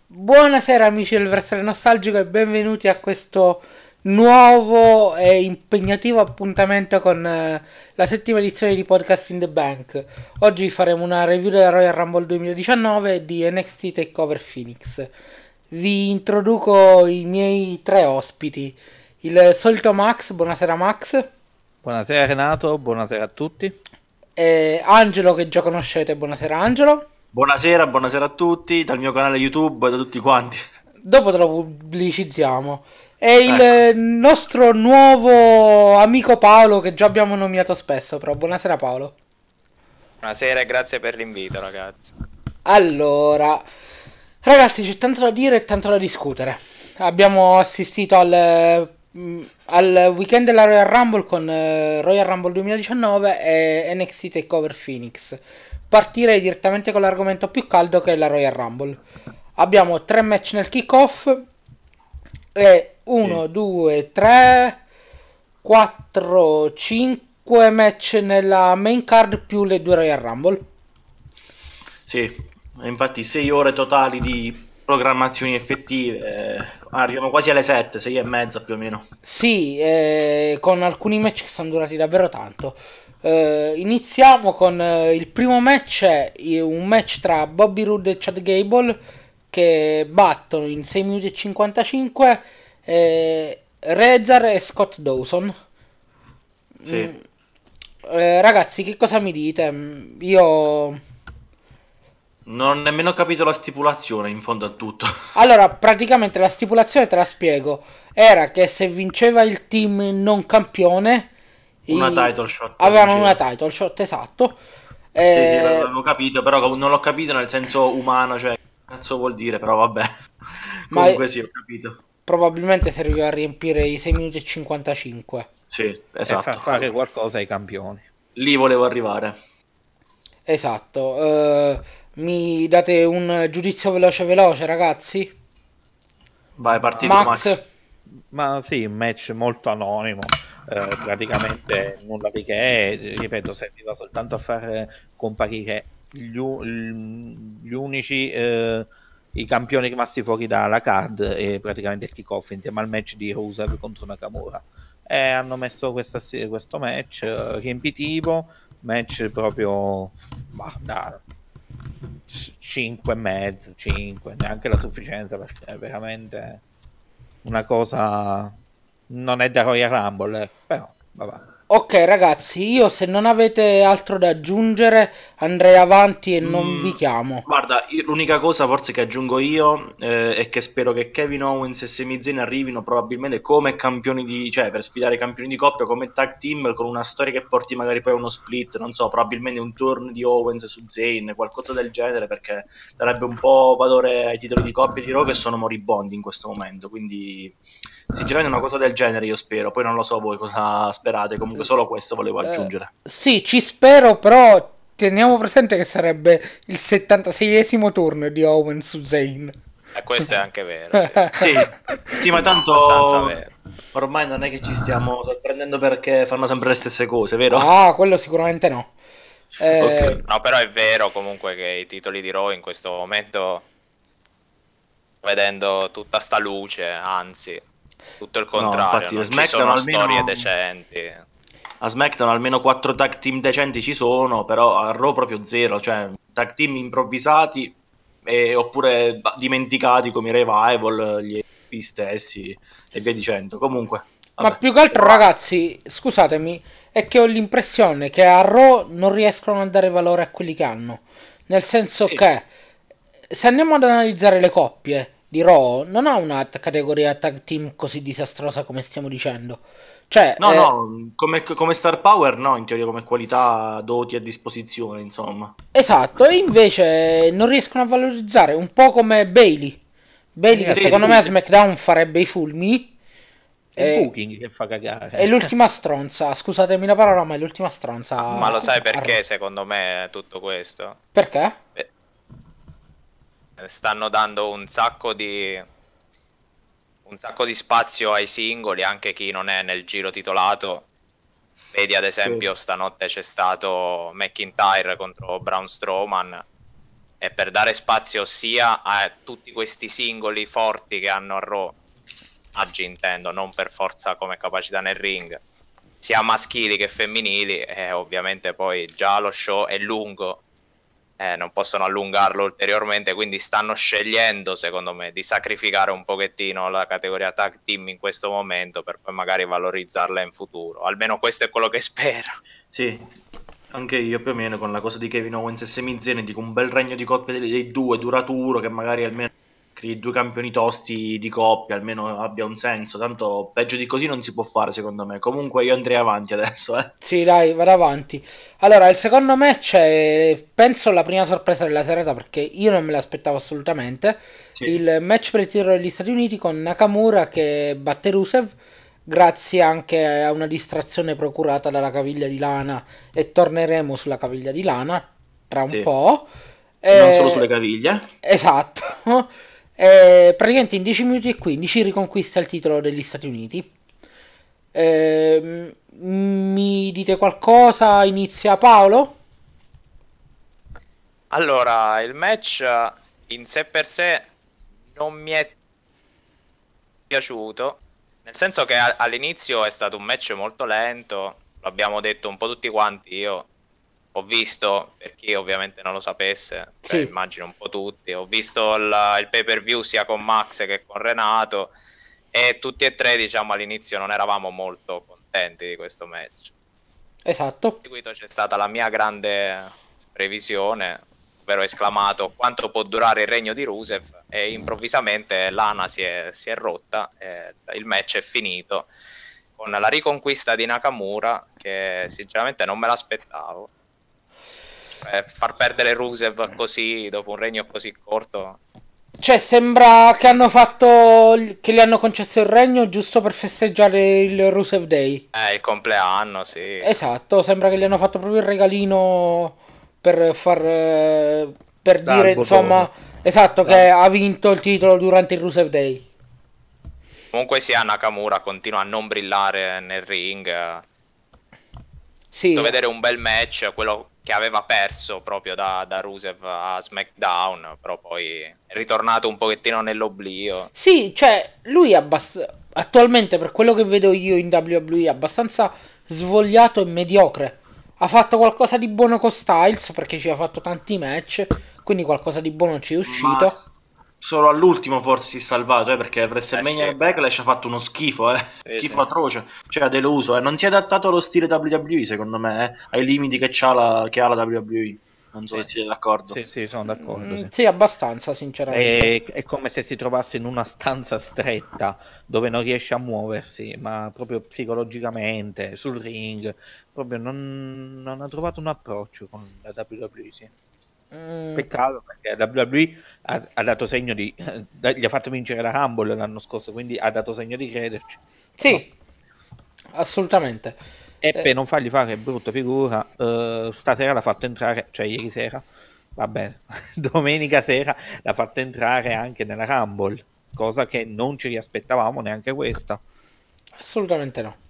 Buonasera amici del Versare Nostalgico e benvenuti a questo nuovo e impegnativo appuntamento con la settima edizione di Podcast in the Bank. Oggi faremo una review della Royal Rumble 2019 e di NXT TakeOver Phoenix. Vi introduco i miei tre ospiti. Il solito Max, buonasera Max. Buonasera Renato, buonasera a tutti. E Angelo che già conoscete, buonasera Angelo. Buonasera a tutti, dal mio canale YouTube e da tutti quanti. Dopo te lo pubblicizziamo. E Ecco, il nostro nuovo amico Paolo che già abbiamo nominato spesso, però buonasera Paolo. Buonasera e grazie per l'invito, ragazzi. Allora, ragazzi, c'è tanto da dire e tanto da discutere. Abbiamo assistito al weekend della Royal Rumble con Royal Rumble 2019 e NXT TakeOver Phoenix. Partirei direttamente con l'argomento più caldo che è la Royal Rumble. Abbiamo tre match nel kickoff e 1, sì, 2, 3, 4, 5 match nella main card più le due Royal Rumble. sì, infatti 6 ore totali di programmazioni effettive, arriviamo quasi alle 7, 6 e mezza più o meno. Sì, con alcuni match che sono durati davvero tanto. Iniziamo con il primo match, un match tra Bobby Roode e Chad Gable che battono in 6 minuti e 55 Rezar e Scott Dawson. Mm, Sì. ragazzi, che cosa mi dite? Io... Non ho nemmeno capito la stipulazione in fondo a tutto. Allora, praticamente la stipulazione te la spiego. Era che se vinceva il team non campione, Una i- title shot avevano una vinceva. title shot, esatto. Sì, sì, Eh, l'avevo capito, però non l'ho capito nel senso umano, cioè, che cazzo vuol dire, però vabbè. ma Comunque sì, ho capito. probabilmente serviva a riempire i 6 minuti e 55. Sì, E far esatto. fare qualcosa ai campioni. Lì volevo arrivare. Esatto. Mi date un giudizio veloce veloce, ragazzi? Vai, parti tu, Max? Max. Ma sì, un match molto anonimo, praticamente nulla di che, ripeto, serviva soltanto a far comparire gli unici, i campioni rimasti fuori dalla card e praticamente il kick-off insieme al match di Rusev contro Nakamura. E hanno messo questo match riempitivo, match proprio da 5 e mezzo, 5, neanche la sufficienza perché è veramente una cosa, non è da Royal Rumble, però vabbè. Ok, ragazzi, io se non avete altro da aggiungere andrei avanti e non vi Mm, chiamo. guarda, l'unica cosa forse che aggiungo io è che spero che Kevin Owens e Sami Zayn arrivino probabilmente come campioni di, cioè per sfidare i campioni di coppia, come tag team, con una storia che porti magari poi a uno split, non so, probabilmente un turn di Owens su Zayn, qualcosa del genere, perché darebbe un po' valore ai titoli di coppia di Raw che sono moribondi in questo momento, quindi sinceramente una cosa del genere io spero, poi non lo so voi cosa sperate, comunque solo questo volevo aggiungere. Sì, ci spero, però teniamo presente che sarebbe il 76esimo turno di Owen su Zayn. E questo è anche vero, sì. Sì, sì, ma Abbastanza tanto vero. ormai non è che ci stiamo sorprendendo perché fanno sempre le stesse cose, vero? Ah, quello sicuramente no. Ok. No, però è vero comunque che i titoli di Raw in questo momento, vedendo tutta sta luce, anzi, tutto il No, contrario, infatti non ci sono storie decenti. A SmackDown almeno 4 tag team decenti ci sono, però a Raw proprio zero, cioè tag team improvvisati oppure dimenticati come i Revival, gli EP stessi e via dicendo. Comunque, Ma vabbè. più che altro, ragazzi, scusatemi, è che ho l'impressione che a Raw non riescono a dare valore a quelli che hanno. Nel senso Sì. che se andiamo ad analizzare le coppie di Raw, non ha una categoria tag team così disastrosa come stiamo dicendo. Cioè, No, no, come Star Power no, in teoria come qualità, doti a disposizione, insomma. esatto, e invece non riescono a valorizzare, un po' come Bailey. Bailey che Sì, Sì, secondo sì, me a sì. SmackDown farebbe i fulmini. è il E, booking che fa è cagare. l'ultima stronza, scusatemi la parola, ma è l'ultima stronza Ma lo sai a Raw. perché secondo me tutto questo? Perché? Eh, Stanno dando un sacco di spazio ai singoli, anche chi non è nel giro titolato. Vedi ad Sì. esempio stanotte c'è stato McIntyre contro Braun Strowman, e per dare spazio sia a tutti questi singoli forti che hanno a Raw, oggi intendo, non per forza come capacità nel ring, sia maschili che femminili, e ovviamente poi già lo show è lungo, non possono allungarlo ulteriormente, quindi stanno scegliendo, secondo me, di sacrificare un pochettino la categoria tag team in questo momento per poi magari valorizzarla in futuro. Almeno questo è quello che spero. Sì, anche io più o meno con la cosa di Kevin Owens e Sami Zayn dico un bel regno di coppia dei due duraturo, che magari almeno crei due campioni tosti di coppia, almeno abbia un senso. Tanto peggio di così non si può fare, secondo me. Comunque io andrei avanti adesso, Sì, dai, vado avanti. Allora, il secondo match è, penso, la prima sorpresa della serata, perché io non me l'aspettavo assolutamente. Sì. Il match per il titolo degli Stati Uniti con Nakamura che batte Rusev, grazie anche a una distrazione procurata dalla caviglia di Lana, e torneremo sulla caviglia di Lana tra un Sì. po'. Non solo sulle caviglie. Esatto. Praticamente in 10 minuti e 15 riconquista il titolo degli Stati Uniti. Mi dite qualcosa? Inizia Paolo? Allora, il match in sé per sé non mi è piaciuto, nel senso che all'inizio è stato un match molto lento, l'abbiamo detto un po' tutti quanti. Io ho visto, per chi ovviamente non lo sapesse, cioè, Sì. immagino un po' tutti, ho visto il pay per view sia con Max che con Renato, e tutti e tre, diciamo, all'inizio non eravamo molto contenti di questo match. Esatto. Seguito c'è stata la mia grande previsione, ovvero esclamato quanto può durare il regno di Rusev, e improvvisamente Lana si è rotta e il match è finito con la riconquista di Nakamura, che sinceramente non me l'aspettavo. Far perdere Rusev così dopo un regno così corto. Cioè, sembra che hanno fatto, che gli hanno concesso il regno giusto per festeggiare il Rusev Day. Il compleanno, sì. Esatto, sembra che gli hanno fatto proprio il regalino per far, per dire, insomma, esatto, che ha vinto il titolo durante il Rusev Day. Comunque sia, Nakamura continua a non brillare nel ring. Sì. Vedere un bel match, quello che aveva perso proprio da Rusev a SmackDown, però poi è ritornato un pochettino nell'oblio. Sì, cioè, lui è attualmente, per quello che vedo io in WWE, è abbastanza svogliato e mediocre. Ha fatto qualcosa di buono con Styles, perché ci ha fatto tanti match, quindi qualcosa di buono ci è uscito. Ma solo all'ultimo forse si è salvato, perché WrestleMania sì. e Backlash ha fatto uno schifo, schifo sì. atroce, cioè ha deluso, non si è adattato allo stile WWE, secondo me, ai limiti che ha la WWE. Non so se siete d'accordo. Sì, sono d'accordo. Sì. Sì, abbastanza, sinceramente. È come se si trovasse in una stanza stretta dove non riesce a muoversi, ma proprio psicologicamente, sul ring, proprio non ha trovato un approccio con la WWE. Sì. Peccato, perché la WWE ha dato segno di gli ha fatto vincere la Rumble l'anno scorso, quindi ha dato segno di crederci. Sì, assolutamente. E per non fargli fare brutta figura, stasera l'ha fatto entrare, cioè ieri sera, va bene, domenica sera l'ha fatto entrare anche nella Rumble, cosa che non ci riaspettavamo neanche questa. Assolutamente no.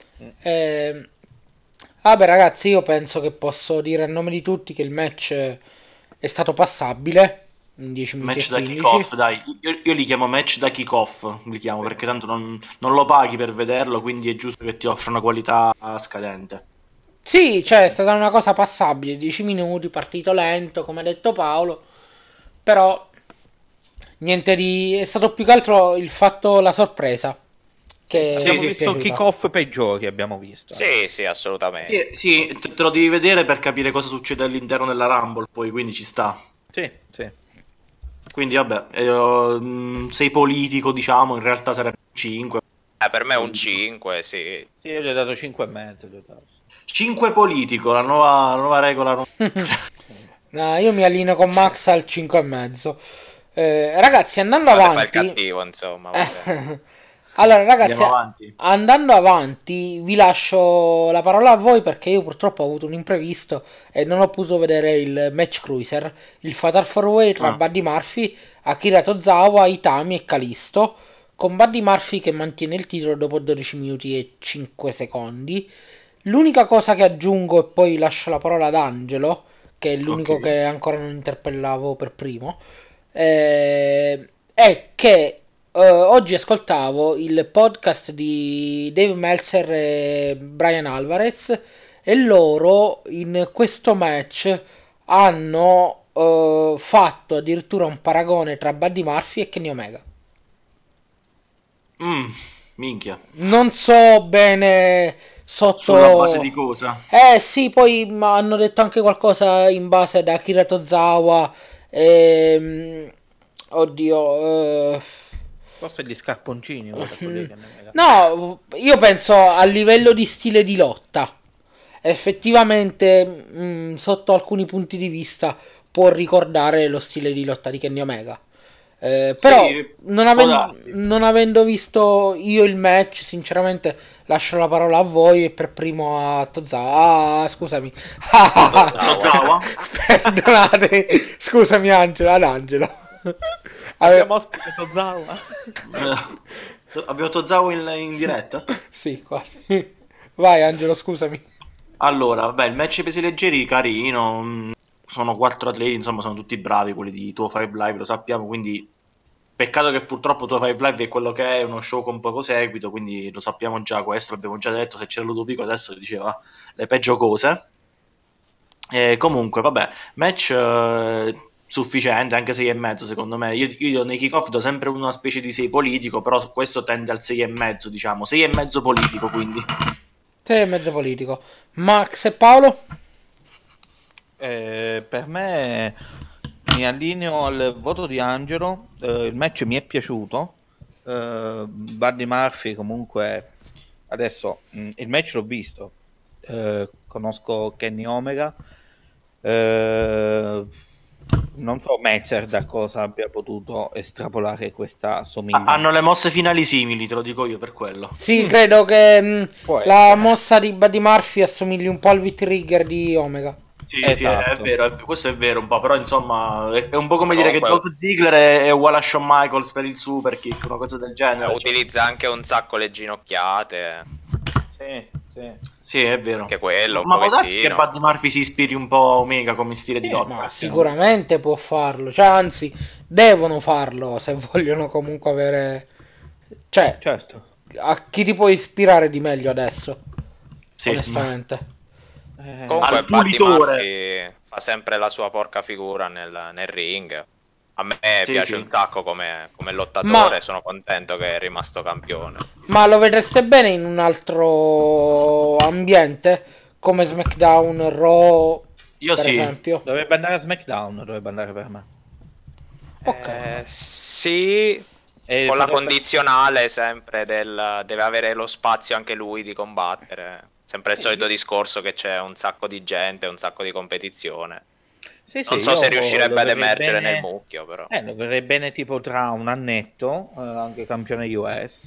Vabbè ragazzi, io penso che posso dire a nome di tutti che il match è stato passabile in 10 minuti Match e da 15. kick-off, dai, io li chiamo match da kick-off, li chiamo, perché tanto non lo paghi per vederlo, quindi è giusto che ti offra una qualità scadente. Sì, cioè è stata una cosa passabile, 10 minuti, partito lento, come ha detto Paolo, però niente di... è stato più che altro il fatto, la sorpresa. Che Abbiamo mi è visto piaciuta. kick-off peggiori, abbiamo visto. Sì, assolutamente. Sì, te lo devi vedere per capire cosa succede all'interno della Rumble, poi, quindi ci sta. Sì. Quindi vabbè, sei politico, diciamo, in realtà sarebbe 5. Per me è un 5, sì. Sì, io gli ho dato 5,5. 5 politico, la nuova regola. No, io mi allineo con Max al 5,5. Ragazzi, andando Fa il avanti... cattivo, insomma. Vabbè. Allora ragazzi, Andiamo avanti. andando avanti vi lascio la parola a voi, perché io purtroppo ho avuto un imprevisto e non ho potuto vedere il match cruiser, il Fatal 4-Way tra Buddy Murphy, Akira Tozawa, Itami e Kalisto, con Buddy Murphy che mantiene il titolo dopo 12 minuti e 5 secondi. L'unica cosa che aggiungo, e poi lascio la parola ad Angelo, che è l'unico Ok. che ancora non interpellavo per primo, è che oggi ascoltavo il podcast di Dave Meltzer e Brian Alvarez e loro in questo match hanno fatto addirittura un paragone tra Buddy Murphy e Kenny Omega. Minchia. Non so bene Sulla base di sotto... cosa? Sì, poi hanno detto anche qualcosa in base da Akira Tozawa. Oddio. Forse gli scarponcini, guarda, quelli che ne- No, io penso a livello di stile di lotta. Effettivamente, sotto alcuni punti di vista, può ricordare lo stile di lotta di Kenny Omega. Però, Sì, può darsi. non avendo visto io il match, sinceramente, lascio la parola a voi e per primo a Tozawa. Ah, scusami. Tozawa? Perdonate, scusami Angelo, ad Angelo. Abbiamo ospitato Zawa. Abbiamo Tozawa in diretta? Sì, quasi. Vai Angelo, scusami. Allora, vabbè, il match pesi leggeri, carino. Sono 4 atleti, insomma, sono tutti bravi quelli di Tuo 5 Live, lo sappiamo, quindi peccato che purtroppo Tuo 5 Live è quello che è, uno show con poco seguito, quindi lo sappiamo già questo, l'abbiamo già detto, se c'era Ludovico adesso diceva le peggio cose. Comunque, vabbè, match sufficiente, anche 6,5 secondo me. Io nei kickoff do sempre una specie di 6 politico, però questo tende al 6,5, diciamo, 6,5 politico, quindi. Sei e mezzo politico. Max e Paolo? Per me mi allineo al voto di Angelo. Il match mi è piaciuto. Buddy Murphy comunque adesso il match l'ho visto. Conosco Kenny Omega. Non so Meltzer da cosa abbia potuto estrapolare questa somiglianza. Hanno le mosse finali simili, te lo dico io per quello. Sì, credo che Può la essere. mossa di Buddy Murphy assomigli un po' al V-Trigger di Omega. Sì, sì, è Esatto. vero, questo è vero un po', però insomma è un po' come dire che Comunque- Dolph Ziggler è uguale a Shawn Michaels per il super kick, una cosa del genere. cioè. Utilizza anche un sacco le ginocchiate. Sì, sì. Sì, è vero. Anche quello, un Ma può darsi che pochettino. Buddy Murphy si ispiri un po' a Omega come stile di Sì, lotta. Ma sicuramente può farlo. Cioè, anzi, devono farlo se vogliono comunque avere... Cioè, Certo. a chi ti può ispirare di meglio adesso? Sì, Onestamente. Comunque Al Buddy pulitore. Murphy fa sempre la sua porca figura nel ring. A me Sì, piace sì. un sacco come lottatore, Ma- sono contento che è rimasto campione. Ma lo vedreste bene in un altro ambiente? Come SmackDown, Raw, Io per sì. esempio? Dovrebbe andare a SmackDown, dovrebbe andare per me. Ok. Sì, E con la potrebbe- condizionale sempre deve avere lo spazio anche lui di combattere. Sempre il solito discorso che c'è un sacco di gente, un sacco di competizione. Sì, sì, Non so io se riuscirebbe lo ad vedrei emergere bene- nel mucchio, però. Lo vedrei bene tipo tra un annetto, anche campione US.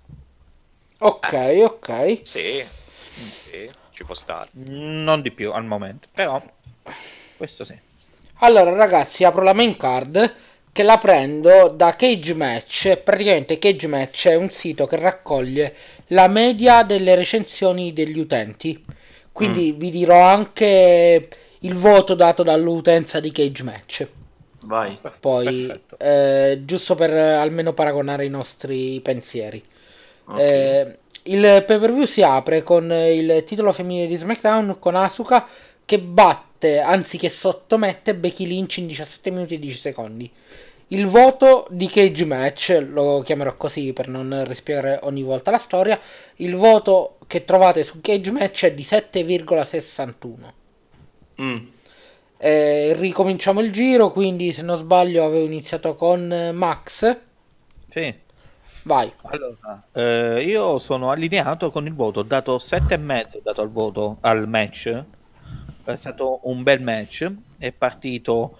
Ok, ok. Sì, sì, ci può stare. Non di più al momento, però questo sì. Allora, ragazzi, apro la main card che la prendo da Cage Match. Praticamente Cage Match è un sito che raccoglie la media delle recensioni degli utenti. Quindi vi dirò anche il voto dato dall'utenza di Cage Match. Vai. Poi, Perfetto. giusto per almeno paragonare i nostri pensieri. Ok. Il pay-per-view si apre con il titolo femminile di SmackDown con Asuka che batte, anzi che sottomette Becky Lynch in 17 minuti e 10 secondi. Il voto di Cage Match, lo chiamerò così per non rispiegare ogni volta la storia, il voto che trovate su Cage Match è di 7,61. Mm. Ricominciamo il giro, quindi se non sbaglio avevo iniziato con Max. Sì. Vai. Allora, io sono allineato con il voto, ho dato 7,5 dato al voto al match. È stato un bel match, è partito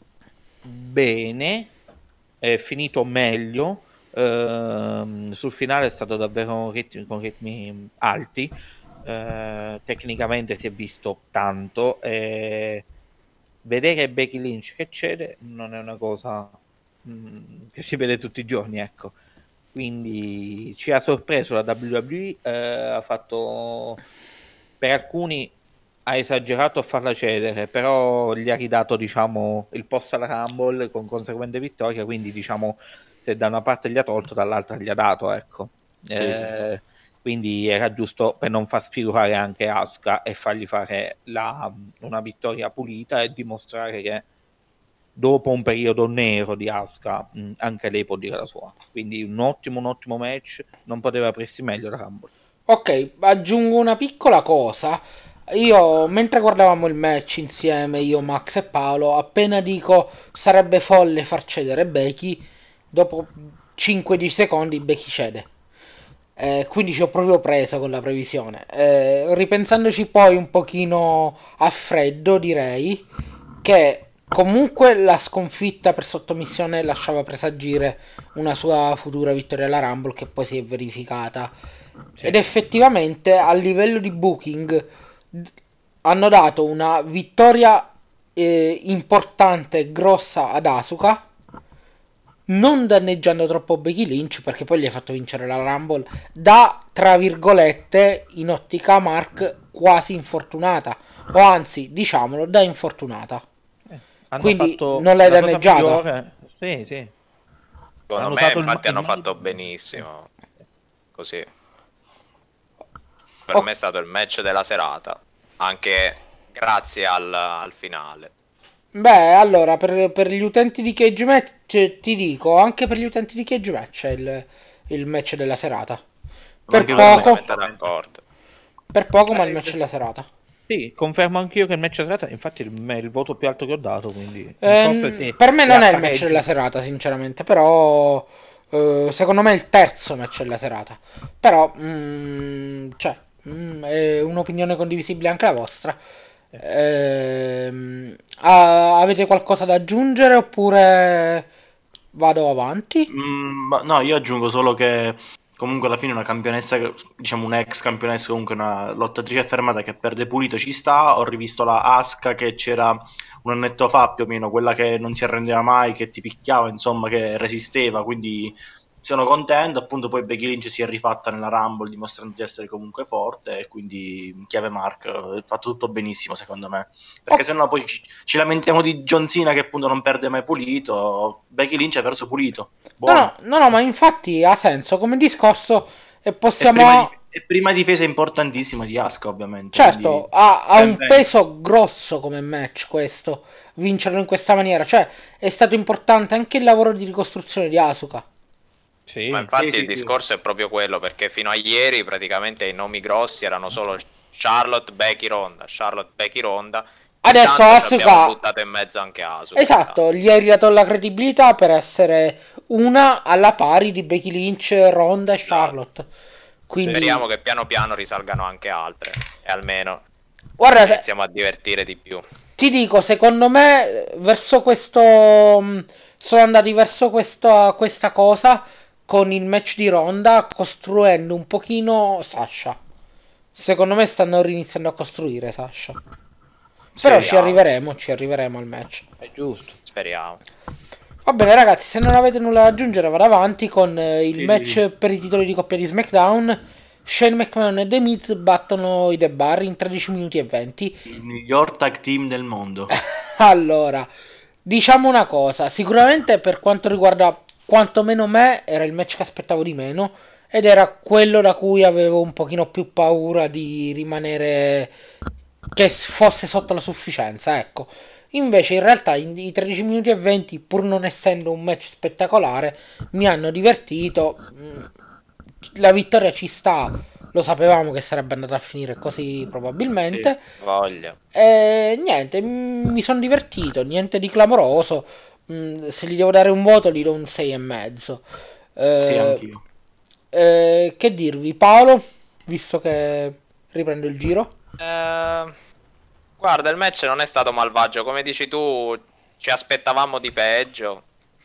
bene, è finito meglio. Sul finale è stato davvero con ritmi alti. Tecnicamente si è visto tanto. Vedere Becky Lynch che cede non è una cosa che si vede tutti i giorni, ecco. Quindi ci ha sorpreso la WWE, ha fatto per alcuni ha esagerato a farla cedere, però gli ha ridato, diciamo, il posto alla Rumble con conseguente vittoria, quindi, diciamo, se da una parte gli ha tolto, dall'altra gli ha dato, ecco. Sì, sì. Quindi era giusto per non far sfigurare anche Asuka e fargli fare una vittoria pulita e dimostrare che dopo un periodo nero di Asuka anche lei può dire la sua. Quindi un ottimo match, non poteva aprirsi meglio la Rumble. Ok, aggiungo una piccola cosa. Io, mentre guardavamo il match insieme, io, Max e Paolo, appena dico sarebbe folle far cedere Becky, dopo 5-10 secondi Becky cede. Quindi ci ho proprio preso con la previsione. Ripensandoci poi un pochino a freddo, direi che comunque la sconfitta per sottomissione lasciava presagire una sua futura vittoria alla Rumble, che poi si è verificata. Sì. Ed effettivamente a livello di booking hanno dato una vittoria importante e grossa ad Asuka, non danneggiando troppo Becky Lynch, perché poi gli ha fatto vincere la Rumble da, tra virgolette, in ottica Mark, quasi infortunata, o anzi, diciamolo, da infortunata. Hanno Quindi fatto non l'hai la cosa danneggiata. migliore. Sì, sì. Secondo Hanno me, usato infatti, il hanno male- fatto benissimo. Così. Per me è stato il match della serata. Anche grazie al finale. Beh, allora, per gli utenti di Cage Match, ti dico, anche per gli utenti di Cage Match è il match della serata. Ma Per anche Sono per me, poco, completamente d'accordo. per poco, ma il match della serata. Sì, confermo anch'io che il match serata, infatti il voto più alto che ho dato, quindi forse sì. Per me è non a è il match pareggio. della serata, sinceramente, però secondo me è il terzo match della serata. Però, è un'opinione condivisibile anche la vostra. Avete qualcosa da aggiungere oppure vado avanti? No, io aggiungo solo che comunque alla fine una campionessa, diciamo un'ex campionessa, comunque una lottatrice affermata che perde pulito ci sta. Ho rivisto la Asuka che c'era un annetto fa più o meno, quella che non si arrendeva mai, che ti picchiava, insomma, che resisteva, quindi sono contento. Appunto poi Becky Lynch si è rifatta nella Rumble dimostrando di essere comunque forte e quindi chiave Mark, ha fatto tutto benissimo secondo me. Perché Oh, sennò poi ci lamentiamo di John Cena che appunto non perde mai pulito. Becky Lynch ha perso pulito. no, no, Buono. no, no, ma infatti ha senso come discorso e E prima, possiamo... e prima difesa importantissima di Asuka, ovviamente. Certo, Quindi ha ben un venga. peso grosso come match questo, vincerlo in questa maniera. Cioè, è stato importante anche il lavoro di ricostruzione di Asuka. Sì, Ma infatti Sì, il sì, sì. discorso è proprio quello, perché fino a ieri praticamente i nomi grossi erano solo Charlotte, Becky, Ronda, Charlotte, Becky, Ronda. Adesso Intanto ci abbiamo Asuka, buttato in mezzo anche Asuka. esatto, gli hai ridato la credibilità per essere una alla pari di Becky Lynch, Ronda e Charlotte. Quindi, Speriamo che piano piano risalgano anche altre e almeno guarda, iniziamo a divertire di più. ti dico, secondo me, verso questo. Sono andati verso questa cosa con il match di Ronda, costruendo un pochino Sasha. Secondo me stanno riniziando a costruire Sasha. Però Speriamo. ci arriveremo al match. è giusto. Speriamo. Va bene, ragazzi, se non avete nulla da aggiungere, vado avanti con il Sì, match sì. per i titoli di coppia di SmackDown. Shane McMahon e The Miz battono i The Bar in 13 minuti e 20. Il miglior tag team del mondo. Allora, diciamo una cosa, sicuramente per quanto riguarda quantomeno me, era il match che aspettavo di meno ed era quello da cui avevo un pochino più paura di rimanere che fosse sotto la sufficienza, ecco. Invece in realtà i 13 minuti e 20, pur non essendo un match spettacolare, mi hanno divertito. La vittoria ci sta, lo sapevamo che sarebbe andata a finire così Sì, probabilmente. Voglia. E niente, mi sono divertito, niente di clamoroso. Se gli devo dare un voto, gli do un 6,5. sì, Eh, anch'io. che dirvi, Paolo, visto che riprendo il giro? Guarda, il match non è stato malvagio, come dici tu, ci aspettavamo di peggio,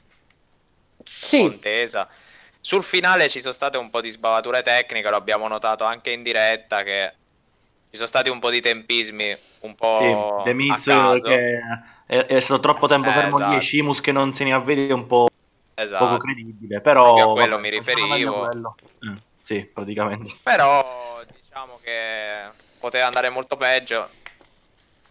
Sì, contesa. Sul finale ci sono state un po' di sbavature tecniche, lo abbiamo notato anche in diretta, che ci sono stati un po' di tempismi un Sì, po' The a Miz caso. che è stato troppo tempo fermo lì e Esatto, Sheamus che non se ne avvede un po' poco esatto. credibile, Proprio a però quello vabbè, mi funziona meglio riferivo. quello. Sì, praticamente. Però diciamo che poteva andare molto peggio.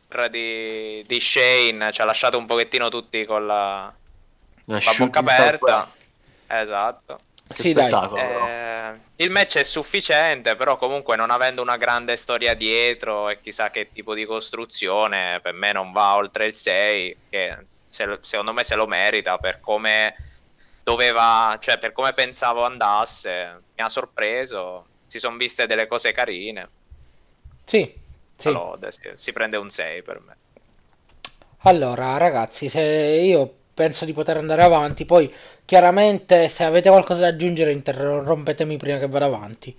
di Shane ci ha lasciato un pochettino tutti con la bocca Shooting Star aperta. Quest. Esatto. Che Sì, dai. spettacolo, però. Il match è sufficiente, però comunque non avendo una grande storia dietro e chissà che tipo di costruzione, per me non va oltre il 6, che secondo me se lo merita per come doveva, cioè per come pensavo andasse. Mi ha sorpreso, si sono viste delle cose carine. Sì, sì. La lode, si prende un 6 per me. Allora, ragazzi, se io penso di poter andare avanti, poi chiaramente se avete qualcosa da aggiungere interrompetemi prima che vada avanti.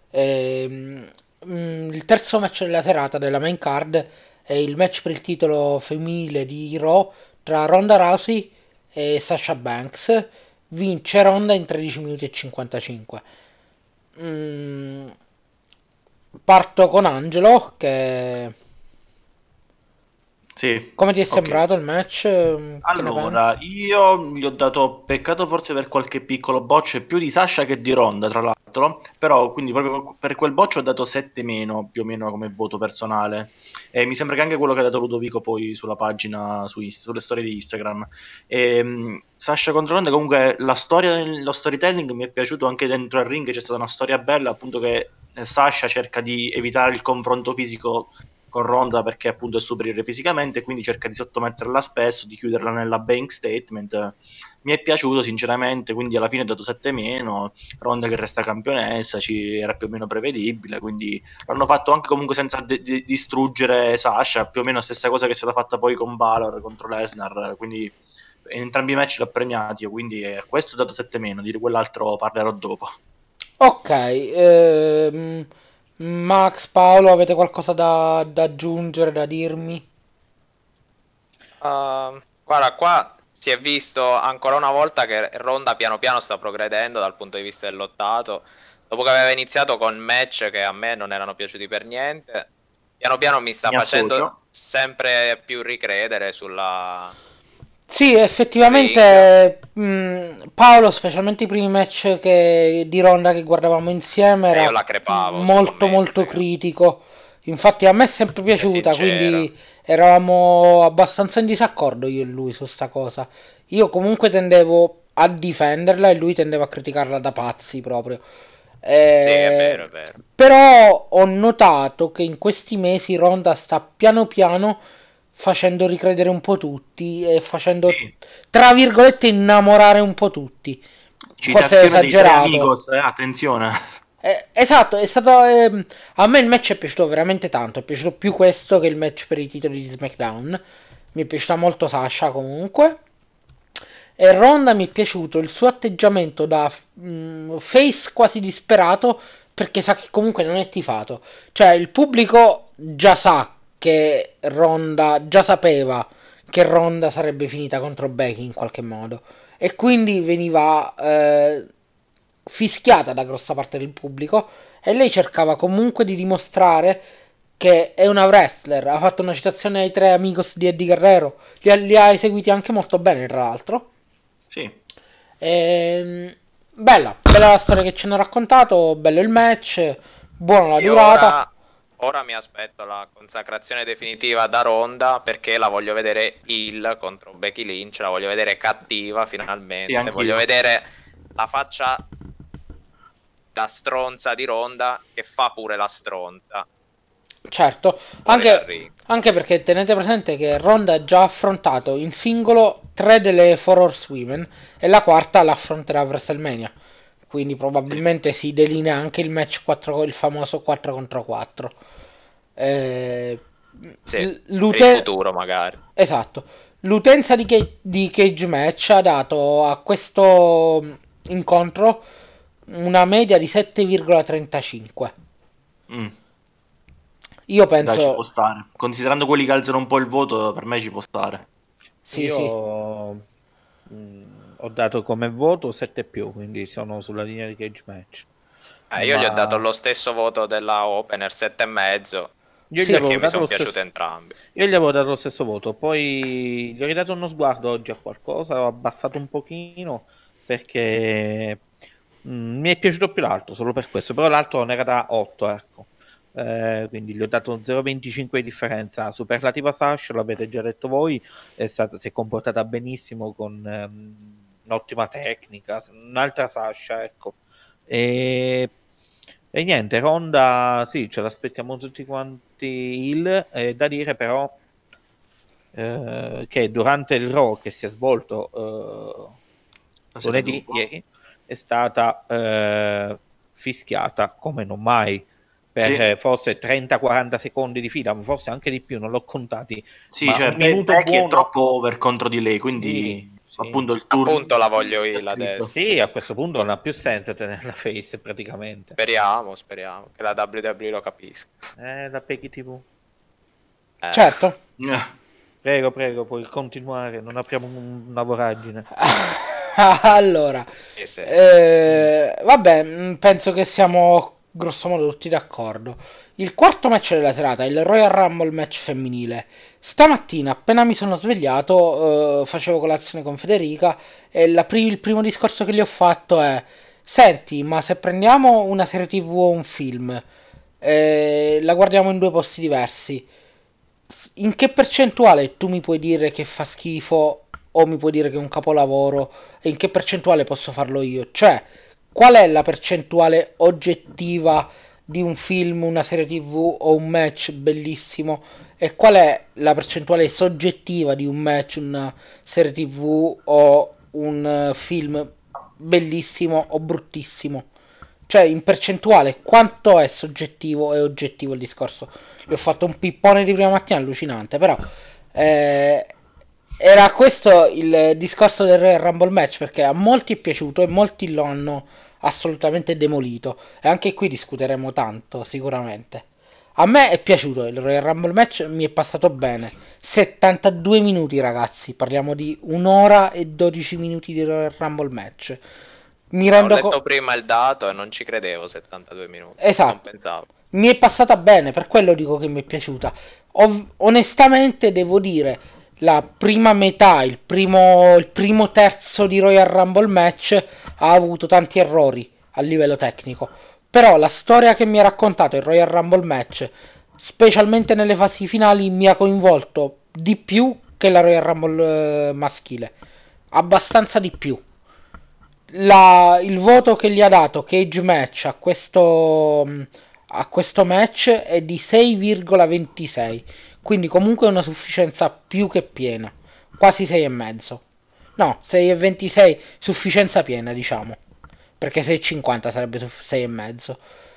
Il terzo match della serata della main card è il match per il titolo femminile di Raw tra Ronda Rousey e Sasha Banks. Vince Ronda in 13 minuti e 55. Parto con Angelo, che... Sì. Come ti è Ok. sembrato il match? Che ne Allora, io gli ho dato peccato forse per qualche piccolo botch, più di Sasha che di Ronda, tra l'altro, però quindi proprio per quel botch ho dato 7 meno, più o meno come voto personale. E mi sembra che anche quello che ha dato Ludovico poi sulla pagina, sulle storie di Instagram. Sasha contro Ronda, comunque la storia, lo storytelling mi è piaciuto anche dentro al ring, c'è stata una storia bella, appunto che Sasha cerca di evitare il confronto fisico con Ronda perché appunto è superiore fisicamente e quindi cerca di sottometterla spesso, di chiuderla nella bank statement. Mi è piaciuto sinceramente, quindi alla fine ho dato 7 meno. Ronda che resta campionessa, era più o meno prevedibile, quindi l'hanno fatto anche comunque senza distruggere Sasha, più o meno la stessa cosa che è stata fatta poi con Balor contro Lesnar, quindi in entrambi i match l'ho premiati, quindi questo ho dato 7 meno, di quell'altro parlerò dopo. Ok, Max, Paolo, avete qualcosa da aggiungere, da dirmi? Guarda, qua si è visto ancora una volta che Ronda piano piano sta progredendo dal punto di vista del lottato. Dopo che aveva iniziato con match che a me non erano piaciuti per niente, piano piano mi sta facendo sempre più ricredere sulla... Sì, effettivamente Paolo, specialmente i primi match di Ronda che guardavamo insieme, io era la crepavo molto molto ragazzi. critico. Infatti a me è sempre piaciuta, sincero. quindi eravamo abbastanza in disaccordo io e lui su sta cosa. Io comunque tendevo a difenderla e lui tendeva a criticarla da pazzi proprio. Sì, è vero, è vero. Però ho notato che in questi mesi Ronda sta piano piano facendo ricredere un po' tutti e facendo, Sì. tra virgolette, innamorare un po' tutti. Forse è Citazione dei tre esagerato. amigos, attenzione. Esatto, è stato. A me il match è piaciuto veramente tanto. È piaciuto più questo che il match per i titoli di SmackDown. Mi è piaciuta molto Sasha comunque. E Ronda mi è piaciuto il suo atteggiamento da face quasi disperato perché sa che comunque non è tifato. Cioè il pubblico già sa che Ronda, già sapeva che Ronda sarebbe finita contro Becky in qualche modo. E quindi veniva fischiata da grossa parte del pubblico e lei cercava comunque di dimostrare che è una wrestler. Ha fatto una citazione ai tre amigos di Eddie Guerrero, li ha eseguiti anche molto bene tra l'altro. Sì. Bella la storia che ci hanno raccontato, bello il match, buona la durata. Ora mi aspetto la consacrazione definitiva da Ronda perché la voglio vedere heel contro Becky Lynch, la voglio vedere cattiva finalmente, Sì, voglio vedere la faccia da stronza di Ronda che fa pure la stronza. Certo, anche perché tenete presente che Ronda ha già affrontato in singolo 3 delle 4 Horsewomen e la quarta la affronterà a WrestleMania. Quindi probabilmente si delinea anche il match 4, il famoso 4 contro 4. Sì, per il futuro magari. Esatto. L'utenza di Cage Match ha dato a questo incontro una media di 7,35. Io penso... Dai, ci può stare. Considerando quelli che alzano un po' il voto, per me ci può stare. Sì, Io sì. ho dato come voto 7+, quindi sono sulla linea di Cage Match. Io gli ho dato lo stesso voto della Opener, 7,5. Io sì, perché mi sono piaciuti entrambi. Io gli avevo dato lo stesso voto, poi gli ho ridato uno sguardo oggi a qualcosa, l'ho abbassato un pochino perché mi è piaciuto più l'altro, solo per questo, però l'altro non era da 8, ecco. quindi gli ho dato 0,25 di differenza. Superlativa Sasha, l'avete già detto voi, si è comportata benissimo con un'ottima tecnica, un'altra Sasha, ecco. E niente, Ronda, sì, ce l'aspettiamo tutti quanti da dire però che durante il Raw che si è svolto lunedì, ieri, è stata fischiata come non mai per forse 30-40 secondi di fila, forse anche di più, non l'ho contati. Sì, ma cioè un minuto Becky buono è troppo over contro di lei, quindi sì. appunto il turno Appunto la voglio io è scritto. adesso. Sì, a questo punto non ha più senso tenerla face praticamente. Speriamo che la WWE lo capisca. La Peggy TV. Certo. Prego, puoi continuare, non apriamo una voragine. Allora, vabbè, penso che siamo grossomodo tutti d'accordo. Il quarto match della serata, il Royal Rumble match femminile. Stamattina, appena mi sono svegliato, facevo colazione con Federica e il primo discorso che gli ho fatto è: senti, ma se prendiamo una serie TV o un film, la guardiamo in due posti diversi, in che percentuale tu mi puoi dire che fa schifo o mi puoi dire che è un capolavoro e in che percentuale posso farlo io? Cioè, qual è la percentuale oggettiva di un film, una serie TV o un match bellissimo e qual è la percentuale soggettiva di un match, una serie TV o un film bellissimo o bruttissimo? Cioè, in percentuale, quanto è soggettivo e oggettivo il discorso? Gli ho fatto un pippone di prima mattina allucinante, però era questo il discorso del Royal Rumble match, perché a molti è piaciuto e molti lo hanno assolutamente demolito. E anche qui discuteremo tanto, sicuramente. A me è piaciuto il Royal Rumble match, mi è passato bene. 72 minuti, ragazzi, parliamo di 1 ora e 12 minuti di Royal Rumble match. Ho letto prima il dato e non ci credevo, 72 minuti. Esatto. Non pensavo. Mi è passata bene, per quello dico che mi è piaciuta. Onestamente devo dire, la prima metà, il primo terzo di Royal Rumble match ha avuto tanti errori a livello tecnico. Però la storia che mi ha raccontato il Royal Rumble match, specialmente nelle fasi finali, mi ha coinvolto di più che la Royal Rumble maschile. Abbastanza di più. Il voto che gli ha dato Cage Match a questo match è di 6,26, quindi comunque una sufficienza più che piena, quasi 6,5. No, 6,26 sufficienza piena, diciamo, perché 6,50 sarebbe 6,5.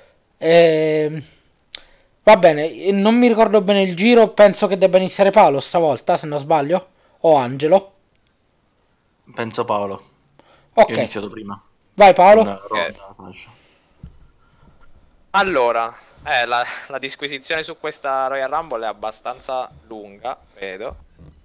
Va bene, non mi ricordo bene il giro, penso che debba iniziare Paolo stavolta, se non sbaglio, o Angelo. Penso Paolo. Ok. Io ho iniziato prima. Vai Paolo. Allora, la disquisizione su questa Royal Rumble è abbastanza lunga, credo.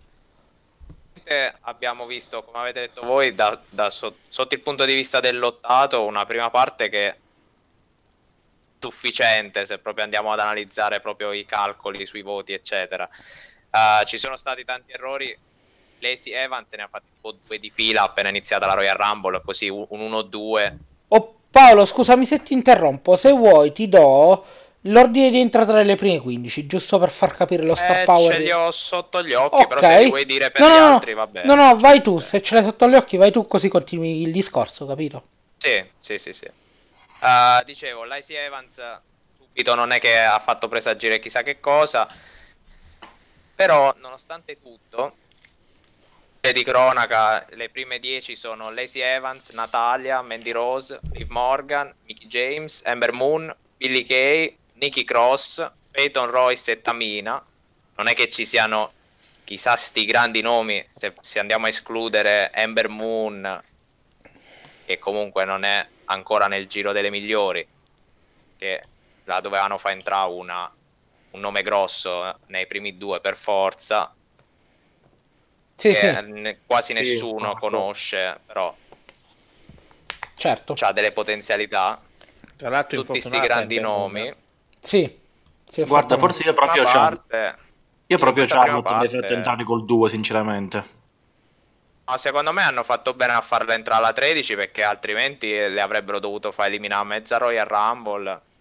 Abbiamo visto, come avete detto voi, sotto il punto di vista del lottato, una prima parte che è sufficiente se proprio andiamo ad analizzare proprio i calcoli sui voti, eccetera. Ci sono stati tanti errori. Lacey Evans ne ha fatti tipo 2 di fila appena iniziata la Royal Rumble, così un 1-2. Oh Paolo, scusami se ti interrompo, se vuoi ti do l'ordine di entrata delle prime 15, giusto per far capire lo star power. Ce li ho sotto gli occhi, però se li vuoi dire per gli altri va bene. No, vai tu, se ce l'hai sotto gli occhi vai tu, così continui il discorso, capito? Sì. Dicevo, Lacey Evans subito non è che ha fatto presagire chissà che cosa, però nonostante tutto, di cronaca, le prime 10 sono Lacey Evans, Natalia, Mandy Rose, Liv Morgan, Mickie James, Ember Moon, Billie Kay, Nikki Cross, Peyton Royce e Tamina. Non è che ci siano chissà sti grandi nomi, se andiamo a escludere Ember Moon, che comunque non è ancora nel giro delle migliori, che la dovevano far entrare un nome grosso nei primi 2 per forza. Sì. Quasi nessuno conosce, però certo, c'ha delle potenzialità. Tra l'altro tutti questi grandi nomi. Sì. Guarda, forse io proprio Charlotte invece di entrare col 2, sinceramente. No, secondo me hanno fatto bene a farla entrare alla 13, perché altrimenti le avrebbero dovuto far eliminare mezza Royal Rumble.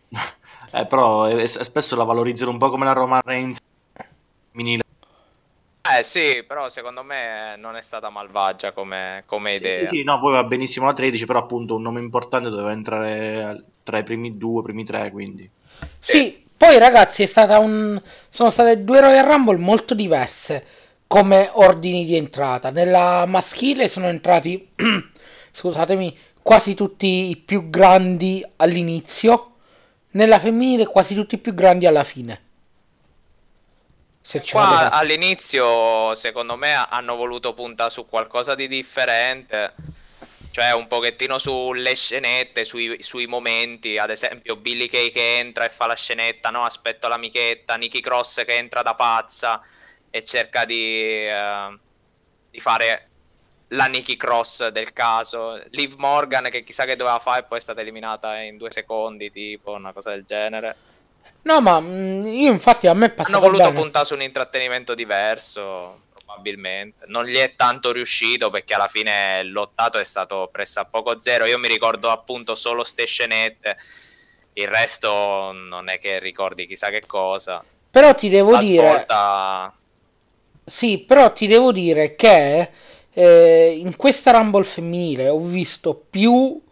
Però spesso la valorizzano un po' come la Roman Reigns femminile. Sì, però secondo me non è stata malvagia come Sì, sì, idea. sì, no, poi va benissimo la 13, però appunto un nome importante doveva entrare tra i primi due, primi tre, quindi... Sì. Sì, poi ragazzi sono state due Royal Rumble molto diverse come ordini di entrata. Nella maschile sono entrati, scusatemi, quasi tutti i più grandi all'inizio, nella femminile quasi tutti i più grandi alla fine. Se ci fate Qua caso. all'inizio, secondo me, hanno voluto puntare su qualcosa di differente, cioè un pochettino sulle scenette, sui momenti, ad esempio Billy Kay che entra e fa la scenetta, no? Aspetto l'amichetta, Nikki Cross che entra da pazza e cerca di fare la Nikki Cross del caso, Liv Morgan che chissà che doveva fare e poi è stata eliminata in 2 secondi, tipo una cosa del genere. No, ma io infatti a me è Hanno passato voluto bene. puntare su un intrattenimento diverso, probabilmente. Non gli è tanto riuscito perché alla fine il lottato è stato pressappoco zero. Io mi ricordo appunto solo ste scenette, il resto non è che ricordi chissà che cosa. Però ti devo La dire, svolta... sì, però ti devo dire che in questa Rumble femminile ho visto più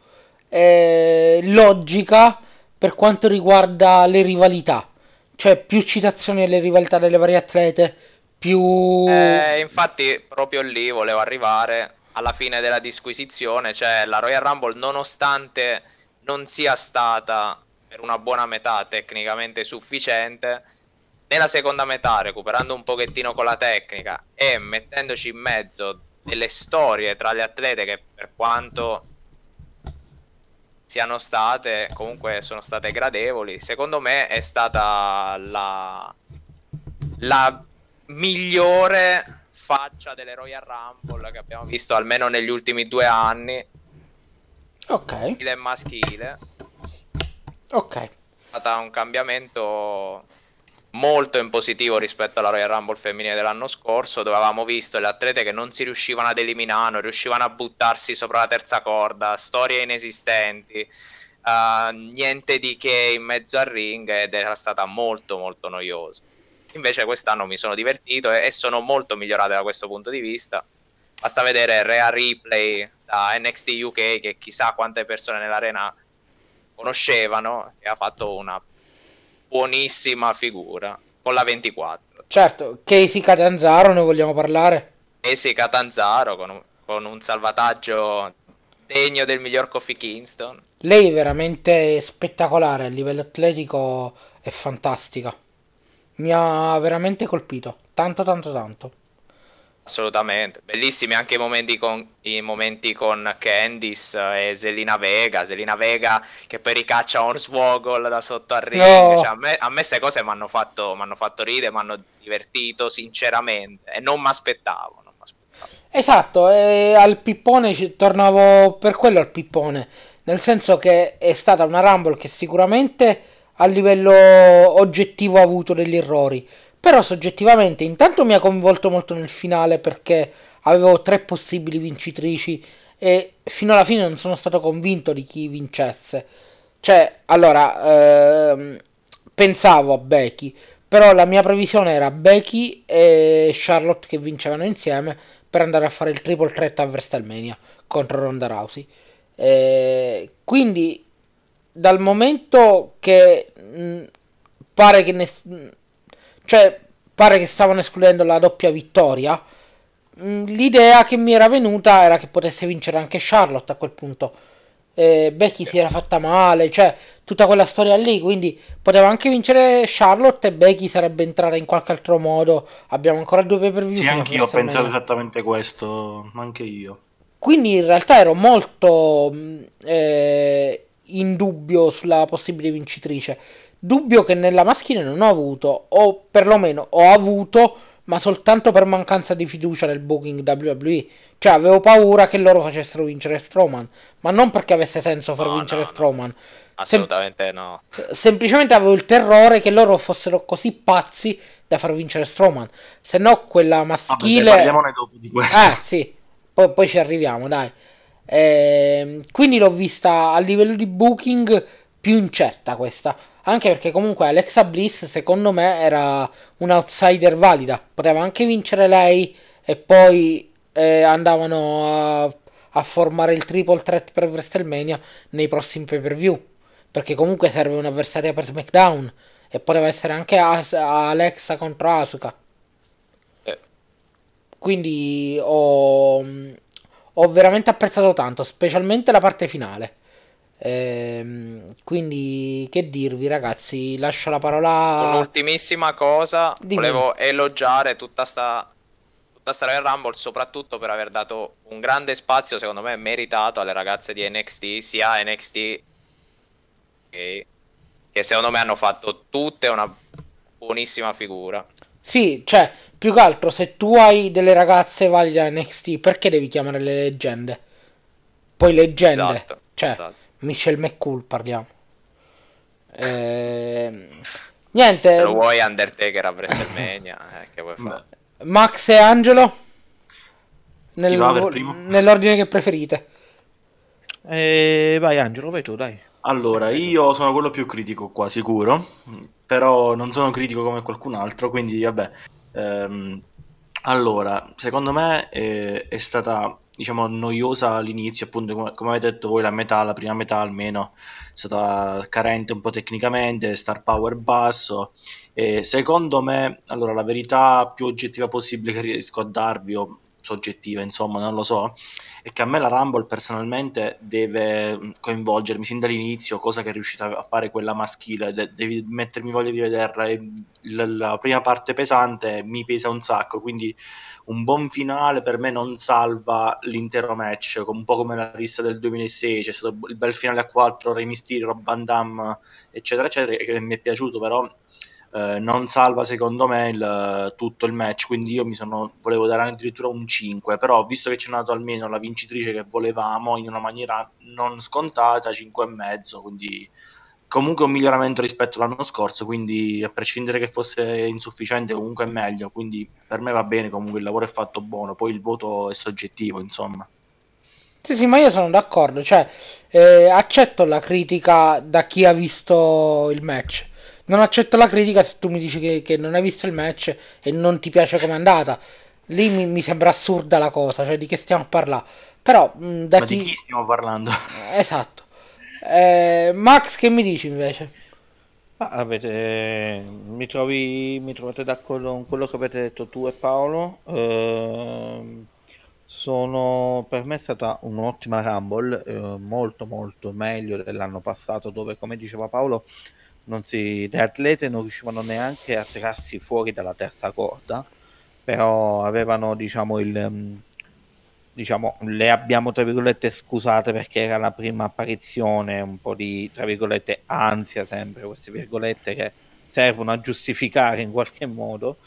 logica per quanto riguarda le rivalità, cioè più citazioni alle rivalità delle varie atlete, più... infatti proprio lì volevo arrivare alla fine della disquisizione, cioè la Royal Rumble nonostante non sia stata per una buona metà tecnicamente sufficiente, nella seconda metà recuperando un pochettino con la tecnica e mettendoci in mezzo delle storie tra le atlete che per quanto siano state, comunque sono state gradevoli, secondo me è stata la migliore faccia delle Royal Rumble che abbiamo visto almeno negli ultimi 2 anni, Ok, femminile e maschile. ok. È stato un cambiamento molto in positivo rispetto alla Royal Rumble femminile dell'anno scorso, dove avevamo visto le atlete che non si riuscivano ad eliminare, non riuscivano a buttarsi sopra la terza corda, storie inesistenti, niente di che in mezzo al ring, ed era stata molto molto noiosa. Invece quest'anno mi sono divertito e sono molto migliorate da questo punto di vista. Basta vedere Rhea Ripley da NXT UK, che chissà quante persone nell'arena conoscevano, e ha fatto una buonissima figura con la 24. Certo, Casey Catanzaro, ne vogliamo parlare? Casey Catanzaro con un salvataggio degno del miglior Kofi Kingston. Lei è veramente spettacolare, a livello atletico è fantastica. Mi ha veramente colpito, tanto tanto tanto. Assolutamente, bellissimi anche i momenti con Candice e Zelina Vega che poi ricaccia Hornswoggle da sotto al ring. No. Cioè, a me queste cose mi hanno fatto ridere, mi hanno divertito sinceramente e non mi aspettavo. Esatto, e al pippone tornavo per quello al pippone, nel senso che è stata una Rumble che sicuramente a livello oggettivo ha avuto degli errori, però soggettivamente intanto mi ha coinvolto molto nel finale perché avevo 3 possibili vincitrici e fino alla fine non sono stato convinto di chi vincesse. Cioè, allora, pensavo a Becky, però la mia previsione era Becky e Charlotte che vincevano insieme per andare a fare il triple threat a WrestleMania contro Ronda Rousey. Quindi dal momento che pare che cioè pare che stavano escludendo la doppia vittoria, l'idea che mi era venuta era che potesse vincere anche Charlotte a quel punto. Becky si era fatta male, cioè tutta quella storia lì, quindi poteva anche vincere Charlotte e Becky sarebbe entrata in qualche altro modo. Abbiamo ancora 2 pay-per-view. Sì, fino a anch'io ho pensato WrestleMania. esattamente questo, ma anche io. Quindi in realtà ero molto in dubbio sulla possibile vincitrice. Dubbio che nella maschile non ho avuto, o perlomeno ho avuto, ma soltanto per mancanza di fiducia nel booking WWE. Cioè avevo paura che loro facessero vincere Strowman, ma non perché avesse senso far vincere Strowman. Assolutamente no. Semplicemente avevo il terrore che loro fossero così pazzi da far vincere Strowman. Se no quella maschile... Vabbè, parliamone dopo di questo. Sì, poi ci arriviamo, dai. Quindi l'ho vista a livello di booking più incerta questa. Anche perché comunque Alexa Bliss secondo me era un outsider valida. Poteva anche vincere lei e poi andavano a formare il triple threat per WrestleMania nei prossimi pay-per-view. Perché comunque serve un'avversaria per SmackDown. E poteva essere anche Alexa contro Asuka. Eh, Quindi ho veramente apprezzato tanto, specialmente la parte finale. Quindi che dirvi ragazzi, lascio la parola. Un'ultimissima cosa, Dimmi. volevo elogiare tutta sta Royal Rumble soprattutto per aver dato un grande spazio, secondo me meritato, alle ragazze di NXT, sia NXT che secondo me hanno fatto tutte una buonissima figura. Sì, cioè, più che altro se tu hai delle ragazze valide a NXT, perché devi chiamare le leggende? Poi leggende, Esatto, cioè, esatto. Michelle McCool parliamo. Se Niente, lo vuoi Undertaker a WrestleMania, che vuoi fare? Max e Angelo, Chi va per primo? nell'ordine che preferite. Vai Angelo, vai tu, dai. Allora, io sono quello più critico qua, sicuro, però non sono critico come qualcun altro, quindi vabbè. Ehm, allora, secondo me è stata, diciamo, noiosa all'inizio, appunto, come avete detto voi, la prima metà almeno, è stata carente un po' tecnicamente, star power basso. E secondo me, allora, la verità più oggettiva possibile che riesco a darvi, o soggettiva, insomma, non lo so, è che a me la Rumble personalmente deve coinvolgermi sin dall'inizio, cosa che è riuscita a fare quella maschile. Devi mettermi voglia di vederla. E la prima parte pesante mi pesa un sacco, quindi un buon finale per me non salva l'intero match, un po' come la lista del 2006. C'è stato il bel finale a 4, Rey Mysterio, Rob Van Damme, eccetera, eccetera, che mi è piaciuto, però non salva secondo me tutto il match, quindi io volevo dare addirittura un 5, però visto che c'è nato almeno la vincitrice che volevamo in una maniera non scontata, 5 e mezzo, quindi comunque un miglioramento rispetto all'anno scorso, quindi a prescindere che fosse insufficiente comunque è meglio, quindi per me va bene, comunque il lavoro è fatto buono, poi il voto è soggettivo, insomma. Sì, sì, ma io sono d'accordo, cioè, accetto la critica da chi ha visto il match. Non accetto la critica se tu mi dici che non hai visto il match e non ti piace com'è andata. Lì mi sembra assurda la cosa, cioè di che stiamo a parlare. Però, da Ma di chi. chi stiamo parlando? Esatto. Max, che mi dici invece? Ma mi trovate d'accordo con quello che avete detto tu e Paolo? Per me è stata un'ottima Rumble, molto molto meglio dell'anno passato, dove come diceva Paolo le atlete non riuscivano neanche a tirarsi fuori dalla terza corda, però avevano diciamo, le abbiamo tra virgolette scusate perché era la prima apparizione, un po' di tra virgolette ansia, sempre queste virgolette che servono a giustificare in qualche modo.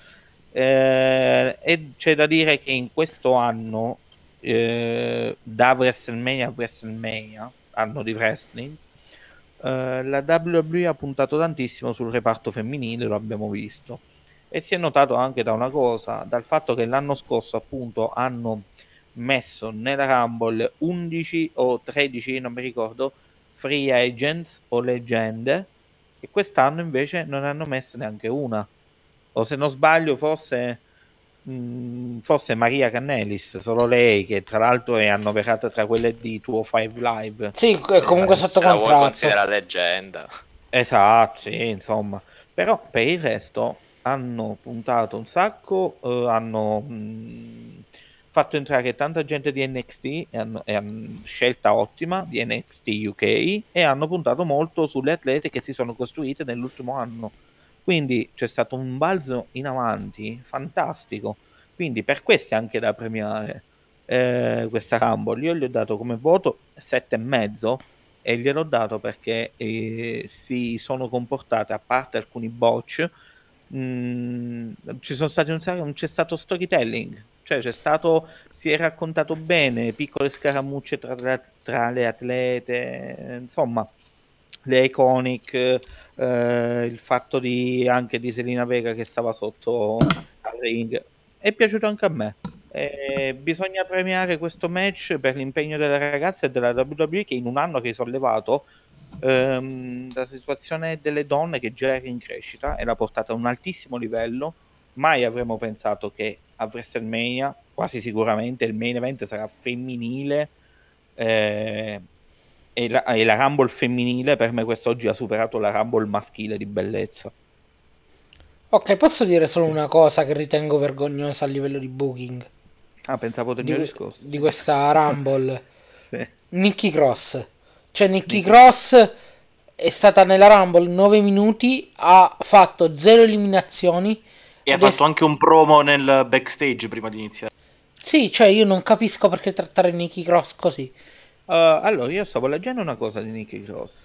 E c'è da dire che in questo anno, da WrestleMania a WrestleMania, anno di wrestling, la WWE ha puntato tantissimo sul reparto femminile, lo abbiamo visto, e si è notato anche da una cosa, dal fatto che l'anno scorso appunto hanno messo nella Rumble 11 o 13, non mi ricordo, free agents o leggende, e quest'anno invece non hanno messo neanche una, o se non sbaglio forse Maria Canellis, solo lei, che tra l'altro è annoverata tra quelle di 205 Live. Sì, è comunque sotto Se la vuoi contratto. considerare leggenda. Esatto, sì, insomma. Però per il resto hanno puntato un sacco, hanno fatto entrare tanta gente di NXT, scelta ottima di NXT UK, e hanno puntato molto sulle atlete che si sono costruite nell'ultimo anno. Quindi c'è stato un balzo in avanti fantastico. Quindi per questo è anche da premiare questa Rumble. Io gli ho dato come voto 7,5, e gliel'ho dato perché si sono comportate, a parte alcuni botch, ci sono stati non c'è stato storytelling, cioè si è raccontato bene, piccole scaramucce tra le atlete, insomma, le iconic, il fatto anche di Selena Vega che stava sotto al ring, è piaciuto anche a me. Bisogna premiare questo match per l'impegno delle ragazze e della WWE, che in un anno che hai sollevato la situazione delle donne che già era in crescita e l'ha portata a un altissimo livello. Mai avremmo pensato che a WrestleMania, quasi sicuramente, il main event sarà femminile, e la Rumble femminile per me quest'oggi ha superato la Rumble maschile di bellezza. Ok, posso dire solo una cosa che ritengo vergognosa a livello di booking Ah, pensavo del mio discorso. di questa Rumble. Sì. Nikki Cross. Cioè Nikki Cross è stata nella Rumble 9 minuti, ha fatto 0 eliminazioni. E ha fatto anche un promo nel backstage prima di iniziare. Sì, cioè io non capisco perché trattare Nikki Cross così. Allora, io stavo leggendo una cosa di Nikki Cross.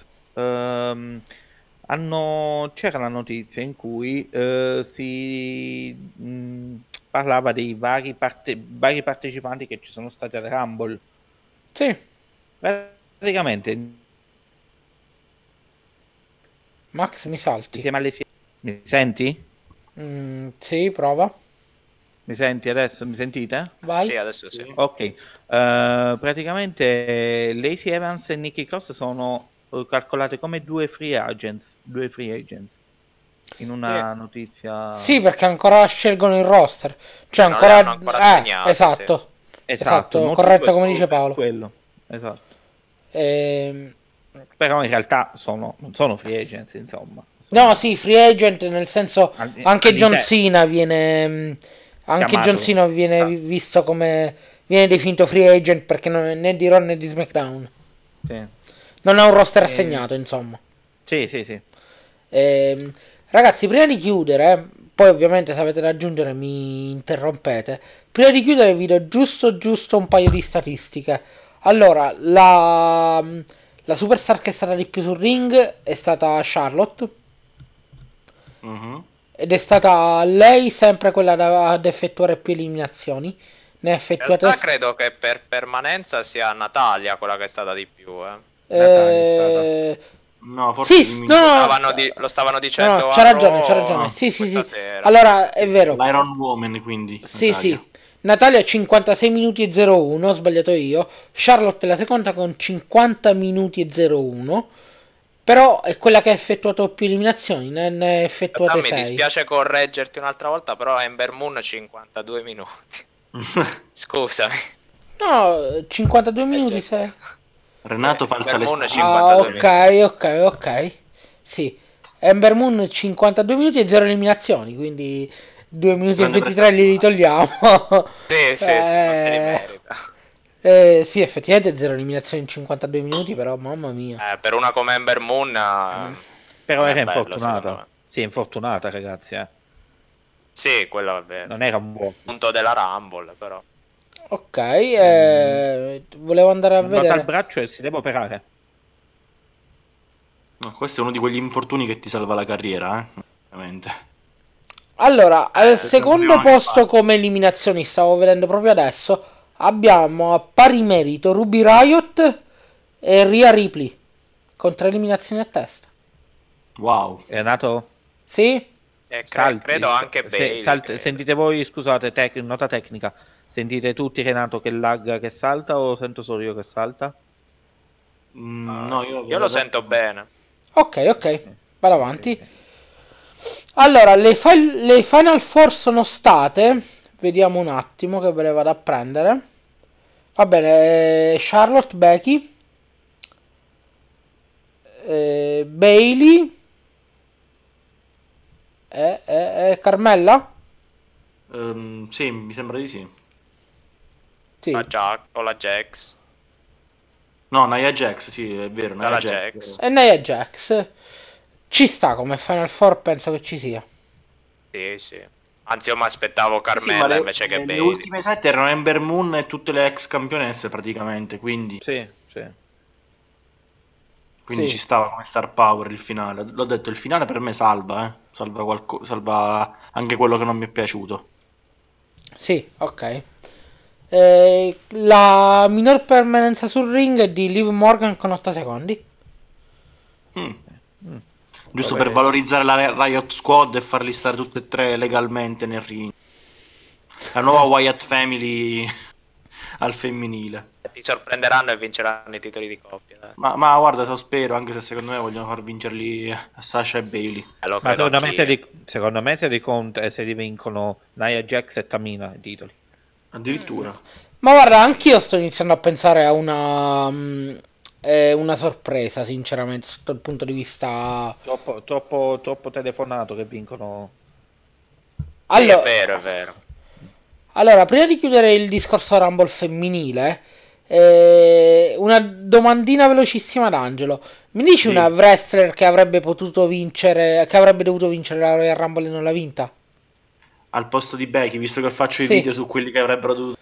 C'era la notizia in cui si parlava dei vari partecipanti che ci sono stati al Rumble. Sì. Praticamente Max, mi salti. insieme alle mi senti? Sì, prova. Mi senti adesso? Mi sentite? Vai. Sì, adesso sì. Ok. Praticamente Lacey Evans e Nikki Cross sono calcolate come due free agents in una notizia. Sì, perché ancora scelgono il roster. Cioè Non ancora... le hanno ancora assegnate, esatto. Esatto, corretto come dice Paolo. Quello. Esatto. Ehm, Però in realtà non sono free agents, insomma. No, sì, free agent nel senso anche John all'interno. Cena viene... Anche Chiamato. John Cena viene visto come... Viene definito free agent perché non è né di Raw né di SmackDown. Sì. Non ha un roster assegnato, insomma. Sì. Ragazzi, prima di chiudere, poi ovviamente se avete da aggiungere mi interrompete. Prima di chiudere vi do giusto un paio di statistiche. Allora, la superstar che è stata di più sul ring è stata Charlotte. Ed è stata lei sempre quella ad effettuare più eliminazioni. Ne ha In effettuate... realtà credo che per permanenza sia Natalia quella che è stata di più. No, forse Sì, no, Lo stavano dicendo. no, c'ha ragione. Sì. Sera. Allora, è vero. l'Iron Woman, quindi. Sì, Natalia. sì. Natalia 56 minuti e 01, ho sbagliato io. Charlotte è la seconda con 50 minuti e 01. Però è quella che ha effettuato più eliminazioni, ne ha effettuate 6. Mi dispiace correggerti un'altra volta, però Ember Moon 52 minuti. Scusami. No, 52 minuti, se... Renato falsa le Ember Moon spalle. 52 ok. Sì. Ember Moon 52 minuti e 0 eliminazioni, quindi 2 minuti Grande e 23 li togliamo. Sì, non se li merita. Sì, effettivamente 0 eliminazioni in 52 minuti, però mamma mia. Per una come Ember Moon Però non era è bello, infortunata. secondo me. Sì, infortunata, ragazzi. Sì, quello è vero. Non era un buon Punto della Rumble, però. Ok, volevo andare a nota vedere. al braccio e si deve operare. No, questo è uno di quegli infortuni che ti salva la carriera, veramente. Allora, al secondo dobbiamo posto fare. come eliminazioni, stavo vedendo proprio adesso, abbiamo a pari merito Ruby Riott e Rhea Ripley, con 3 eliminazioni a testa. Wow. Renato? Sì? Salti. Credo anche Bailey. credo. Sentite voi, scusate, nota tecnica. Sentite tutti Renato che lagga, che salta, o sento solo io che salta? No, Io lo sento bene. Ok, vado avanti. Allora, le Final Four sono state, vediamo un attimo che ve le vado a prendere. Va bene, Charlotte, Becky, Bailey, Carmella? Sì, mi sembra di sì. Sì. O la Jax. No, Nia Jax, sì, è vero, Nia La Jax. Jax. E Nia Jax. Ci sta come Final Four, penso che ci sia. Sì. Anzi, io mi aspettavo Sì, Carmella ma invece che le Bailey. ultime 7 erano Ember Moon e tutte le ex campionesse praticamente, quindi Sì. Sì. ci stava come star power il finale. L'ho detto, il finale per me salva, salva anche quello che non mi è piaciuto. Sì, ok. La minor permanenza sul ring è di Liv Morgan con 8 secondi. Giusto Vabbè. per valorizzare la Riot Squad e farli stare tutte e tre legalmente nel ring. La nuova Wyatt Family al femminile. Ti sorprenderanno e vinceranno i titoli di coppia. Ma guarda, lo spero, anche se secondo me vogliono far vincerli Sasha e Bailey. Lo Ma credo secondo me se li vincono Nia Jax e Tamina i titoli. Addirittura. Ma guarda, anch'io sto iniziando a pensare a una sorpresa, sinceramente, sotto il punto di vista... Troppo telefonato che vincono. Allora, è vero. allora, prima di chiudere il discorso Rumble femminile, una domandina velocissima ad Angelo. Mi dici Sì. una wrestler che avrebbe potuto vincere, che avrebbe dovuto vincere la Royal Rumble e non l'ha vinta? Al posto di Becky, visto che faccio i Sì. video su quelli che avrebbero dovuto...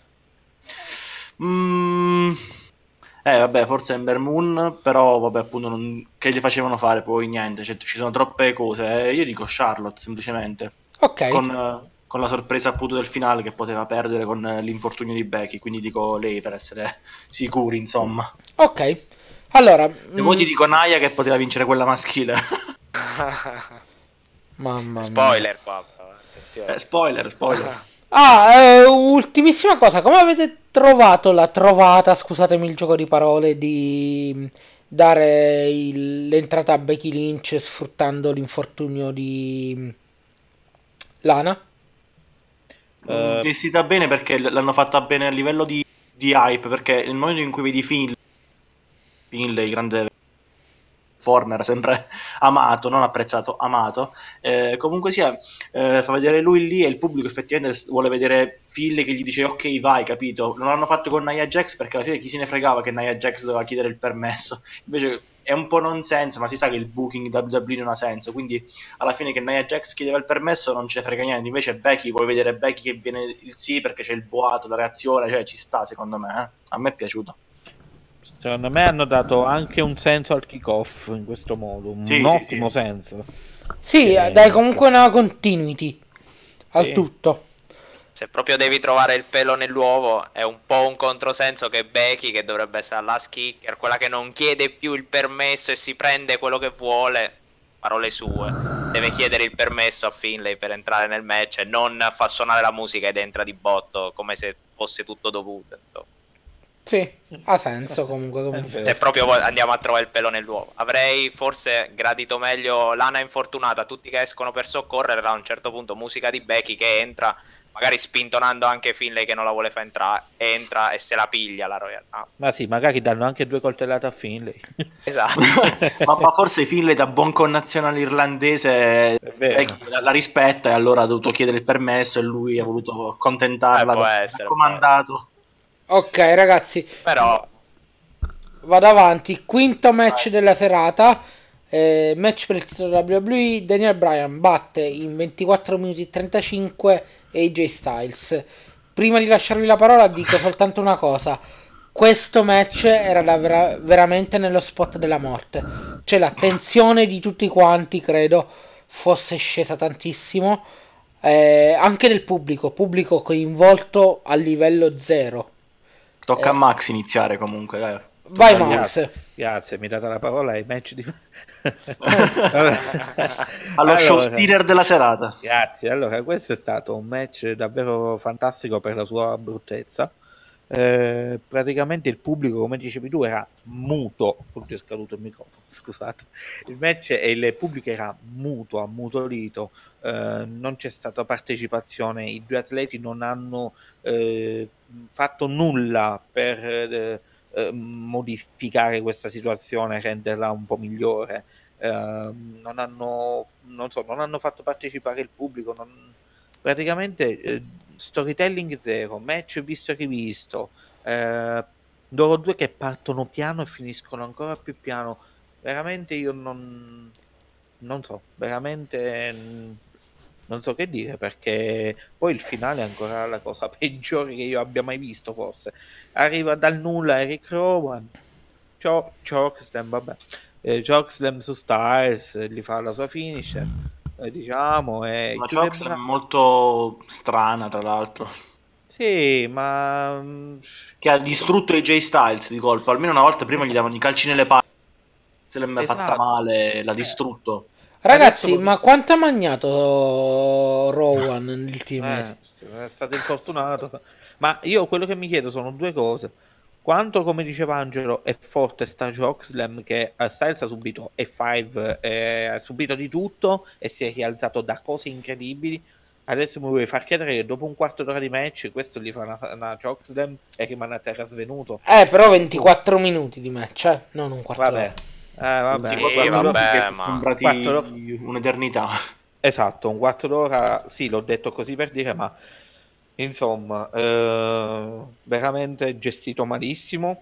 vabbè, forse Ember Moon, però vabbè, appunto, che gli facevano fare poi niente, cioè, ci sono troppe cose. Io dico Charlotte, semplicemente, Ok. con la sorpresa appunto del finale che poteva perdere con l'infortunio di Becky, quindi dico lei per essere sicuri, insomma. Ok. Allora, E poi ti dico Naya che poteva vincere quella maschile. mamma mia. Spoiler qua, però, attenzione. Spoiler. Ultimissima cosa, come avete trovato la trovata, scusatemi il gioco di parole, di dare l'entrata a Becky Lynch sfruttando l'infortunio di Lana? Vestita bene perché l'hanno fatta bene a livello di hype, perché nel momento in cui vedi Finlay, grande former, sempre amato, non apprezzato, amato, comunque sia, fa vedere lui lì e il pubblico effettivamente vuole vedere Finlay che gli dice ok vai, capito? Non l'hanno fatto con Nia Jax perché alla fine chi se ne fregava che Nia Jax doveva chiedere il permesso, invece è un po' non senso, ma si sa che il booking WWE non ha senso, quindi alla fine che Nia Jax chiedeva il permesso non ce ne frega niente, invece Becky, vuoi vedere Becky che viene il sì perché c'è il boato, la reazione, cioè ci sta secondo me, a me è piaciuto. Secondo me hanno dato anche un senso al kick-off in questo modo, un ottimo senso. Sì, dai comunque una continuity al tutto. Se proprio devi trovare il pelo nell'uovo, è un po' un controsenso che Becky, che dovrebbe essere la kicker, quella che non chiede più il permesso e si prende quello che vuole, parole sue, deve chiedere il permesso a Finlay per entrare nel match e non fa suonare la musica ed entra di botto come se fosse tutto dovuto, insomma. Sì, ha senso comunque. Se proprio andiamo a trovare il pelo nell'uovo, avrei forse gradito meglio Lana infortunata, tutti che escono per soccorrere, a un certo punto musica di Becky che entra, magari spintonando anche Finlay che non la vuole far entrare, entra e se la piglia la Royal. Ma sì, magari danno anche 2 coltellate a Finlay. Esatto. ma forse Finlay da buon connazionale irlandese la rispetta e allora ha dovuto chiedere il permesso e lui ha voluto accontentarla, può essere, raccomandato. Ok ragazzi, però vado avanti. Quinto match della serata, match per il titolo WWE. Daniel Bryan batte in 24 minuti e 35 AJ Styles. Prima di lasciarvi la parola dico soltanto una cosa: questo match era veramente nello spot della morte, cioè la tensione di tutti quanti credo fosse scesa tantissimo, anche del pubblico coinvolto a livello zero. Tocca a Max iniziare comunque, dai. Vai Max. Grazie, mi date la parola ai match di... Allo show stealer della serata. Grazie, allora questo è stato un match davvero fantastico per la sua bruttezza. Praticamente il pubblico, come dicevi tu, era muto. È scaduto il microfono, scusate. Il match e il pubblico era muto, ammutolito. Non c'è stata partecipazione, i due atleti non hanno fatto nulla per modificare questa situazione, renderla un po' migliore. Non hanno fatto partecipare il pubblico, praticamente storytelling zero, match visto e rivisto, loro due che partono piano e finiscono ancora più piano. Veramente io non so, veramente non so che dire, perché poi il finale è ancora la cosa peggiore che io abbia mai visto, forse. Arriva dal nulla Eric Rowan, chokeslam, vabbè, chokeslam su Styles, gli fa la sua finisher, diciamo, una chokeslam molto strana, tra l'altro. Sì, ma che ha distrutto AJ Styles di colpo. Almeno una volta prima gli davano i calci nelle palle, se l'è mai fatta male, l'ha distrutto. Ragazzi, ma quanto ha magnato Rowan nell'ultimo mese? È stato infortunato. Ma io quello che mi chiedo sono due cose. quanto, come diceva Angelo, è forte sta Joxlem, che Styles ha subito E5, ha subito di tutto e si è rialzato da cose incredibili. Adesso mi vuoi far credere che dopo un quarto d'ora di match questo gli fa una Joxlem e rimane a terra svenuto. Però 24 minuti di match, non un quarto Vabbè, d'ora. vabbè. Sì, Sì, vabbè, sono ma- sembrati un'eternità. Esatto, un quarto d'ora, sì, l'ho detto così per dire, ma insomma, veramente gestito malissimo.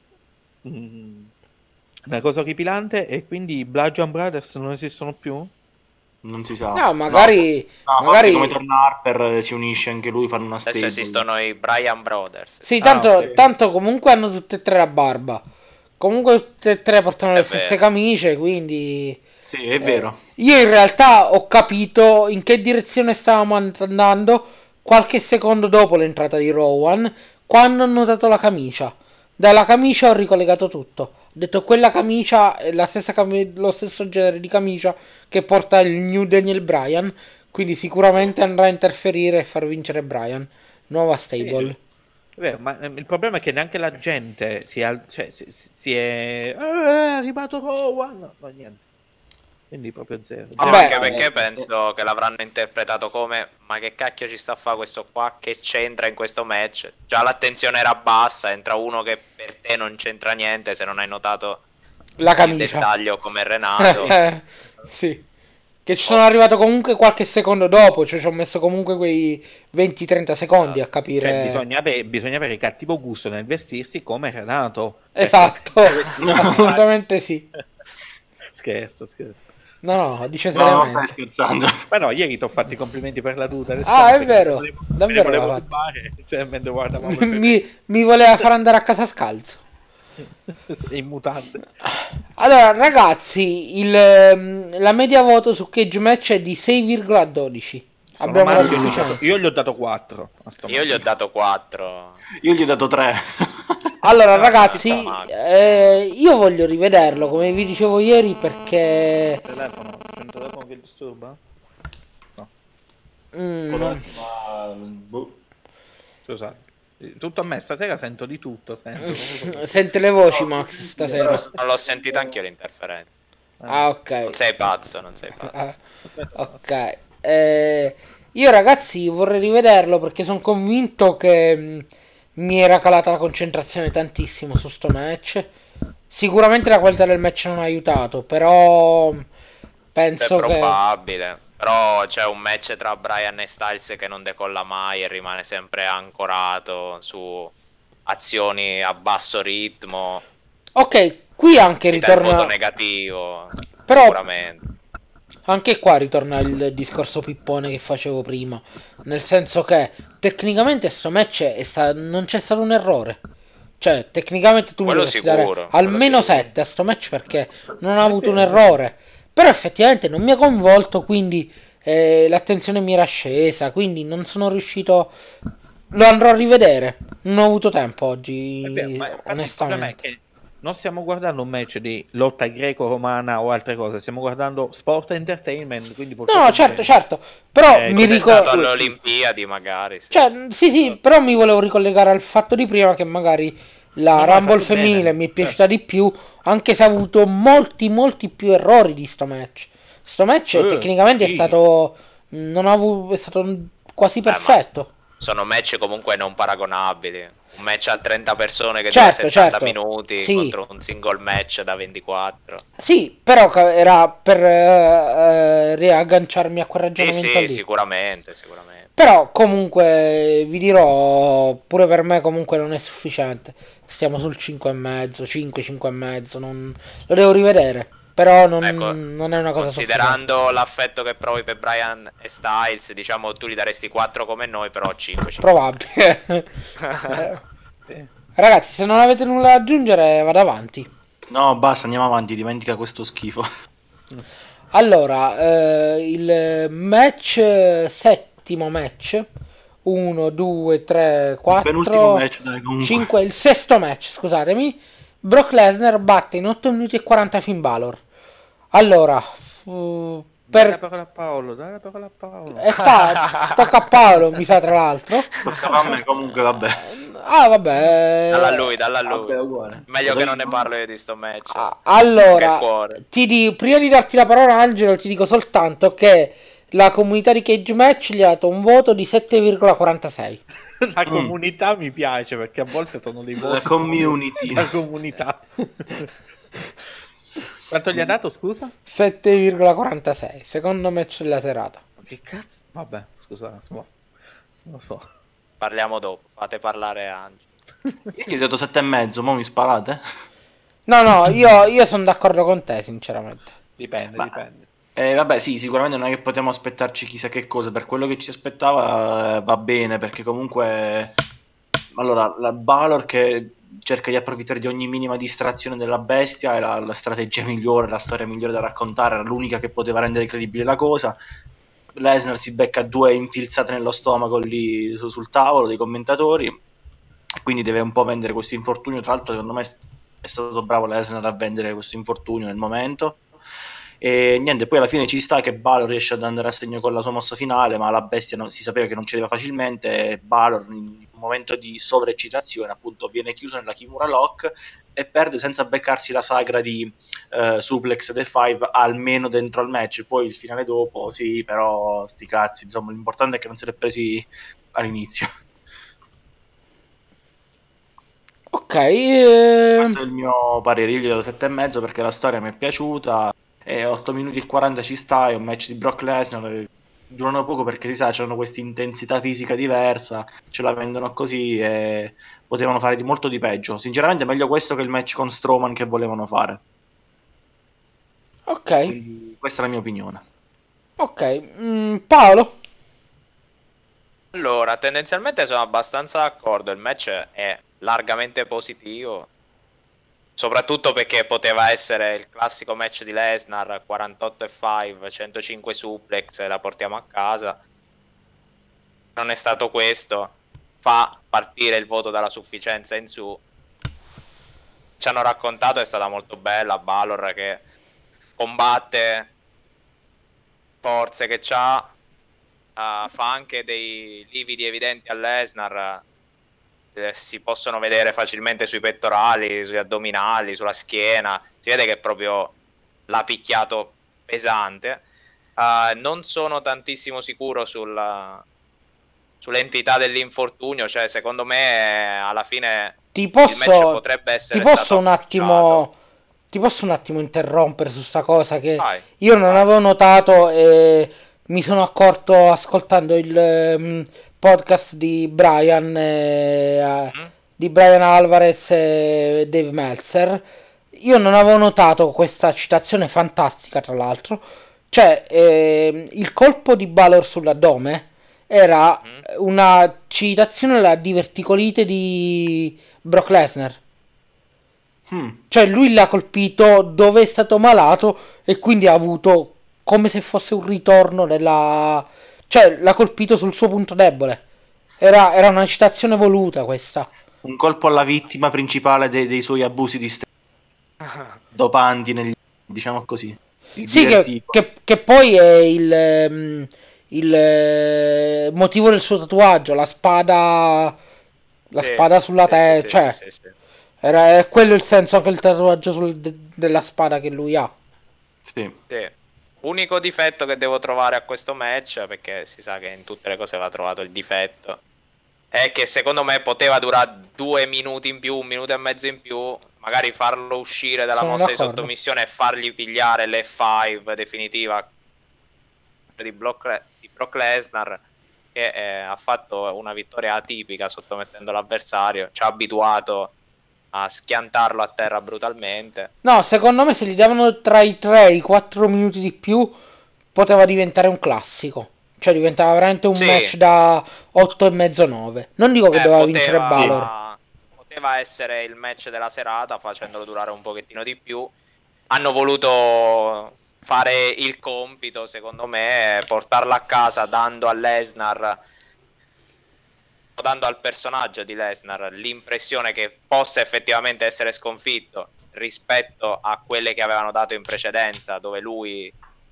Una cosa orripilante, e quindi i Bludgeon Brothers non esistono più? Non si sa. No, magari... No, magari... forse come torna Harper si unisce anche lui, fanno una Adesso stable. esistono i Bryan Brothers. Sì, tanto, ok. tanto comunque hanno tutte e tre la barba. Comunque tutte e tre portano È le stesse vero. camicie, quindi... Sì, è vero. Io in realtà ho capito in che direzione stavamo andando qualche secondo dopo l'entrata di Rowan, quando ho notato la camicia. Dalla camicia ho ricollegato tutto. Ho detto quella camicia è la stessa lo stesso genere di camicia che porta il New Daniel Bryan, quindi sicuramente andrà a interferire e far vincere Bryan. Nuova stable. È vero, ma il problema è che neanche la gente cioè, si è arrivato Rowan, no, niente. Quindi proprio zero. No, Vabbè. anche perché penso che l'avranno interpretato come: ma che cacchio ci sta a fare questo qua? Che c'entra in questo match? Già l'attenzione era bassa, entra uno che per te non c'entra niente, se non hai notato La il camicia. dettaglio come Renato. Sì. Che ci sono arrivato comunque qualche secondo dopo, cioè ci ho messo comunque quei 20-30 secondi a capire. Cioè, bisogna avere cattivo gusto nel vestirsi come Renato. Esatto, assolutamente sì. Scherzo. No, no, dice No, non seriamente. stai scherzando. Ma no, ieri ti ho fatto i complimenti per la tuta. Ah, è vero, davvero Me ne l'ha volevo fatto. rubare, mentre guardavamo il mi voleva far andare a casa scalzo. in mutante. Allora, ragazzi, la media voto su Cage Match è di 6,12. Abbiamo la Io gli ho dato- sufficienza. Io gli ho dato 4. Io gli ho dato 4. Io gli ho dato 3. Allora, ragazzi, ci sta male. io voglio rivederlo, come vi dicevo ieri, perché... Telefono, c'è un telefono che disturba? Boh. Scusate. Tutto a me, stasera sento di tutto. Sente le voci, Max, stasera. Non l'ho sentito anch'io l'interferenza. Ah, ok. Non sei pazzo, non sei Ah, pazzo. ok. Io, ragazzi, vorrei rivederlo perché sono convinto che mi era calata la concentrazione tantissimo su sto match. Sicuramente la qualità del match non ha aiutato, però È penso che... probabile. Però c'è un match tra Bryan e Styles che non decolla mai e rimane sempre ancorato su azioni a basso ritmo. Ok, qui anche Ti dà il voto ritorna... negativo. Però- Sicuramente. Anche qua ritorna il discorso pippone che facevo prima. Nel senso che tecnicamente sto match non c'è stato un errore. Cioè, tecnicamente tu mi Quello dovresti sicuro, dare quello almeno sicuro. 7 a sto match perché non ha avuto un errore. Però effettivamente non mi ha coinvolto, quindi l'attenzione mi era scesa, quindi non sono riuscito... Lo andrò a rivedere. Non ho avuto tempo oggi, Ma infatti il problema è onestamente. che non stiamo guardando un match di lotta greco-romana o altre cose, stiamo guardando sport entertainment, quindi No, certo. Però mi Sei ricordo... stato alle Olimpiadi magari. Sì. Cioè, sì, però mi volevo ricollegare al fatto di prima che magari la No, Rumble hai fatto femminile bene. mi è piaciuta di più, anche se ha avuto molti più errori di sto match. Sto match tecnicamente sì. è stato è stato quasi ma perfetto. Sono match comunque non paragonabili. Un match a 30 persone che Certo, dura 70 certo. minuti Sì. contro un single match da 24. Sì, però era per riagganciarmi a quel ragionamento Sì, lì. sicuramente. Però comunque vi dirò, pure per me comunque non è sufficiente. Stiamo sul 5,5, 5,5, lo devo rivedere. Però non è una cosa sufficiente. Considerando l'affetto che provi per Bryan e Styles, diciamo tu gli daresti 4 come noi, però 5. Probabile. Ragazzi, se non avete nulla da aggiungere, vado avanti. No, basta, andiamo avanti, dimentica questo schifo. Allora, il match, settimo match. 1, 2, 3, Penultimo 4, match, dai, comunque. 5, il sesto match, scusatemi. Brock Lesnar batte in 8 minuti e 40 Finn Balor. Allora, Dai la parola a Paolo, dai la parola a Paolo. Tocca a Paolo, mi sa, tra l'altro. Toccava a me, comunque, vabbè. Ah, vabbè. Dalla a lui. Vabbè, uguale. Meglio che non ne parlo io di sto match. Allora, Che cuore. prima di darti la parola, Angelo, ti dico soltanto che la comunità di Cage Match gli ha dato un voto di 7,46. La comunità mi piace perché a volte sono dei voti. La community. La comunità. Quanto gli ha dato, scusa? 7,46, secondo match della serata. Che cazzo? Vabbè, scusa, non lo so. Parliamo dopo, fate parlare Angelo. Io gli ho dato 7,5, mo mi sparate? No, io sono d'accordo con te, sinceramente. Dipende. Vabbè, sì, sicuramente non è che potevamo aspettarci chissà che cosa. Per quello che ci si aspettava va bene, perché comunque... Allora, la Balor che cerca di approfittare di ogni minima distrazione della bestia è la strategia migliore, la storia migliore da raccontare, era l'unica che poteva rendere credibile la cosa. Lesnar si becca 2 infilzate nello stomaco lì sul tavolo dei commentatori, quindi deve un po' vendere questo infortunio. Tra l'altro secondo me è stato bravo Lesnar a vendere questo infortunio nel momento. E niente, poi alla fine ci sta che Balor riesce ad andare a segno con la sua mossa finale, ma la bestia si sapeva che non cedeva facilmente, e Balor in un momento di sovraeccitazione appunto viene chiuso nella Kimura Lock e perde senza beccarsi la sagra di suplex The Five almeno dentro al match. Poi il finale dopo sì, però sti cazzi, insomma l'importante è che non se l'è presi all'inizio. Ok, Questo è il mio parere, io gli do 7,5 perché la storia mi è piaciuta. E 8 minuti e 40 ci sta, è un match di Brock Lesnar, durano poco perché si sa, c'hanno questa intensità fisica diversa, ce la vendono così e potevano fare di molto di peggio. Sinceramente meglio questo che il match con Strowman che volevano fare. ok, Quindi questa è la mia opinione. ok. Paolo? Allora, tendenzialmente sono abbastanza d'accordo, il match è largamente positivo, soprattutto perché poteva essere il classico match di Lesnar, 48,5, 105 suplex e la portiamo a casa. Non è stato questo, fa partire il voto dalla sufficienza in su. Ci hanno raccontato, è stata molto bella Balor che combatte, forze che c'ha, fa anche dei lividi evidenti a Lesnar, si possono vedere facilmente sui pettorali, sugli addominali, sulla schiena, si vede che proprio l'ha picchiato pesante. Non sono tantissimo sicuro sull'entità dell'infortunio, cioè secondo me alla fine il match potrebbe essere stato ti posso un attimo interrompere su sta cosa che Vai. io non avevo notato e mi sono accorto ascoltando il podcast di Brian Alvarez e Dave Meltzer. Io non avevo notato questa citazione fantastica, tra l'altro, cioè il colpo di Balor sull'addome era una citazione alla diverticolite di Brock Lesnar. Cioè lui l'ha colpito dove è stato malato e quindi ha avuto come se fosse un ritorno della... Cioè l'ha colpito sul suo punto debole. Era una citazione voluta questa. Un colpo alla vittima principale dei suoi abusi di dopanti, diciamo così. Sì, che poi è il motivo del suo tatuaggio, la spada sulla testa, cioè è quello il senso anche il tatuaggio della spada che lui ha. Sì. Unico difetto che devo trovare a questo match, perché si sa che in tutte le cose va trovato il difetto, è che secondo me poteva durare 2 minuti in più, 1 minuto e mezzo in più, magari farlo uscire dalla mossa di sottomissione e fargli pigliare l'F5 definitiva di Brock Lesnar, che ha fatto una vittoria atipica sottomettendo l'avversario, ci ha abituato a schiantarlo a terra brutalmente. No, secondo me se gli davano tra i 3 e i 4 minuti di più poteva diventare un classico. Cioè diventava veramente un match da 8,5-9. Non dico che doveva vincere Balor. Poteva essere il match della serata facendolo durare un pochettino di più. Hanno voluto fare il compito, secondo me, portarla a casa dando a Lesnar, dando al personaggio di Lesnar l'impressione che possa effettivamente essere sconfitto rispetto a quelle che avevano dato in precedenza, dove lui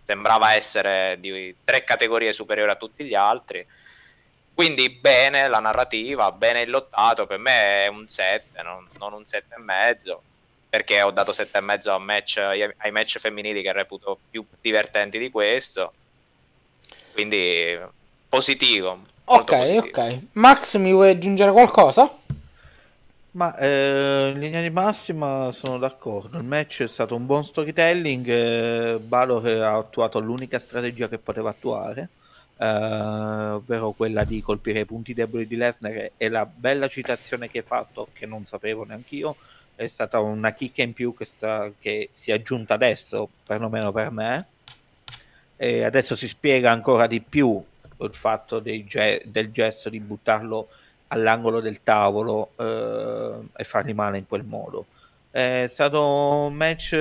sembrava essere di 3 categorie superiori a tutti gli altri. Quindi bene la narrativa, bene il lottato, per me è un 7, non un 7,5, perché ho dato 7,5 ai match femminili che reputo più divertenti di questo. Quindi positivo. Molto positivo. Ok. Max, mi vuoi aggiungere qualcosa? Ma in linea di massima sono d'accordo. Il match è stato un buon storytelling. Balor ha attuato l'unica strategia che poteva attuare, ovvero quella di colpire i punti deboli di Lesnar. E la bella citazione che hai fatto, che non sapevo neanch'io, è stata una chicca in più che si è aggiunta adesso, perlomeno per me. E adesso si spiega ancora di più il fatto del gesto di buttarlo all'angolo del tavolo e fargli male in quel modo. È stato un match.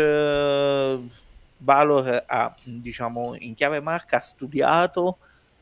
Balor ha, diciamo, in chiave marca studiato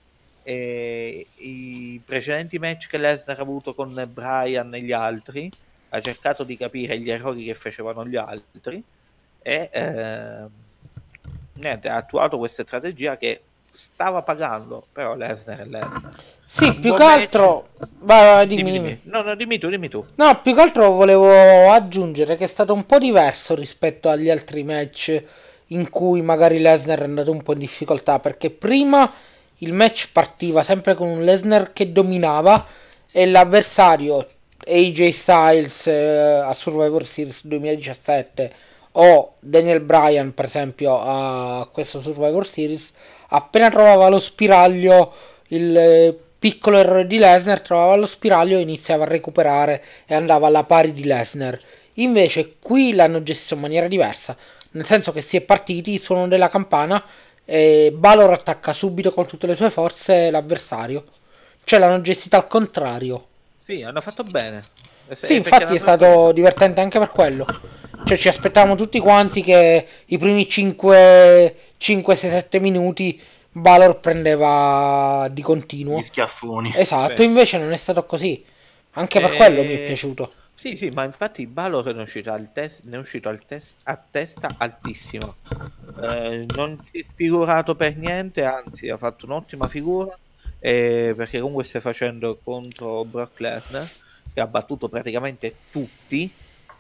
i precedenti match che Lesnar ha avuto con Bryan e gli altri, ha cercato di capire gli errori che facevano gli altri e niente, ha attuato questa strategia che stava pagando, però Lesnar è Lesnar. Sì, più che altro... Vai, dimmi. No, dimmi tu. No, più che altro volevo aggiungere che è stato un po' diverso rispetto agli altri match in cui magari Lesnar è andato un po' in difficoltà, perché prima il match partiva sempre con un Lesnar che dominava e l'avversario AJ Styles a Survivor Series 2017 o Daniel Bryan per esempio a questo Survivor Series, appena trovava lo spiraglio, il piccolo errore di Lesnar, trovava lo spiraglio e iniziava a recuperare e andava alla pari di Lesnar. Invece qui l'hanno gestito in maniera diversa, nel senso che si è partiti, suono della campana e Balor attacca subito con tutte le sue forze l'avversario. Cioè l'hanno gestita al contrario. Sì, hanno fatto bene. Sì, infatti è stato divertente anche per quello. Cioè ci aspettavamo tutti quanti che i primi 5, 6, 7 minuti Balor prendeva di continuo gli schiaffoni. Esatto, Beh. Invece non è stato così. Anche per quello mi è piaciuto. Sì, ma infatti Balor ne è uscito a testa altissima. Non si è sfigurato per niente, anzi ha fatto un'ottima figura, perché comunque stai facendo contro Brock Lesnar, che ha battuto praticamente tutti.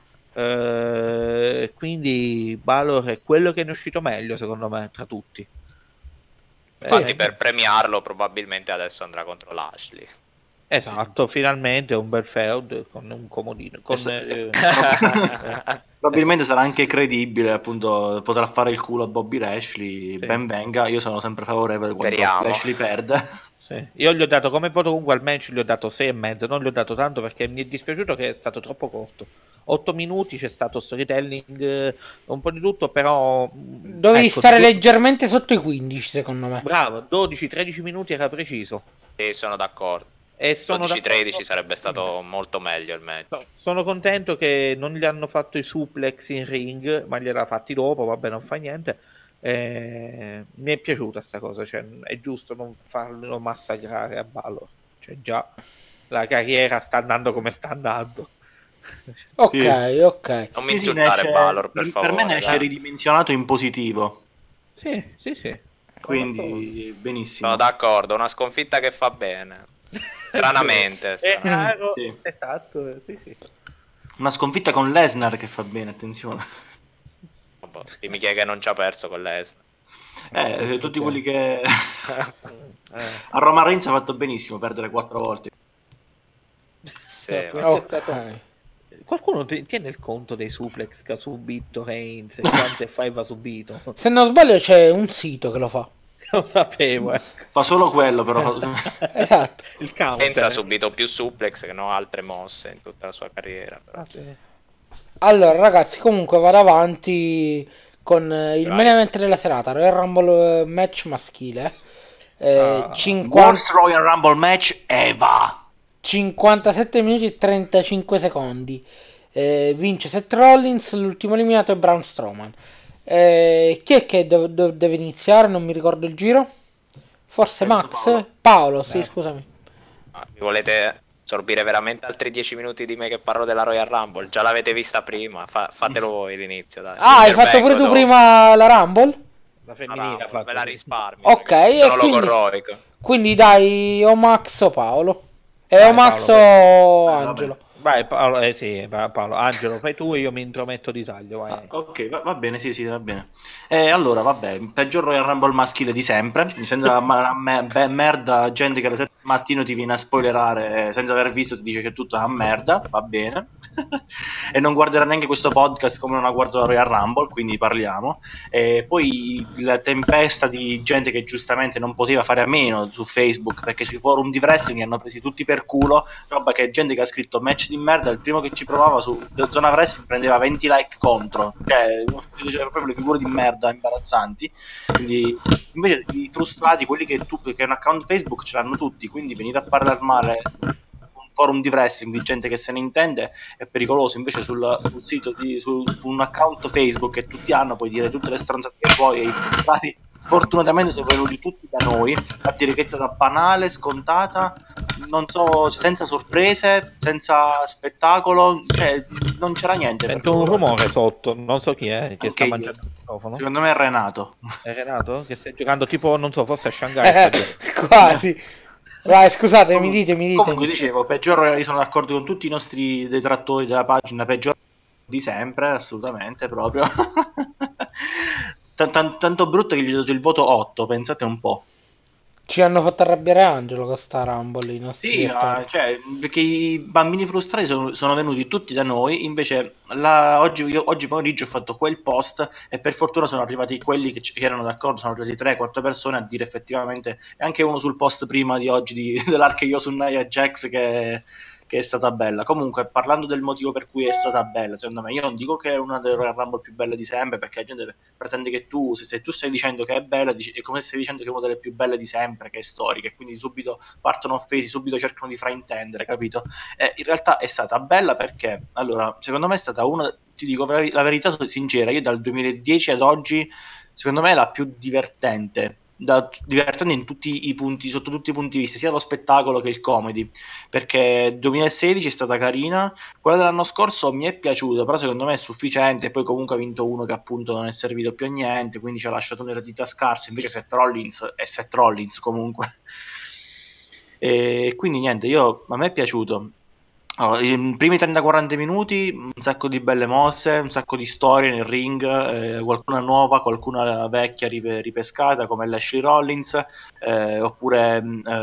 Quindi Balor è quello che ne è uscito meglio, secondo me, tra tutti. Infatti per premiarlo probabilmente adesso andrà contro Lashley. Esatto, finalmente un bel feud con un comodino. Probabilmente sarà anche credibile, appunto, potrà fare il culo a Bobby Lashley. Sì. Ben venga, io sono sempre favorevole quando Speriamo. Lashley perde. Sì. Io gli ho dato come voto comunque al match, gli ho dato 6,5, non gli ho dato tanto perché mi è dispiaciuto che è stato troppo corto. 8 minuti, c'è stato storytelling, un po' di tutto, però Dovevi stare leggermente sotto i 15 secondo me. Bravo, 12-13 minuti era preciso. Sì, sono d'accordo. E sono 12-13 sarebbe stato molto meglio il match. No, sono contento che non gli hanno fatto i suplex in ring, ma li era fatti dopo, vabbè, non fa niente. Mi è piaciuta sta cosa, cioè è giusto non farlo massacrare a Balor, cioè già la carriera sta andando come sta andando. Ok. Non mi insultare Balor, per favore. Per me ne esce ridimensionato in positivo. Sì. Quindi benissimo. Sono d'accordo, una sconfitta che fa bene. Stranamente. È raro, Sì. esatto, sì. Una sconfitta con Lesnar che fa bene, attenzione. Dimmi chi è che non ci ha perso con Lesnar. Tutti quelli che... A Roman Reigns ha fatto benissimo perdere 4 volte. Sì, Ok. Qualcuno tiene il conto dei suplex che ha subito Reigns e quante file ha subito? Se non sbaglio c'è un sito che lo fa. Lo sapevo. Fa solo quello però. Esatto. Il counter. Reigns ha subito più suplex che no altre mosse in tutta la sua carriera. Però. Allora ragazzi, comunque vado avanti con il main event della serata, Royal Rumble match maschile. 50... Worst Royal Rumble match ever. 57 minuti e 35 secondi. Vince Seth Rollins, l'ultimo eliminato è Braun Strowman. Chi è che deve iniziare? Non mi ricordo il giro. Forse Penso Max? Paolo, sì, scusami. Mi volete sorbire veramente altri 10 minuti di me che parlo della Royal Rumble? Già l'avete vista prima, fatelo voi l'inizio. Dai. Ah, hai fatto pure tu dopo. prima la Rumble? La femminile ha fatto. me la risparmio. Ok, ragazzi. Sono e quindi, logorroico. quindi dai o Max o Paolo. E Dai, o Max Paolo, o Vabbè. Angelo. Vai Paolo, sì, Paolo, Angelo, fai tu e io mi intrometto di taglio, vai. Ok, va bene, sì, va bene. Allora, vabbè, peggior Royal Rumble maschile di sempre, senza merda, gente che alle 7 del mattino ti viene a spoilerare senza aver visto, ti dice che è tutta una merda, va bene. E non guarderà neanche questo podcast come non ha guardato la Royal Rumble, quindi parliamo. E poi la tempesta di gente che giustamente non poteva fare a meno su Facebook, perché sui forum di wrestling li hanno presi tutti per culo, roba che gente che ha scritto match di merda, il primo che ci provava su Zona Wrestling prendeva 20 like contro, cioè diceva proprio le figure di merda imbarazzanti. Quindi invece i frustrati, quelli che un account Facebook ce l'hanno tutti, quindi venire a parlare male un forum di wrestling di gente che se ne intende è pericoloso. Invece sul sito su un account Facebook che tutti hanno puoi dire tutte le stronzate che vuoi, e i frustrati fortunatamente sono venuti tutti da noi a dire che è stata banale, scontata, non so, senza sorprese, senza spettacolo, cioè non c'era niente. Sento un rumore sotto, non so chi è che Anche sta io. mangiando il microfono. Secondo me è Renato. È Renato? Che stai giocando tipo, non so, forse a Shanghai. Quasi. Vai, scusate, mi dite. Comunque dicevo, peggior, io sono d'accordo con tutti i nostri detrattori della pagina, peggior di sempre, assolutamente, proprio. Tanto brutto che gli ho dato il voto 8, pensate un po'. Ci hanno fatto arrabbiare Angelo con sta Rumble, i nostri Sì, lettori. cioè, perché i bambini frustrati sono venuti tutti da noi, invece oggi pomeriggio ho fatto quel post e per fortuna sono arrivati quelli che erano d'accordo, sono arrivati 3-4 persone a dire effettivamente, e anche uno sul post prima di oggi dell'Archeio su Nia Jax che è stata bella. Comunque, parlando del motivo per cui è stata bella, secondo me, io non dico che è una delle Royal Rumble più belle di sempre, perché la gente pretende che tu, se tu stai dicendo che è bella, è come se stai dicendo che è una delle più belle di sempre, che è storica, e quindi subito partono offesi, subito cercano di fraintendere, capito? In realtà è stata bella perché, allora, secondo me è stata una, ti dico la verità sincera, io dal 2010 ad oggi, secondo me è la più divertente in tutti i punti, sotto tutti i punti di vista, sia lo spettacolo che il comedy, perché 2016 è stata carina, quella dell'anno scorso mi è piaciuta, però secondo me è sufficiente, poi comunque ha vinto uno che appunto non è servito più a niente, quindi ci ha lasciato un'eredità scarsa, invece Seth Rollins è Seth Rollins comunque. E quindi niente, a me è piaciuto. Allora, i primi 30-40 minuti, un sacco di belle mosse, un sacco di storie nel ring, qualcuna nuova, qualcuna vecchia ripescata come Lashley Rollins, oppure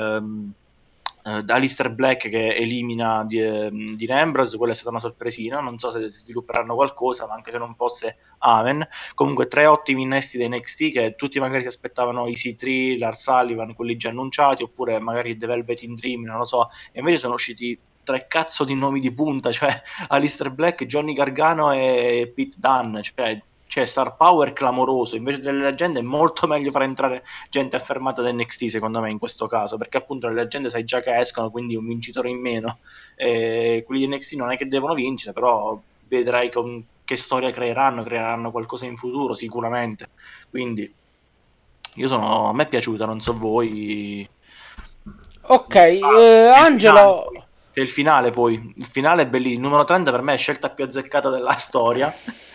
Aleister Black che elimina di Ambrose, quella è stata una sorpresina, non so se svilupperanno qualcosa, ma anche se non fosse amen. Comunque 3 ottimi innesti da NXT che tutti magari si aspettavano EC3, Lars Sullivan, quelli già annunciati, oppure magari The Velvet in Dream, non lo so, e invece sono usciti 3 cazzo di nomi di punta, cioè Aleister Black, Johnny Gargano e Pete Dunne, cioè star power clamoroso. Invece delle leggende è molto meglio far entrare gente affermata da NXT, secondo me, in questo caso, perché appunto le leggende sai già che escono, quindi un vincitore in meno. Quelli di NXT non è che devono vincere, però vedrai con che storia creeranno qualcosa in futuro sicuramente, quindi a me è piaciuta, non so voi. Ok, Angelo... C'è il finale poi, il finale è bellissimo, il numero 30 per me è scelta più azzeccata della storia,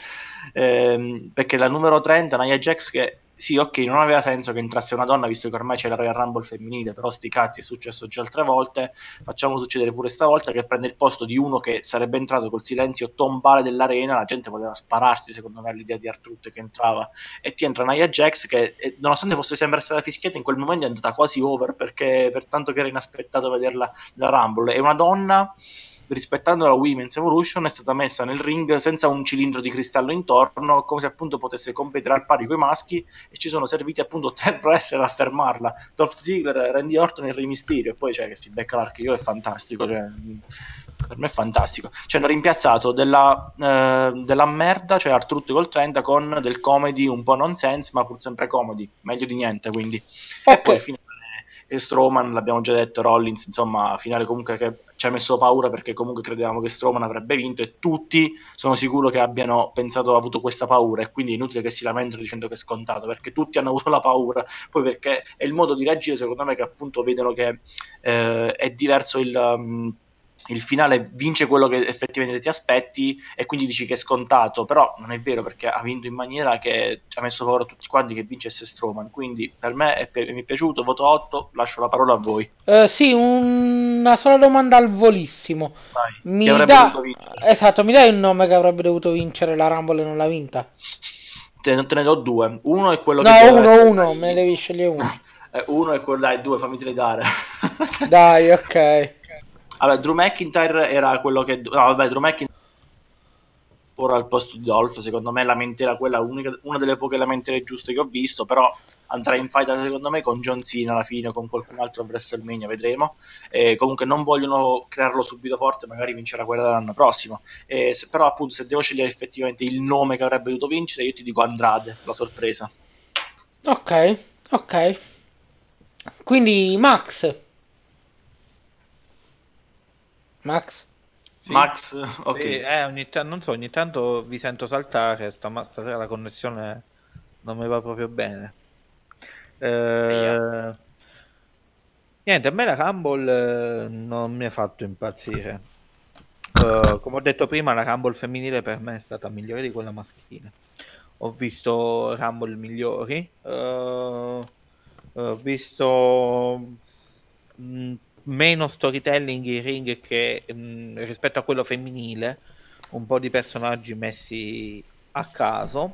perché la numero 30, Nia Jax, che sì, ok, non aveva senso che entrasse una donna visto che ormai c'è la Royal Rumble femminile, però sti cazzi, è successo già altre volte, facciamolo succedere pure stavolta, che prende il posto di uno che sarebbe entrato col silenzio tombale dell'arena, la gente poteva spararsi secondo me all'idea di R-Truth che entrava, e ti entra Nia Jax che nonostante fosse sempre stata fischiata in quel momento è andata quasi over, perché per tanto che era inaspettato vederla la Rumble, è una donna, rispettando la Women's Evolution, è stata messa nel ring senza un cilindro di cristallo intorno, come se appunto potesse competere al pari coi maschi, e ci sono serviti appunto 3 wrestler a fermarla, Dolph Ziggler, Randy Orton e Rey Mysterio, e poi che si becca l'archio, è fantastico, per me è fantastico. Hanno rimpiazzato della merda, cioè R-Truth col 30, con del comedy un po' nonsense, ma pur sempre comedy, meglio di niente, quindi. Okay. E poi il finale Strowman, l'abbiamo già detto, Rollins, insomma, finale comunque che ci ha messo paura, perché comunque credevamo che Strowman avrebbe vinto, e tutti sono sicuro che abbiano avuto questa paura, e quindi è inutile che si lamentino dicendo che è scontato, perché tutti hanno avuto la paura, poi perché è il modo di reagire, secondo me, che appunto vedono che è diverso il finale vince quello che effettivamente ti aspetti e quindi dici che è scontato, però non è vero perché ha vinto in maniera che ci ha messo paura a tutti quanti che vincesse Strowman, quindi per me mi è piaciuto, voto 8, lascio la parola a voi. Sì, una sola domanda al volissimo. Vai. Chi Mi avrebbe dà... dovuto vincere? Esatto, mi dai un nome che avrebbe dovuto vincere la Rumble e non l'ha vinta? Te ne do due. Uno è quello No, che doveva essere uno, me ne devi scegliere uno. uno è quello, dai, due, fammi dare. Dai, ok. Allora, Drew McIntyre era quello che... No, vabbè, Drew McIntyre ora al posto di Dolph, secondo me la lamentela quella una delle poche lamentele giuste che ho visto, però andrà in fight secondo me con John Cena alla fine, con qualcun altro a WrestleMania, vedremo. Comunque non vogliono crearlo subito forte, magari vincerà quella dell'anno prossimo. Però appunto se devo scegliere effettivamente il nome che avrebbe dovuto vincere, io ti dico Andrade, la sorpresa. Ok, ok. Quindi Max. Max? Sì. Max, ok. Sì, non so, ogni tanto vi sento saltare, stasera la connessione non mi va proprio bene. Niente, a me la Rumble non mi ha fatto impazzire. Come ho detto prima, la Rumble femminile per me è stata migliore di quella maschile. Ho visto Rumble migliori, ho visto meno storytelling in ring che rispetto a quello femminile, un po' di personaggi messi a caso.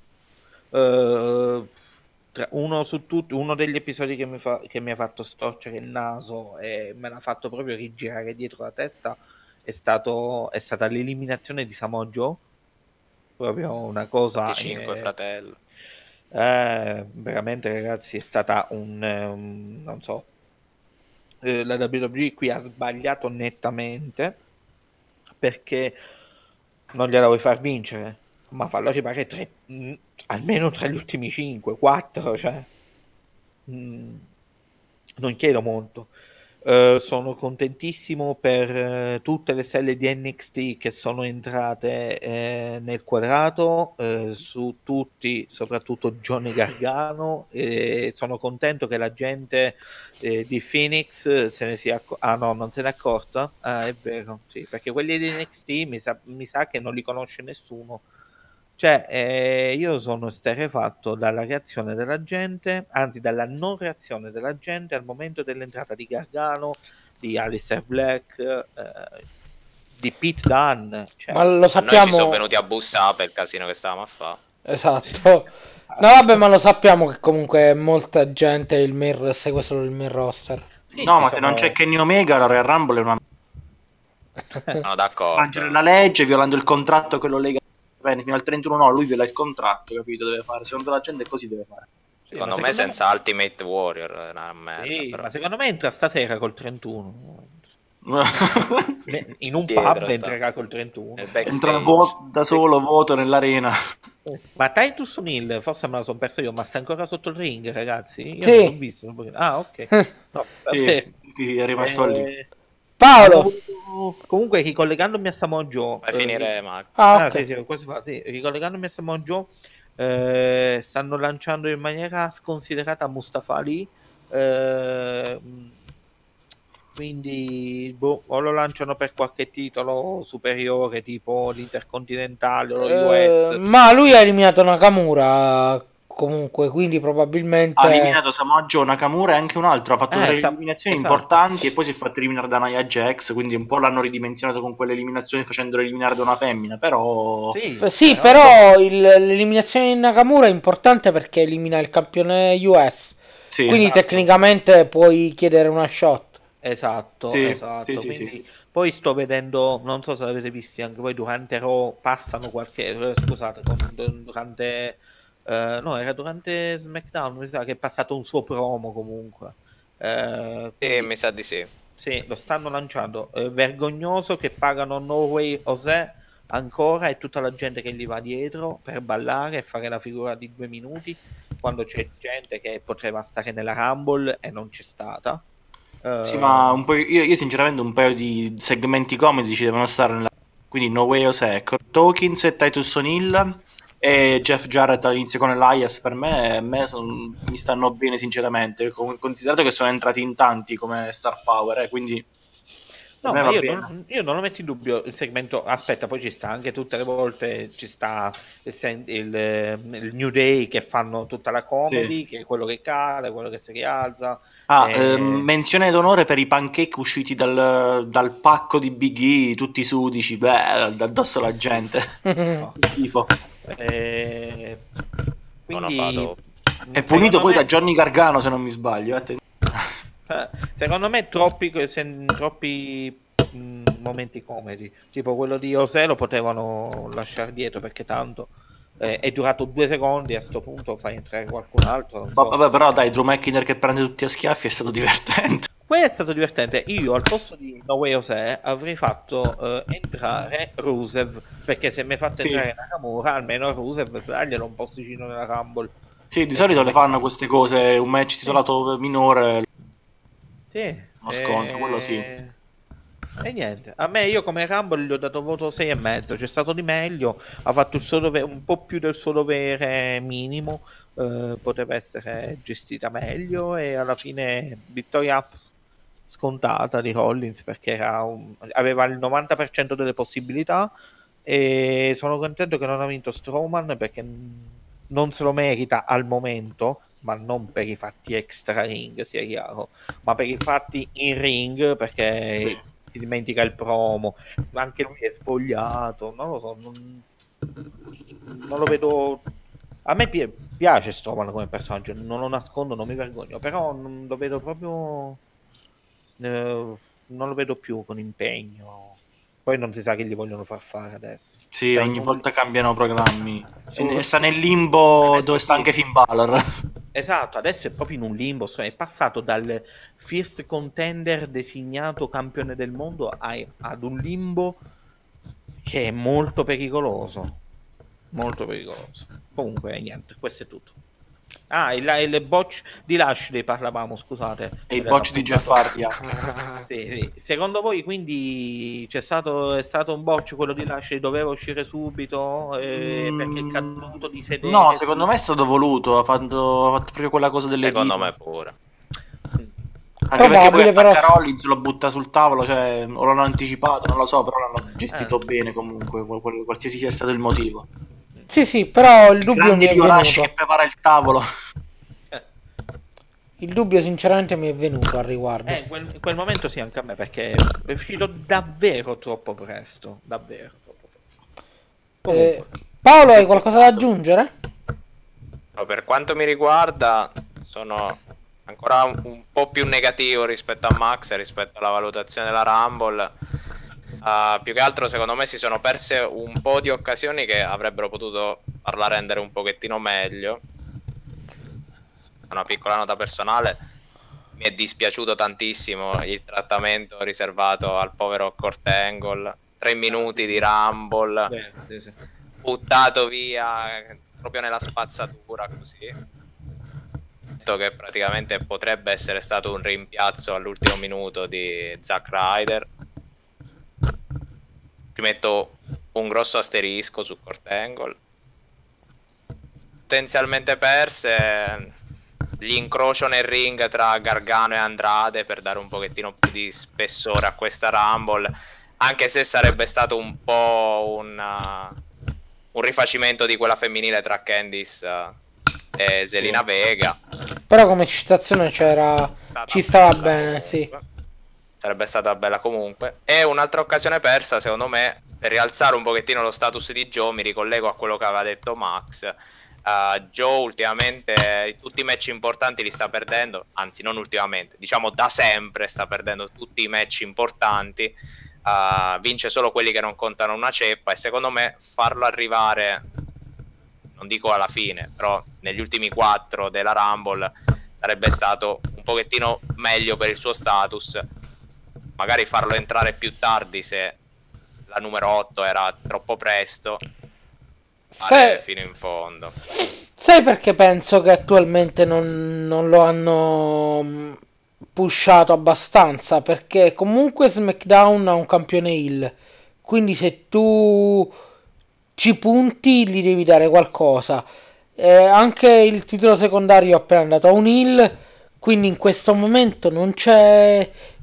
Uno su tutti, uno degli episodi che mi ha fatto storcere il naso e me l'ha fatto proprio rigirare dietro la testa è stata l'eliminazione di Samoa Joe. Proprio una cosa 25 fratello. veramente, ragazzi, è stata non so, la WWE qui ha sbagliato nettamente, perché non gliela vuoi far vincere, ma fallo arrivare almeno tra gli ultimi 5, 4, cioè non chiedo molto. Sono contentissimo per tutte le stelle di NXT che sono entrate nel quadrato, su tutti, soprattutto Johnny Gargano. Sono contento che la gente di Phoenix se ne sia no, non se n'è accorta. È vero, sì, perché quelli di NXT mi sa che non li conosce nessuno. Cioè, io sono esterrefatto dalla reazione della gente, anzi dalla non reazione della gente al momento dell'entrata di Gargano, di Aleister Black, di Pete Dunne. Cioè, Ma lo Noi ci sappiamo... sono venuti a bussare per il casino che stavamo a fare. Esatto. No, vabbè, ma lo sappiamo che comunque molta gente segue solo il main roster. sì, No, ma se non c'è Kenny Omega, la Royal Rumble è una... Sono d'accordo. Mangiare la legge, violando il contratto che lo lega fino al 31, no, lui viola il contratto, capito? Deve fare, secondo la gente così deve fare. Secondo me senza Ultimate Warrior è una merda. Sì, però. ma secondo me entra stasera col 31. In un Dietro pub sta. entrerà col 31. Entra da solo, voto nell'arena. Ma Titus O'Neil, forse me la sono perso io, ma sta ancora sotto il ring, ragazzi? Io Sì. non l'ho visto. Ah, ok. No, vabbè. Sì, è rimasto lì. Paolo! Comunque, ricollegandomi a Samoa Joe, Vai a finire, Max. Ok. sì, questo fa, sì. Ricollegandomi a Samoa Joe, stanno lanciando in maniera sconsiderata Mustafa Ali, quindi o lo lanciano per qualche titolo superiore tipo l'Intercontinentale o lo US. Ma lui ha eliminato Nakamura comunque, quindi probabilmente... Ha eliminato Samoa Joe, Nakamura e anche un altro. Ha fatto delle eliminazioni esatto. importanti e poi si è fatto eliminare da Nia Jax, quindi un po' l'hanno ridimensionato con quelle eliminazioni facendolo eliminare da una femmina, però... Sì, però l'eliminazione di Nakamura è importante perché elimina il campione US. Sì, quindi esatto. tecnicamente puoi chiedere una shot. Esatto, Sì, esatto. sì, Quindi, sì. Poi sto vedendo, non so se l'avete visto anche voi durante Raw, passano scusate, durante... no, era durante SmackDown, mi sa che è passato un suo promo comunque. Sì, mi sa di sì. Sì, lo stanno lanciando. Vergognoso che pagano No Way José ancora e tutta la gente che gli va dietro per ballare e fare la figura di 2 minuti, quando c'è gente che poteva stare nella Rumble e non c'è stata. Sì, ma un po' io sinceramente un paio di segmenti comedi ci devono stare nella... Quindi No Way José, Dawkins e Titus O'Neil e Jeff Jarrett all'inizio con Elias, per me mi stanno bene sinceramente, considerato che sono entrati in tanti come Star Power, quindi No, me ma va io bene. io non lo metto in dubbio il segmento. Aspetta, poi ci sta anche tutte le volte. Ci sta il New Day che fanno tutta la comedy, Sì. che è quello che cade, quello che si rialza. Menzione d'onore per i pancake usciti dal pacco di Big E, tutti sudici, beh, addosso alla gente. no. Schifo. Quindi È punito secondo poi me, da Johnny Gargano, se non mi sbaglio. secondo me troppi momenti comedy, tipo quello di José lo potevano lasciare dietro, perché tanto è durato 2 secondi, a sto punto fai entrare qualcun altro, non so. Vabbè, però dai, Drew McIntyre che prende tutti a schiaffi è stato divertente. Quello è stato divertente. Io al posto di No Way José avrei fatto entrare Rusev, perché se mi hai fatto Sì. entrare Nakamura, almeno Rusev daglielo un posticino nella Rumble. Sì, di solito le fanno queste cose, un match titolato minore, Sì, uno scontro, quello sì. E niente, a me, io come Rumble gli ho dato voto 6,5, c'è stato di meglio, ha fatto il suo dovere, un po' più del suo dovere minimo, poteva essere gestita meglio, e alla fine vittoria scontata di Rollins, perché aveva il 90% delle possibilità, e sono contento che non ha vinto Strowman, perché non se lo merita al momento, ma non per i fatti extra ring, sia chiaro, ma per i fatti in ring, perché si dimentica il promo, anche lui è spogliato, non lo so, non lo vedo. A me piace Strowman come personaggio, non lo nascondo, non mi vergogno, però non lo vedo proprio, non lo vedo più con impegno. Poi non si sa che gli vogliono far fare adesso. Sì, Sta ogni in un- volta cambiano programmi. Su- Sta nel limbo adesso dove sta sì. anche Finn Balor. Esatto, adesso è proprio in un limbo, è passato dal first contender designato campione del mondo ad un limbo che è molto pericoloso. Molto pericoloso. Comunque, niente, questo è tutto. Ah, il botch di Lashley parlavamo, scusate. E i botch di Jeff Hardy anche. Sì. Secondo voi quindi è stato un botch quello di Lashley? Doveva uscire subito perché è caduto di sedere? No, secondo me è stato voluto. Ha fatto proprio quella cosa delle Secondo dita. me pure. Anche perché poi Probabile, però. attacca Rollins, lo butta sul tavolo, cioè, o l'hanno anticipato, non lo so, però l'hanno gestito bene comunque, qualsiasi sia stato il motivo. Sì, però il dubbio mi Grande è Rio Rush che venuto. prepara il tavolo. Il dubbio sinceramente mi è venuto al riguardo. In quel momento sì, anche a me, perché è uscito davvero troppo presto. Davvero troppo presto. Comunque, Paolo, hai qualcosa da aggiungere? Per quanto mi riguarda, sono ancora un po' più negativo rispetto a Max e rispetto alla valutazione della Rumble. Più che altro, secondo me, si sono perse un po' di occasioni che avrebbero potuto farla rendere un pochettino meglio. Una piccola nota personale: mi è dispiaciuto tantissimo il trattamento riservato al povero Kurt Angle. 3 minuti di Rumble, sì. buttato via proprio nella spazzatura, così, che praticamente potrebbe essere stato un rimpiazzo all'ultimo minuto di Zack Ryder. Ci metto un grosso asterisco su Kurt Angle. Potenzialmente perse, l'incrocio nel ring tra Gargano e Andrade per dare un pochettino più di spessore a questa Rumble, anche se sarebbe stato un po' un rifacimento di quella femminile tra Candice e Zelina Vega. Però come citazione ci stava bene, sì. Sarebbe stata bella comunque. E un'altra occasione persa, secondo me, per rialzare un pochettino lo status di Joe. Mi ricollego a quello che aveva detto Max. Joe ultimamente tutti i match importanti li sta perdendo, anzi non ultimamente, diciamo da sempre sta perdendo tutti i match importanti. Vince solo quelli che non contano una ceppa, e secondo me farlo arrivare, non dico alla fine, però negli ultimi 4 della Rumble sarebbe stato un pochettino meglio per il suo status. Magari farlo entrare più tardi, se la numero 8 era troppo presto, fino in fondo. Sai perché penso che attualmente non lo hanno pushato abbastanza? Perché comunque SmackDown ha un campione heel, quindi se tu ci punti gli devi dare qualcosa. Anche il titolo secondario è appena andato a un heel, quindi in questo momento non c'è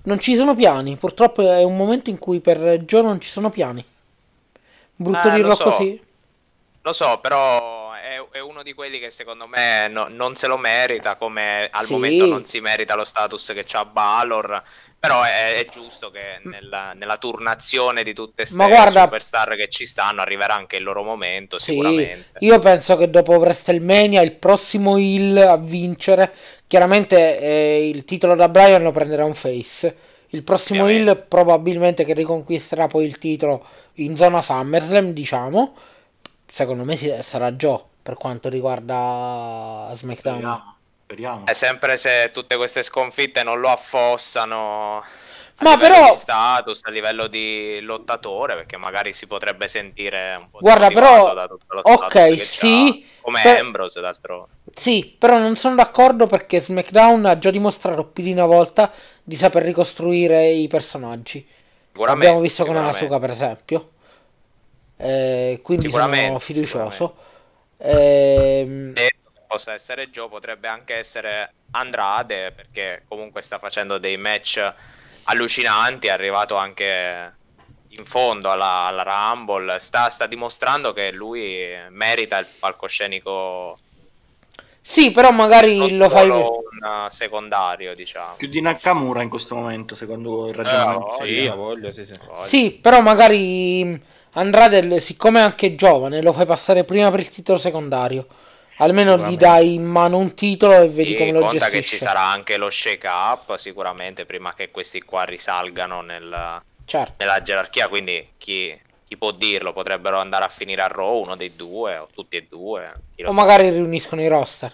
Non ci sono piani, purtroppo è un momento in cui per Joe non ci sono piani. Brutto Lo dirlo so. così. Lo so, però è uno di quelli che secondo me non se lo merita, come al Sì. momento non si merita lo status che c'ha Balor, però è giusto che nella turnazione di tutte Ma queste guarda, superstar che ci stanno arriverà anche il loro momento, sì, sicuramente. io penso che dopo WrestleMania il prossimo heel a vincere, chiaramente il titolo da Bryan lo prenderà un face. Il prossimo Ovviamente. heel probabilmente che riconquisterà poi il titolo in zona SummerSlam, diciamo. Secondo me sarà Joe per quanto riguarda SmackDown. Speriamo. È sempre se tutte queste sconfitte non lo affossano a Ma livello però, di status, a livello di lottatore, perché magari si potrebbe sentire un po' guarda, demotivato però, da tutto lo ok, status che sì, c'ha, come per- Ambrose d'altro. sì, però non sono d'accordo perché SmackDown ha già dimostrato più di una volta di saper ricostruire i personaggi. L'abbiamo Sicuramente, visto con sicuramente. Asuka, per esempio. Quindi sono Sicuramente, fiducioso. Detto che possa essere Joe, potrebbe anche essere Andrade, perché comunque sta facendo dei match allucinanti, è arrivato anche in fondo alla Rumble, sta dimostrando che lui merita il palcoscenico, Sì, però magari non lo fai. solo un secondario, diciamo. Più di Nakamura in questo momento, secondo il ragionamento. Sì, a voglia, sì. Sì, però magari Andrade, siccome è anche giovane, lo fai passare prima per il titolo secondario. Almeno gli dai in mano un titolo e vedi Sì, come lo conta che ci gestisce. sarà anche lo shake up sicuramente prima che questi qua risalgano Certo. nella gerarchia, quindi chi può dirlo? Potrebbero andare a finire a Raw, uno dei due o tutti e due, chi lo O sa. magari riuniscono i roster.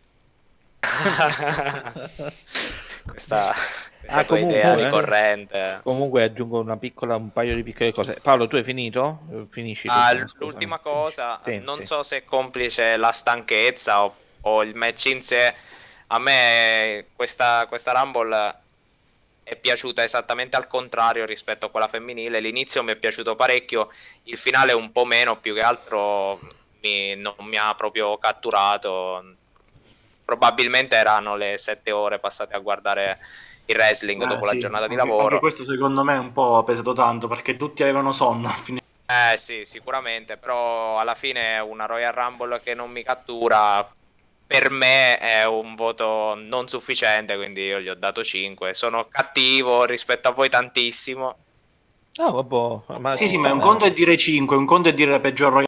questa tua comunque, idea ricorrente. Comunque aggiungo un paio di piccole cose. Paolo, tu hai finito? Finisci tu, scusami. L'ultima cosa, Sì, non sì. so se è complice la stanchezza o il match in sé, a me questa Rumble è piaciuta esattamente al contrario rispetto a quella femminile. L'inizio mi è piaciuto parecchio, il finale un po' meno, più che altro non mi ha proprio catturato. Probabilmente erano le 7 ore passate a guardare il wrestling dopo la giornata di lavoro. Anche questo secondo me un po' ha pesato tanto perché tutti avevano sonno a fine. Sì, sicuramente, però alla fine una Royal Rumble che non mi cattura per me è un voto non sufficiente, quindi io gli ho dato 5. Sono cattivo rispetto a voi tantissimo. No, vabbè, ma Sì, ma un conto è dire 5, un conto è dire la peggior Royal.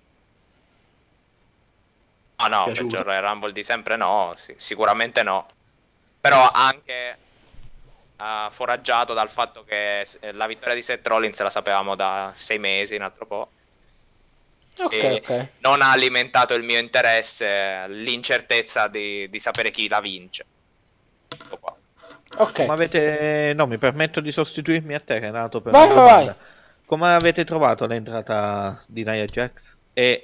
No, Piaciuto. peggior Royal Rumble di sempre no, sicuramente no. Però anche foraggiato dal fatto che la vittoria di Seth Rollins la sapevamo da 6 mesi, un altro po'. Ok. Non ha alimentato il mio interesse l'incertezza di sapere chi la vince. Ecco qua. Ok. Come avete... No, mi permetto di sostituirmi a te, Renato, per Vai, una vai, domanda. Come avete trovato l'entrata di Nia Jax?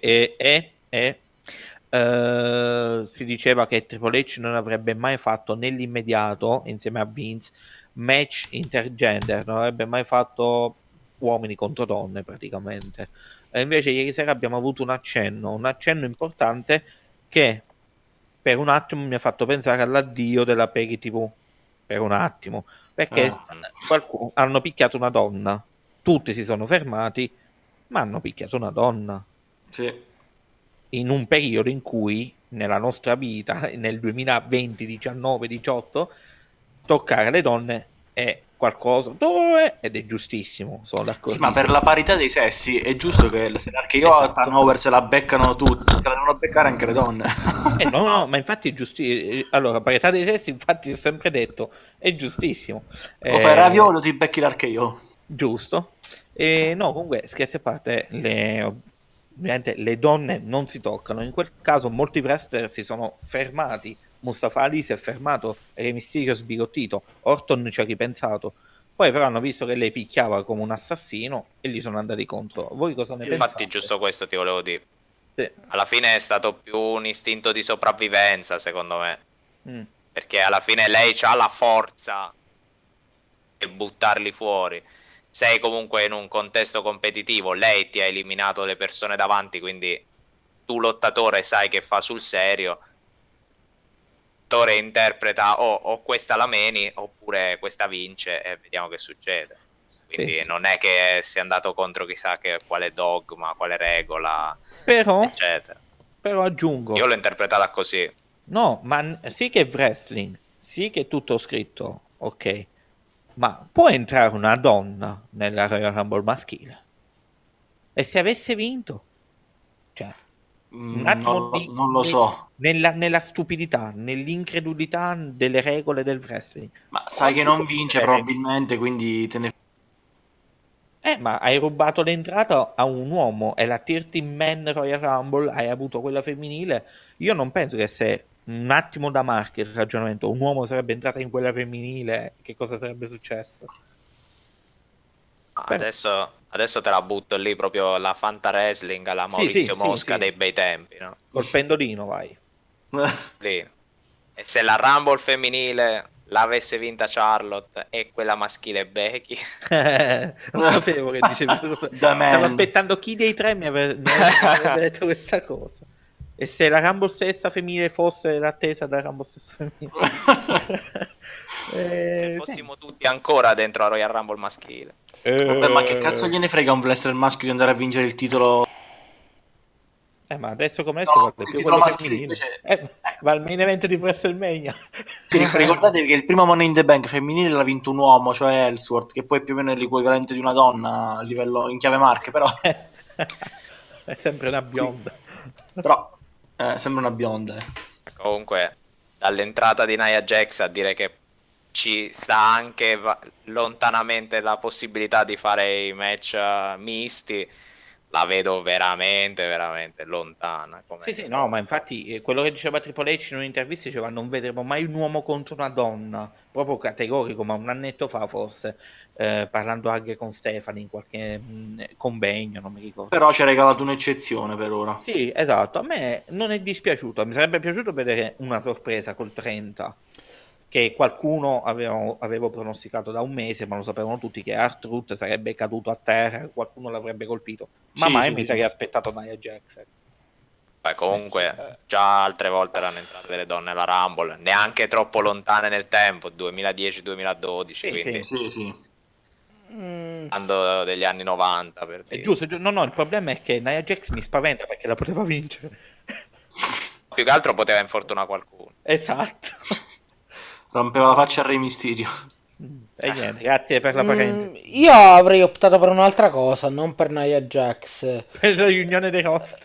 Si diceva che Triple H non avrebbe mai fatto nell'immediato, insieme a Vince, match intergender, non avrebbe mai fatto uomini contro donne praticamente. E invece ieri sera abbiamo avuto un accenno importante che per un attimo mi ha fatto pensare all'addio della Peggy TV, per un attimo, perché hanno picchiato una donna, tutti si sono fermati, ma hanno picchiato una donna. Sì. In un periodo in cui nella nostra vita, nel 2020, 19, 18, toccare le donne è qualcosa ed è giustissimo, sono d'accordo. Sì, ma per la parità dei sessi è giusto che se l'Archeo a Turnover se la beccano tutti, se la devono beccare anche le donne. No, ma infatti è giustissimo. Allora, parità dei sessi, infatti ho sempre detto, è giustissimo. O fai raviolo ti becchi l'Archeo. Giusto. No, comunque, scherzi a parte, ovviamente le donne non si toccano. In quel caso molti wrestler si sono fermati. Mustafa Ali si è fermato, Re Mysterio sbigottito, Orton ci ha ripensato. Poi però hanno visto che lei picchiava come un assassino e gli sono andati contro. Voi cosa ne pensate? Infatti giusto questo ti volevo dire. Sì. Alla fine è stato più un istinto di sopravvivenza, secondo me. Perché alla fine lei ha la forza di buttarli fuori. Sei comunque in un contesto competitivo, lei ti ha eliminato le persone davanti, quindi tu lottatore sai che fa sul serio. l'attore interpreta o questa la meni oppure questa vince e vediamo che succede. Quindi non è che sia andato contro chissà che quale dogma, quale regola, eccetera. Però aggiungo, io l'ho interpretata così. No, ma sì che è wrestling, sì che è tutto scritto, ok, ma può entrare una donna nella Royal Rumble maschile? E se avesse vinto? Cioè, un attimo non lo so. Nella stupidità, nell'incredulità delle regole del wrestling. Ma sai che non vince probabilmente, quindi te ne... Ma hai rubato l'entrata a un uomo, è la 30 Man Royal Rumble, hai avuto quella femminile. Io non penso che se un attimo da market il ragionamento, un uomo sarebbe entrato in quella femminile, che cosa sarebbe successo? Adesso te la butto lì proprio la Fanta Wrestling alla Maurizio Mosca dei bei tempi, no? Col pendolino vai. Lì. E se la Rumble femminile l'avesse vinta Charlotte e quella maschile Becky, non sapevo che dicevi. Stavo aspettando chi dei tre mi avrebbe detto questa cosa. E se la Rumble stessa femminile fosse l'attesa della Rumble stessa femminile? Se fossimo tutti ancora dentro la Royal Rumble maschile. Vabbè, ma che cazzo gliene frega un wrestler maschio di andare a vincere il titolo? Ma adesso come adesso il titolo maschile invece... va al main event di WrestleMania. Sì, ricordatevi che il primo Money in the Bank femminile l'ha vinto un uomo, cioè Ellsworth, che poi è più o meno l'equivalente di una donna a livello in chiave marche, però è sempre una bionda. Però sembra una bionda. Comunque, dall'entrata di Nia Jax a dire che ci sta anche lontanamente la possibilità di fare i match misti, la vedo veramente, veramente lontana. Sì, no, ma infatti quello che diceva Triple H in un'intervista diceva non vedremo mai un uomo contro una donna, proprio categorico, ma un annetto fa forse, parlando anche con Stefani in qualche convegno, non mi ricordo. Però ci ha regalato un'eccezione per ora. Sì, esatto, a me non è dispiaciuto, mi sarebbe piaciuto vedere una sorpresa col 30, che qualcuno avevo pronosticato da un mese, ma lo sapevano tutti che R-Truth sarebbe caduto a terra, qualcuno l'avrebbe colpito, ma mai mi sarei aspettato Nia Jax. Beh, comunque già altre volte erano entrate delle donne alla Rumble, neanche troppo lontane nel tempo, 2010-2012, quindi sì. andando degli anni 90 per dire. È giusto, no, il problema è che Nia Jax mi spaventa perché la poteva vincere. Più che altro poteva infortunare qualcuno. Esatto. Rompeva la faccia a Re Mysterio. E niente, grazie per la parentesi. Io avrei optato per un'altra cosa, non per Nia Jax. Per la riunione dei host.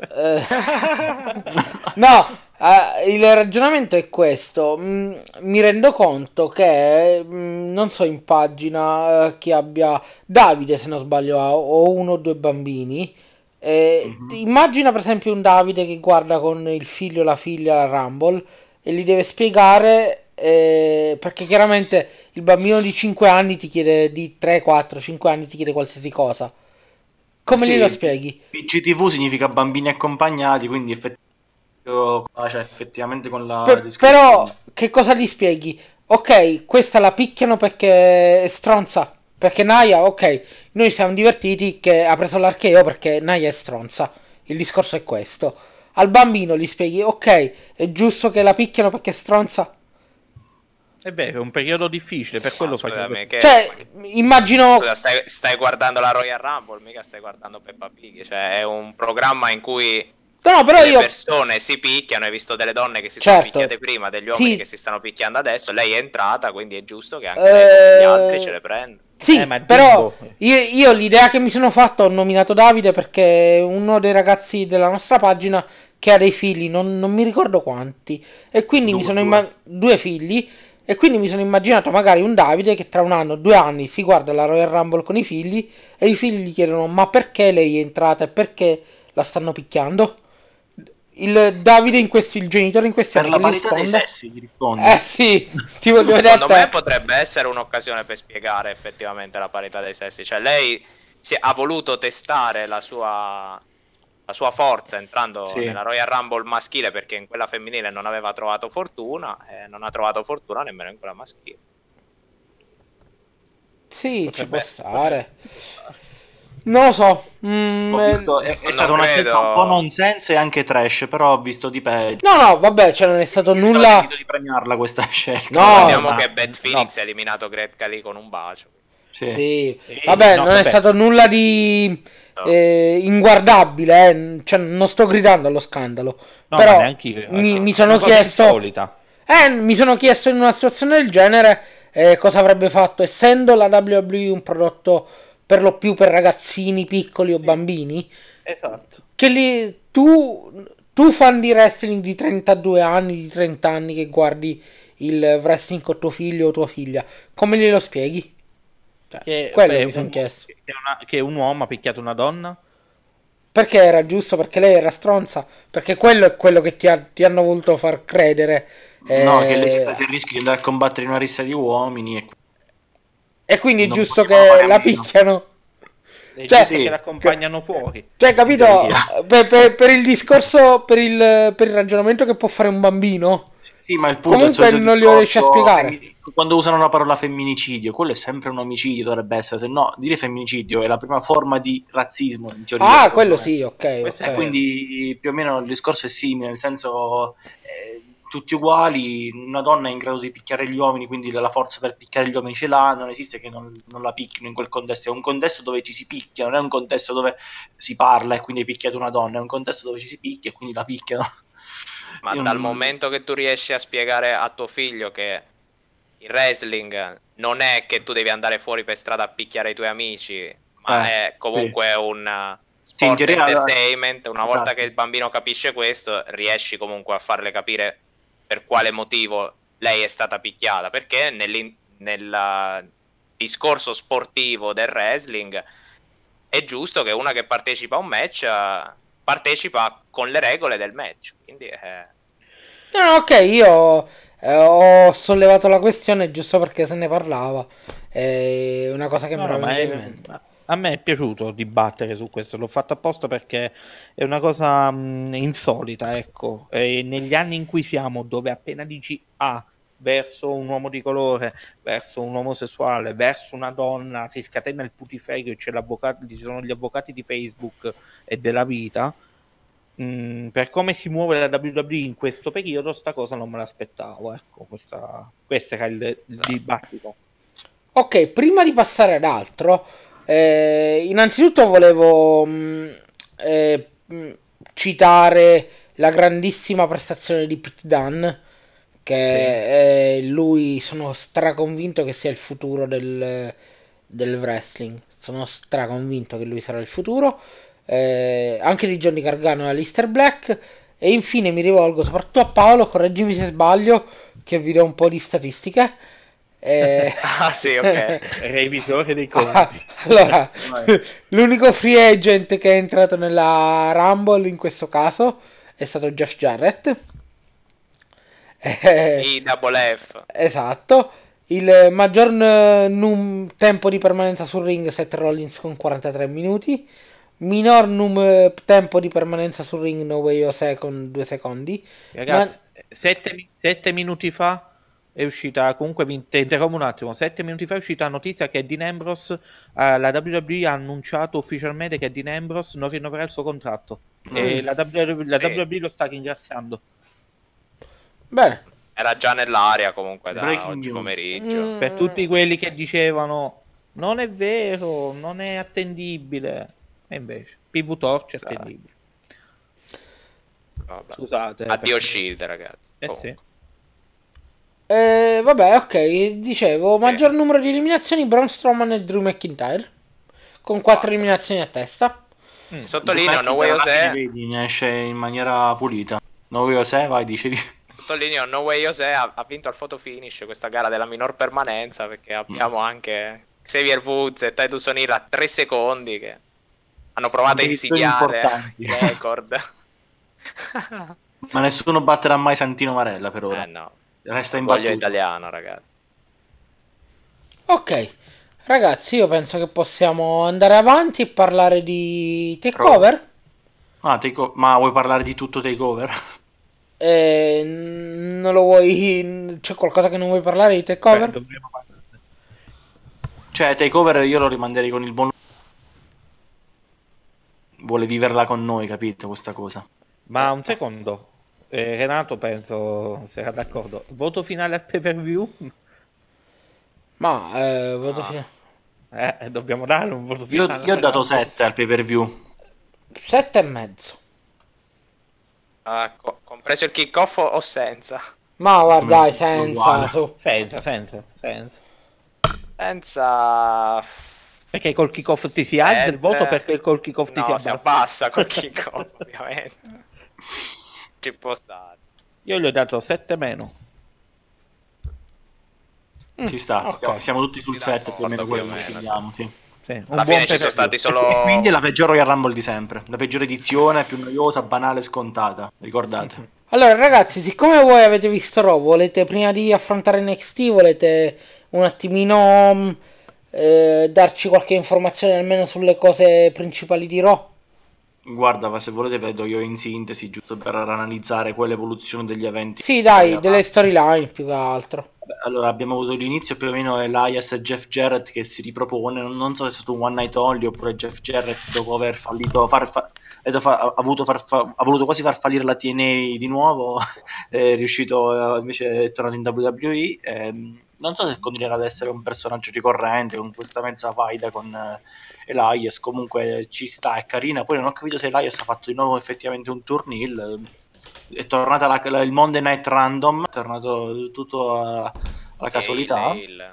No, il ragionamento è questo. Mi rendo conto che, non so in pagina chi abbia... Davide, se non sbaglio, o uno o due bambini. Immagina per esempio un Davide che guarda con il figlio o la figlia la Rumble e gli deve spiegare... perché chiaramente il bambino di 5 anni ti chiede, di 3, 4, 5 anni ti chiede qualsiasi cosa. Come glielo spieghi? PCTV significa bambini accompagnati, quindi effettivamente con la però che cosa gli spieghi? Ok, questa la picchiano perché è stronza, perché Nia, ok, noi siamo divertiti che ha preso l'archeo perché Nia è stronza. Il discorso è questo. Al bambino gli spieghi, ok, è giusto che la picchiano perché è stronza. È vero, è un periodo difficile, per quello faccio che... Cioè, immagino... Scusa, stai guardando la Royal Rumble, mica stai guardando Peppa Pig. Cioè, è un programma in cui però le persone si picchiano. Hai visto delle donne che si sono picchiate prima, degli uomini che si stanno picchiando adesso. Lei è entrata, quindi è giusto che anche lei, gli altri ce le prenda. Sì, però io l'idea che mi sono fatto, ho nominato Davide perché uno dei ragazzi della nostra pagina che ha dei figli, non mi ricordo quanti, e quindi due figli. E quindi mi sono immaginato magari un Davide che tra 1 anno, 2 anni si guarda la Royal Rumble con i figli e i figli gli chiedono ma perché lei è entrata e perché la stanno picchiando? Il Davide il genitore in questione per la parità dei sessi gli risponde. Sì, ti voglio vedere. Secondo me potrebbe essere un'occasione per spiegare effettivamente la parità dei sessi. Cioè lei ha voluto testare la sua forza entrando nella Royal Rumble maschile perché in quella femminile non aveva trovato fortuna e non ha trovato fortuna nemmeno in quella maschile. Sì, ci può stare. Non lo so. Ho visto, è non stata una scelta credo. un po' nonsense e anche trash, però ho visto di peggio. No, vabbè, cioè non è stato Nulla. nulla. Di premiarla questa scelta. No, Ricordiamo ma- che Bad Phoenix ha eliminato Great Khali con un bacio. Sì. Sì, Sì, vabbè, no, non è vabbè. stato nulla di No. inguardabile, cioè, non sto gridando allo scandalo. No, Però ma neanche io. mi È sono una cosa chiesto, insolita. mi sono chiesto in una situazione del genere cosa avrebbe fatto, essendo la WWE un prodotto per lo più per ragazzini piccoli o bambini, Esatto. che tu fan di wrestling di 32 anni, di 30 anni che guardi il wrestling con tuo figlio o tua figlia, come glielo spieghi? Cioè, quello mi sono chiesto. Che un uomo ha picchiato una donna? Perché era giusto? Perché lei era stronza? Perché quello è quello che ti hanno voluto far credere. No, che lei si è presa il rischio di andare a combattere in una rissa di uomini E quindi è non giusto potevano fare che a la meno. picchiano. Le Cioè, gente che l'accompagnano fuori. Cioè, capito? teoria. Per il discorso, per il ragionamento che può fare un bambino. Sì, ma il punto è il Comunque solito non glielo riesci a discorso spiegare. quando usano la parola femminicidio, quello è sempre un omicidio, dovrebbe essere, se no dire femminicidio è la prima forma di razzismo in teoria. Ah, quello sì, ok, Questo ok. è Quindi più o meno il discorso è simile, nel senso tutti uguali, una donna è in grado di picchiare gli uomini, quindi la forza per picchiare gli uomini ce l'ha, non esiste che non la picchino in quel contesto, è un contesto dove ci si picchia, non è un contesto dove si parla e quindi hai picchiato una donna, è un contesto dove ci si picchia e quindi la picchiano. Ma Io dal non- momento che tu riesci a spiegare a tuo figlio che il wrestling non è che tu devi andare fuori per strada a picchiare i tuoi amici, ma è comunque un Sì, in sport teoria, entertainment, una volta esatto. che il bambino capisce questo, riesci comunque a farle capire per quale motivo lei è stata picchiata, perché nel discorso sportivo del wrestling è giusto che una che partecipa a un match partecipa con le regole del match, quindi No, no, ok, io ho sollevato la questione giusto perché se ne parlava. È una cosa che mi No, era no, ma venuta in mente. a me è piaciuto dibattere su questo, l'ho fatto apposta perché è una cosa insolita, ecco. E negli anni in cui siamo, dove appena dici A verso un uomo di colore, verso un omosessuale, verso una donna, si scatena il putiferio e ci sono gli avvocati di Facebook e della vita. Per come si muove la WWE in questo periodo, sta cosa non me l'aspettavo, ecco, questo era il dibattito. Ok, prima di passare ad altro, innanzitutto volevo citare la grandissima prestazione di Pete Dunne, che lui sono straconvinto che sia il futuro del wrestling. Sono straconvinto che lui sarà il futuro. Anche di Johnny Gargano e Aleister Black. E infine mi rivolgo soprattutto a Paolo, correggimi se sbaglio, che vi do un po' di statistiche. ah sì, ok. Revisore dei conti. Allora, l'unico free agent che è entrato nella Rumble in questo caso è stato Jeff Jarrett. IWF. Esatto. Il maggior tempo di permanenza sul ring Seth Rollins con 43 minuti. Minor tempo di permanenza sul ring No Way Jose con 2 secondi. Ragazzi, 7 minuti fa è uscita, comunque ti interrompo un attimo, 7 minuti fa è uscita la notizia che Dean Ambrose, la WWE ha annunciato ufficialmente che Dean Ambrose non rinnoverà il suo contratto e la WWE lo sta ringraziando. Bene. Era già nell'aria comunque da Breaking oggi news. pomeriggio. Per tutti quelli che dicevano non è vero, non è attendibile, e invece PV Torch è attendibile. Vabbè. Scusate. Addio perché- Shield, ragazzi. Eh Comunque. sì. Vabbè, ok. Dicevo, maggior numero di eliminazioni Braun Strowman e Drew McIntyre. Con 4 Quattro. eliminazioni a testa. Sottolineo No Way Jose. Vedi, ne esce in maniera pulita. No Way Jose, vai, dicevi. Sottolineo No Way Jose ha vinto al photo finish questa gara della minor permanenza, perché abbiamo anche Xavier Woods e Titus O'Neil a 3 secondi che hanno provato a Competizioni insidiare importanti. i record. Ma nessuno batterà mai Santino Marella per ora. No, Resta voglio imbattuto. italiano, ragazzi. Ok. Ragazzi, io penso che possiamo andare avanti e parlare di takeover. Ah, ma vuoi parlare di tutto takeover? Non lo vuoi. C'è qualcosa che non vuoi parlare di takeover? Dovremmo parlare. Cioè, takeover io lo rimanderei con il buon vuole viverla con noi, capito questa cosa. Ma un secondo, Renato penso sarà d'accordo. Voto finale al pay-per-view? Ma voto Ah. finale. Dobbiamo dare un voto Io, finale. io ho dato Renato. 7 al pay per view. 7,5. Compreso il kick-off o senza? Ma guarda, dai, Uguale. senza. Su. Senza. Senza... Perché col kick-off ti si alza il voto, perché col kick-off ti No, si si abbassa? abbassa col kick-off, ovviamente. Ci può stare. Io gli ho dato 7 meno. Ci sta, ok. siamo tutti sul Sì, dai, 7 più o meno più o quello che meno, scegliamo, sì. Sì, un Alla buon fine ci sono pay-per-view. stati E solo... quindi è la peggior Royal Rumble di sempre, la peggiore edizione, più noiosa, banale, scontata, ricordate. Allora, ragazzi, siccome voi avete visto Raw, volete prima di affrontare NXT, volete un attimino darci qualche informazione almeno sulle cose principali di Raw? Guarda, ma se volete vedo io in sintesi, giusto per analizzare quell'evoluzione degli eventi. Sì, dai, Royal delle Rumble. storyline più che altro. Allora, abbiamo avuto l'inizio più o meno Elias e Jeff Jarrett che si ripropone, non so se è stato un one night only oppure Jeff Jarrett dopo aver fallito, ha voluto quasi far fallire la TNA di nuovo, è riuscito invece è tornato in WWE. Non so se continuerà ad essere un personaggio ricorrente con questa mezza faida con Elias, comunque ci sta, è carina. Poi non ho capito se Elias ha fatto di nuovo effettivamente un turn heel. È tornata il Monday Night Random, è tornato tutto alla casualità.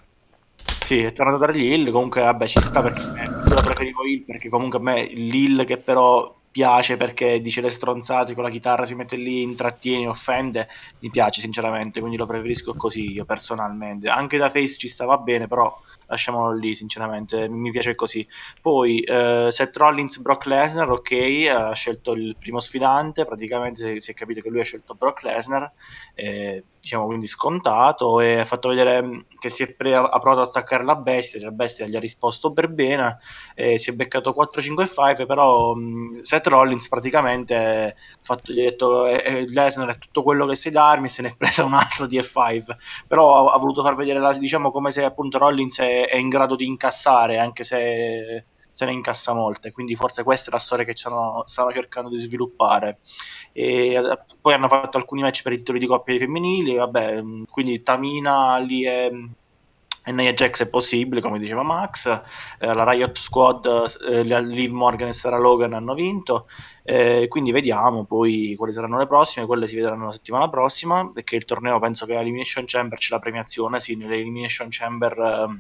Sì, è tornato per gli Hill, comunque vabbè ci sta perché io la preferivo Hill perché comunque a me l'Hill che però piace perché dice le stronzate con la chitarra, si mette lì, intrattiene, offende, mi piace sinceramente, quindi lo preferisco così io personalmente. Anche da face ci stava bene, però lasciamolo lì sinceramente, mi piace così. Poi Seth Rollins, Brock Lesnar, ok, ha scelto il primo sfidante, praticamente si è capito che lui ha scelto Brock Lesnar, diciamo quindi scontato, e ha fatto vedere che ha provato ad attaccare la bestia gli ha risposto per bene, si è beccato 4, 5 e 5, però Seth Rollins praticamente gli ha detto Lesnar è tutto quello che sai darmi, se ne è presa un altro di F5, però ha voluto far vedere diciamo come se appunto Rollins è in grado di incassare, anche se ne incassa molte, quindi forse questa è la storia che stanno cercando di sviluppare. E poi hanno fatto alcuni match per i titoli di coppia femminili, vabbè, quindi Tamina lì e Nia Jax è possibile, come diceva Max, la Riot Squad, Liv Morgan e Sarah Logan hanno vinto, quindi vediamo poi quali saranno le prossime, quelle si vedranno la settimana prossima, perché il torneo penso che all'Elimination Chamber c'è la premiazione, sì, nell'Elimination Chamber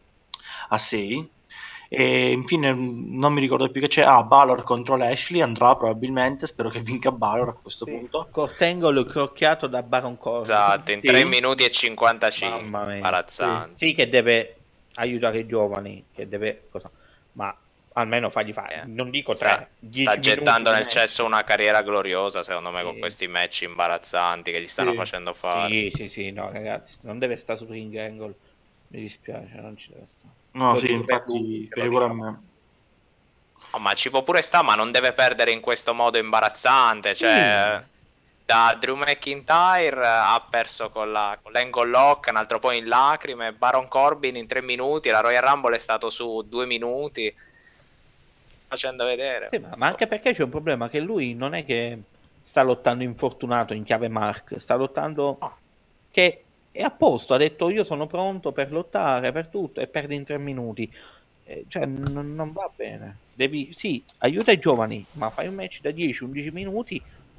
a 6. E infine non mi ricordo più che c'è. Balor contro Lashley andrà probabilmente, spero che vinca Balor a questo punto. Cortengolo crocchiato da Baron Corbin. Esatto, in Sì. 3 minuti e 55. Mamma mia. Imbarazzante. Sì, che deve aiutare i giovani, che deve ma almeno fargli fare, non dico 3, sta gettando nel match. cesso una carriera gloriosa secondo me, Sì. con questi match imbarazzanti che gli stanno facendo fare. Sì, no ragazzi, non deve stare su ring angle, mi dispiace, non ci deve stare. No, Lo sì, dico per infatti, lui, per pure a me. Oh, ma ci può pure stare, ma non deve perdere in questo modo imbarazzante. Cioè, da Drew McIntyre ha perso con l'angle lock, un altro po' in lacrime. Baron Corbin in 3 minuti. La Royal Rumble è stato su 2 minuti. Facendo vedere. Sì, ma anche perché c'è un problema che lui non è che sta lottando infortunato in chiave Mark, sta lottando che è a posto, ha detto io sono pronto per lottare, per tutto, e perde in 3 minuti. Cioè non va bene. Sì, aiuta i giovani, ma fai un match da 10-11 minuti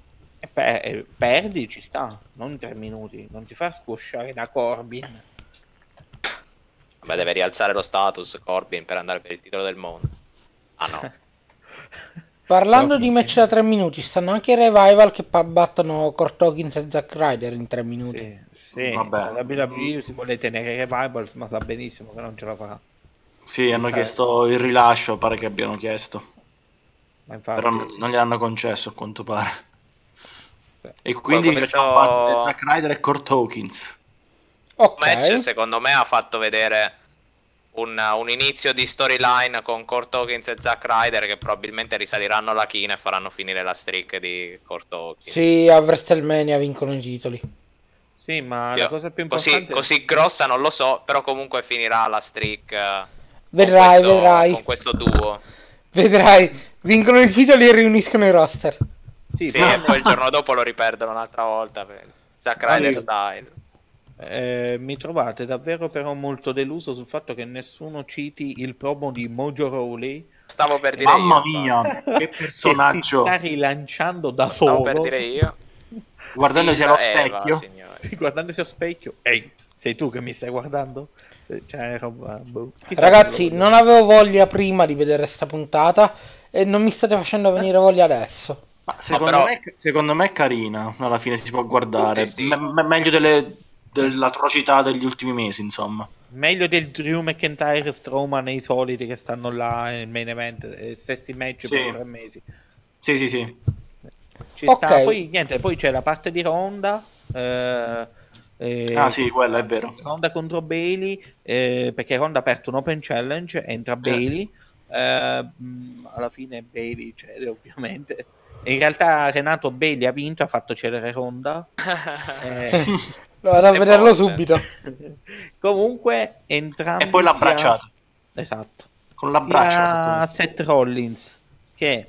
e perdi, ci sta, non in 3 minuti, non ti fa squasciare da Corbin. Vabbè, deve rialzare lo status Corbin per andare per il titolo del mondo. Ah no. Parlando di match da 3 minuti, stanno anche i Revival che battono Kurt Hawkins e Zack Ryder in 3 minuti. Sì, vabbè. la WWE si vuole tenere Revivals, ma sa benissimo che non ce la farà. Sì, hanno chiesto il rilascio, pare che abbiano chiesto. Ma infatti, Però non gliel'hanno concesso a quanto pare. Sì. E quindi Questo facciamo parte Zack Ryder e Kurt Hawkins. Ok. Match secondo me ha fatto vedere un inizio di storyline con Kurt Hawkins e Zack Ryder che probabilmente risaliranno la china e faranno finire la streak di Kurt Hawkins. Sì, a WrestleMania vincono i titoli. sì, ma la cosa più Così, importante così grossa non lo so, però comunque finirà la streak Vedrai. con questo duo. Vedrai, vincono i titoli e riuniscono i roster. Sì, Sì, e poi il giorno dopo lo riperdono un'altra volta per Zack Ryder style. Mi trovate davvero però molto deluso sul fatto che nessuno citi il promo di Mojo Rawley. Stavo per dire Mamma io, mia, che Che si personaggio. sta rilanciando da stavo solo. per dire io. Guardandosi Steel allo Eva, specchio. signore. Sì, guardandosi allo specchio. Ehi, sei tu che mi stai guardando? Cioè, roba, boh. Chissà Ragazzi, quello- non avevo voglia prima di vedere sta puntata e non mi state facendo venire voglia adesso. Ma però- secondo me è carina, alla fine si può guardare. Sì, sì. Meglio dell'atrocità degli ultimi mesi, insomma. Meglio del Drew McIntyre Strowman e i soliti che stanno là nel main event, stessi match Sì. per 3 mesi. Sì, sì, sì. Ci Ok. sta, poi niente, poi c'è la parte di Ronda. Ah sì, quello è vero. Ronda contro Bailey, perché Ronda ha aperto un open challenge, entra Bailey, alla fine Bailey cede ovviamente. E in realtà Renato Bailey ha vinto, ha fatto cedere Ronda. Lo vado a E vederlo bolle. subito. Comunque entrambi E poi l'ha abbracciato. Esatto. Con l'abbraccio. Sia esattamente. Seth Rollins che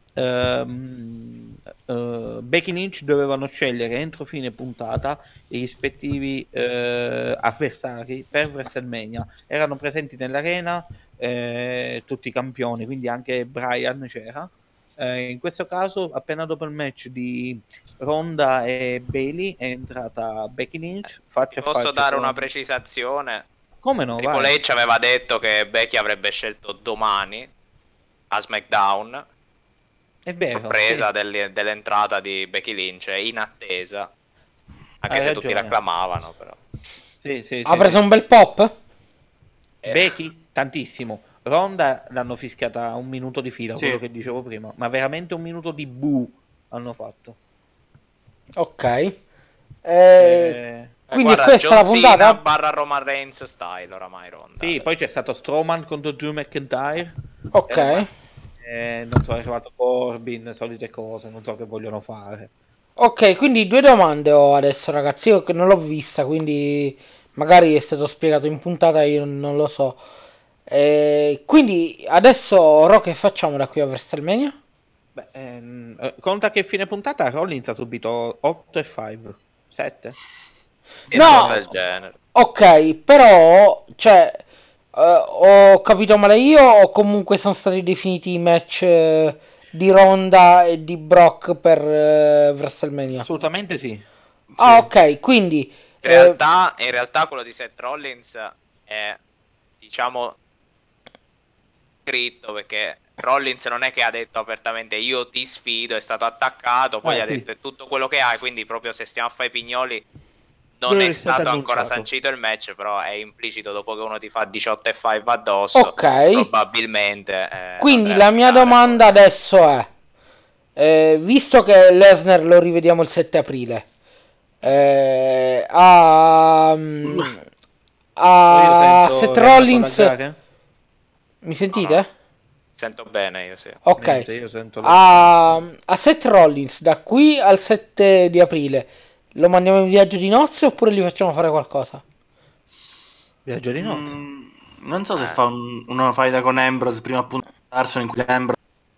Becky Lynch dovevano scegliere entro fine puntata i rispettivi avversari per WrestleMania. Erano presenti nell'arena tutti i campioni, quindi anche Bryan c'era. In questo caso, appena dopo il match di Ronda e Bailey, è entrata Becky Lynch. Faccia a Posso faccia dare con- una precisazione? Come no? Triple Vai. H aveva detto che Becky avrebbe scelto domani a SmackDown, È vero. sorpresa sì. dell'entrata di Becky Lynch, in attesa, anche Hai se tutti ragione. reclamavano, però. Sì, Ha preso un bel pop? Becky, tantissimo. Ronda l'hanno fischiata un minuto di fila, Sì. quello che dicevo prima, ma veramente un minuto di boo hanno fatto. Ok. Eh, Quindi Guarda, è questa John la puntata? Cena barra Roman Reigns style oramai Ronda. sì, poi c'è stato Strowman contro Drew McIntyre. Ok. Non so, è arrivato Corbin, solite cose, non so che vogliono fare. Ok, quindi due domande ho adesso, ragazzi. Io che non l'ho vista, quindi magari è stato spiegato in puntata, io non lo so. Quindi adesso, Ro, che facciamo da qui a WrestleMania? Beh, conta che fine puntata Rollins ha subito 8 e 5, 7. E No! una cosa del genere. Ok, però, cioè, ho capito male io o comunque sono stati definiti i match di Ronda e di Brock per WrestleMania? Assolutamente sì. Ah, ok, quindi... In realtà quello di Seth Rollins è, diciamo, scritto, perché Rollins non è che ha detto apertamente io ti sfido, è stato attaccato, poi ha sì. detto è tutto quello che hai, quindi proprio se stiamo a fare i pignoli non è stato ancora sancito il match, però è implicito dopo che uno ti fa 18 e 5 addosso, Ok. probabilmente Quindi andrà la a mia finale, domanda adesso è, visto che Lesnar lo rivediamo il 7 aprile, a Io sento Seth Renato Rollins, laggare. mi sentite? Sento bene io, sì. Ok, Niente, io sento a Seth Rollins da qui al 7 di aprile lo mandiamo in viaggio di nozze oppure gli facciamo fare qualcosa? viaggio di nozze. Non so se fa una faida con Ambrose prima appunto Larson in cui Ambrose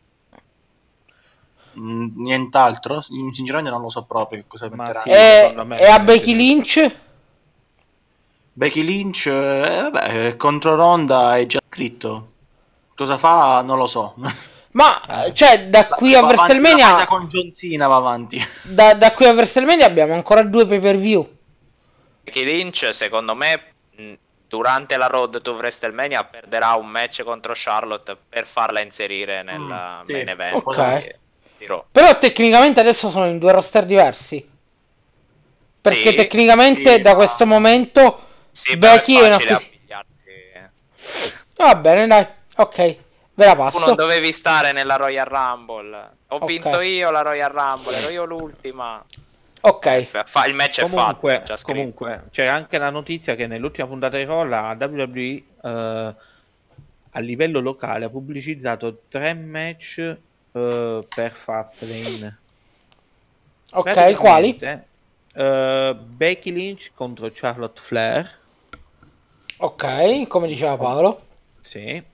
nient'altro, sinceramente non lo so proprio che cosa Ma metterà. sì. secondo me E a non è Becky che- Lynch? Becky Lynch, vabbè, contro Ronda è già scritto. Cosa fa? Non lo so. Ma cioè da qui a Va avanti, la WrestleMania faida con John Cena va avanti. da qui a WrestleMania abbiamo ancora due pay per view. Becky Lynch, secondo me, durante la Road to WrestleMania perderà un match contro Charlotte per farla inserire nel sì. main event Ok. di Raw. Però tecnicamente adesso sono in due roster diversi. Perché Sì, tecnicamente sì, da ma- questo momento Sì, però Becky è è una facile acquisizione. appigliarsi. Va bene, dai. Ok, ve la Tu non passo. dovevi stare nella Royal Rumble. Ho Ok. vinto io la Royal Rumble, ero io l'ultima. Ok. Il match è fatto, è già scritto. Comunque, c'è anche la notizia che nell'ultima puntata di Raw la WWE a livello locale ha pubblicizzato 3 match per Fastlane. Ok, quali? Becky Lynch contro Charlotte Flair. Ok, come diceva Paolo. Sì.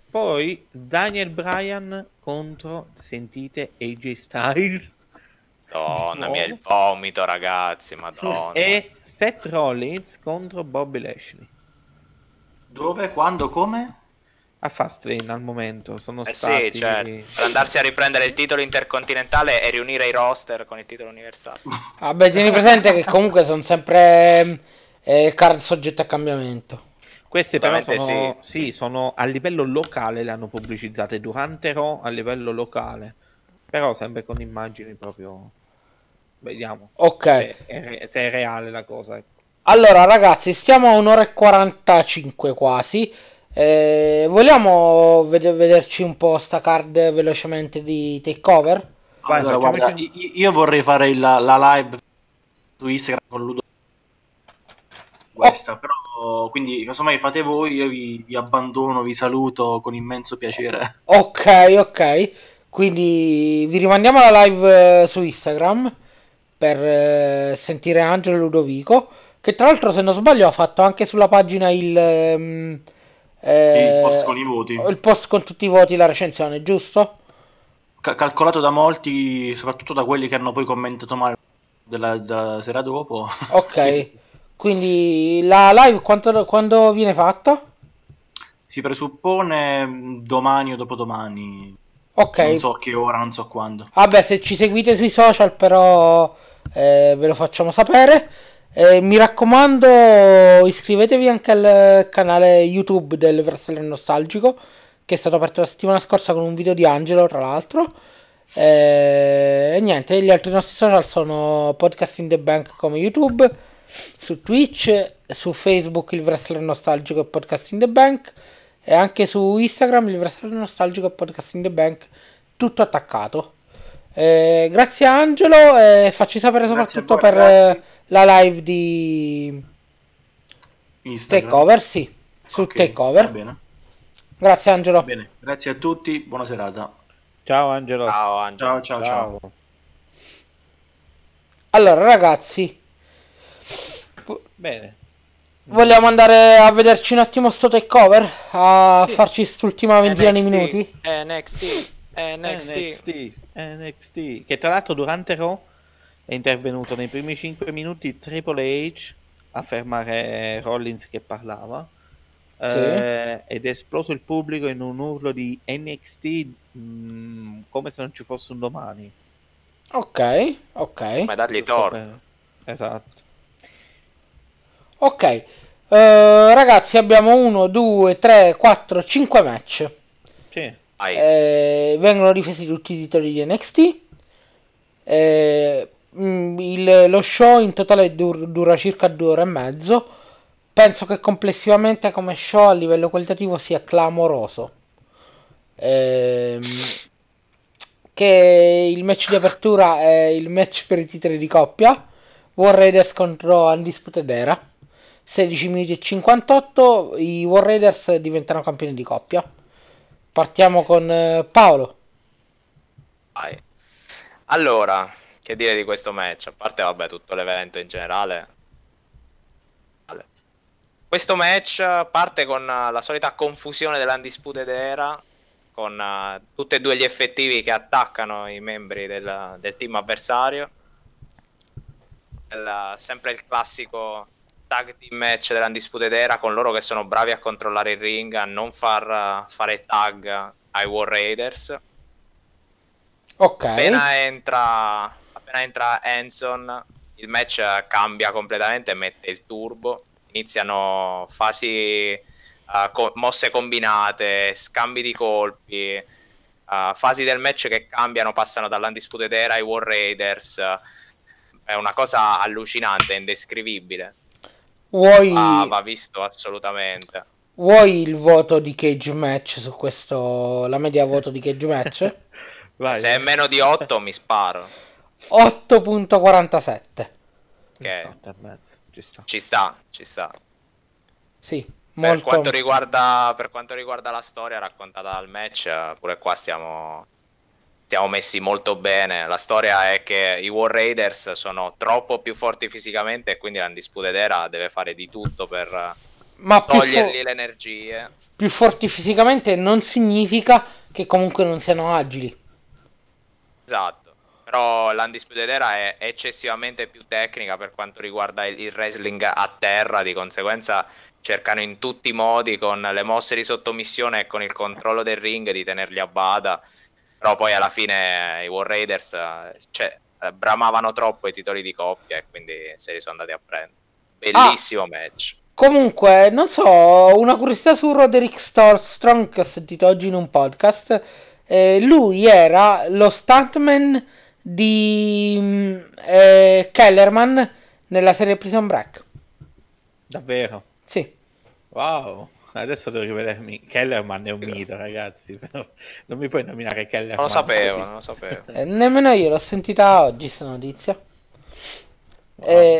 Poi Daniel Bryan contro, sentite, AJ Styles. Madonna mia, il vomito, ragazzi, madonna. E Seth Rollins contro Bobby Lashley. Dove, quando, come? A Fastlane al momento sono Sì, stati... certo. Per andarsi a riprendere il titolo intercontinentale e riunire i roster con il titolo universale. Vabbè, tieni presente che comunque sono sempre card soggetti a cambiamento. Queste però Assolutamente sono, sono a livello locale, le hanno pubblicizzate durante Raw a livello locale, però sempre con immagini proprio... Vediamo Ok. se è reale la cosa. Ecco. Allora, ragazzi, stiamo a 1 ora e 45 quasi. Vogliamo vederci un po' sta card velocemente di takeover? Vai, Allora, facciamoci guarda, io vorrei fare la live su Instagram con Ludo. Questa, però, quindi, casomai fate voi, io vi abbandono, vi saluto con immenso piacere. Ok. Quindi vi rimandiamo la live su Instagram per sentire Angelo e Ludovico, che tra l'altro, se non sbaglio, ha fatto anche sulla pagina Il post con i voti. il post con tutti i voti, la recensione, giusto? Calcolato da molti, soprattutto da quelli che hanno poi commentato male della sera dopo. Ok. Sì. Quindi la live quando viene fatta? Si presuppone domani o dopodomani. Ok. Non so che ora, non so quando. Vabbè, se ci seguite sui social, però ve lo facciamo sapere. Mi raccomando, iscrivetevi anche al canale YouTube del Wrestler Nostalgico, che è stato aperto la settimana scorsa con un video di Angelo, tra l'altro. E niente, gli altri nostri social sono Podcast in the Bank come YouTube, su Twitch, su Facebook il Wrestler Nostalgico e Podcast in the Bank, e anche su Instagram il Wrestler Nostalgico e Podcast in the Bank, tutto attaccato. Grazie Angelo, e facci sapere Grazie soprattutto a voi, per ragazzi. la live di Instagram. Takeover, sì, su Ok, Takeover. va bene. Grazie Angelo. Va bene. Grazie a tutti, buona serata. Ciao Angelo. Ciao, Angelo. Ciao. Allora ragazzi, Bene. vogliamo andare a vederci un attimo sto Takeover? A farci quest'ultima ventina di NXT, minuti? NXT. Che tra l'altro durante Raw è intervenuto nei primi 5 minuti Triple H a fermare Rollins che parlava. Sì. Ed è esploso il pubblico in un urlo di NXT come se non ci fosse un domani. Ok. Ma dargli Giusto torto. esatto. Ok. Ragazzi, abbiamo 1, 2, 3, 4, 5 match. Sì. Vai. Vengono difesi tutti i titoli di NXT. Lo show in totale dura circa 2 ore e mezzo. Penso che complessivamente come show a livello qualitativo sia clamoroso. Che il match di apertura è il match per i titoli di coppia. War Raiders contro Undisputed Era. 16 minuti e 58. I War Raiders diventano campioni di coppia. Partiamo con Paolo. Vai. Allora, che dire di questo match? A parte, vabbè, tutto l'evento in generale. Questo match parte con la solita confusione dell'Undisputed Era, con tutti e due gli effettivi che attaccano i membri del team avversario. Sempre il classico tag team match dell'Undisputed Era, con loro che sono bravi a controllare il ring, a non fare tag ai War Raiders. Ok. Appena entra Hanson, il match cambia completamente e mette il turbo. Iniziano fasi, mosse combinate, scambi di colpi, fasi del match che cambiano, passano dall'Undisputed Era ai War Raiders. È una cosa allucinante, indescrivibile. Va visto assolutamente. Vuoi il voto di Cage Match su questo? La media voto di Cage Match? Vai. Se è meno di 8 mi sparo. 8.47. Okay. Ci sta. Ci sta. Sì, Per molto. quanto riguarda la storia raccontata dal match, pure qua stiamo messi molto bene. La storia è che i War Raiders sono troppo più forti fisicamente e quindi l'Undisputed Era deve fare di tutto per Ma togliergli le energie. più forti fisicamente non significa che comunque non siano agili. Esatto. Però l'Undisputed Era è eccessivamente più tecnica per quanto riguarda il wrestling a terra, di conseguenza cercano in tutti i modi, con le mosse di sottomissione e con il controllo del ring, di tenerli a bada. Però poi alla fine i War Raiders bramavano troppo i titoli di coppia e quindi se li sono andati a prendere. Bellissimo match. Comunque, non so, una curiosità su Roderick Strong che ho sentito oggi in un podcast. Lui era lo stuntman di Kellerman nella serie Prison Break. Davvero? Sì. Wow, adesso devo rivedermi. Kellerman è un mito, ragazzi. Però non mi puoi nominare Kellerman. Non lo sapevo. Nemmeno io l'ho sentita oggi sta notizia. Wow.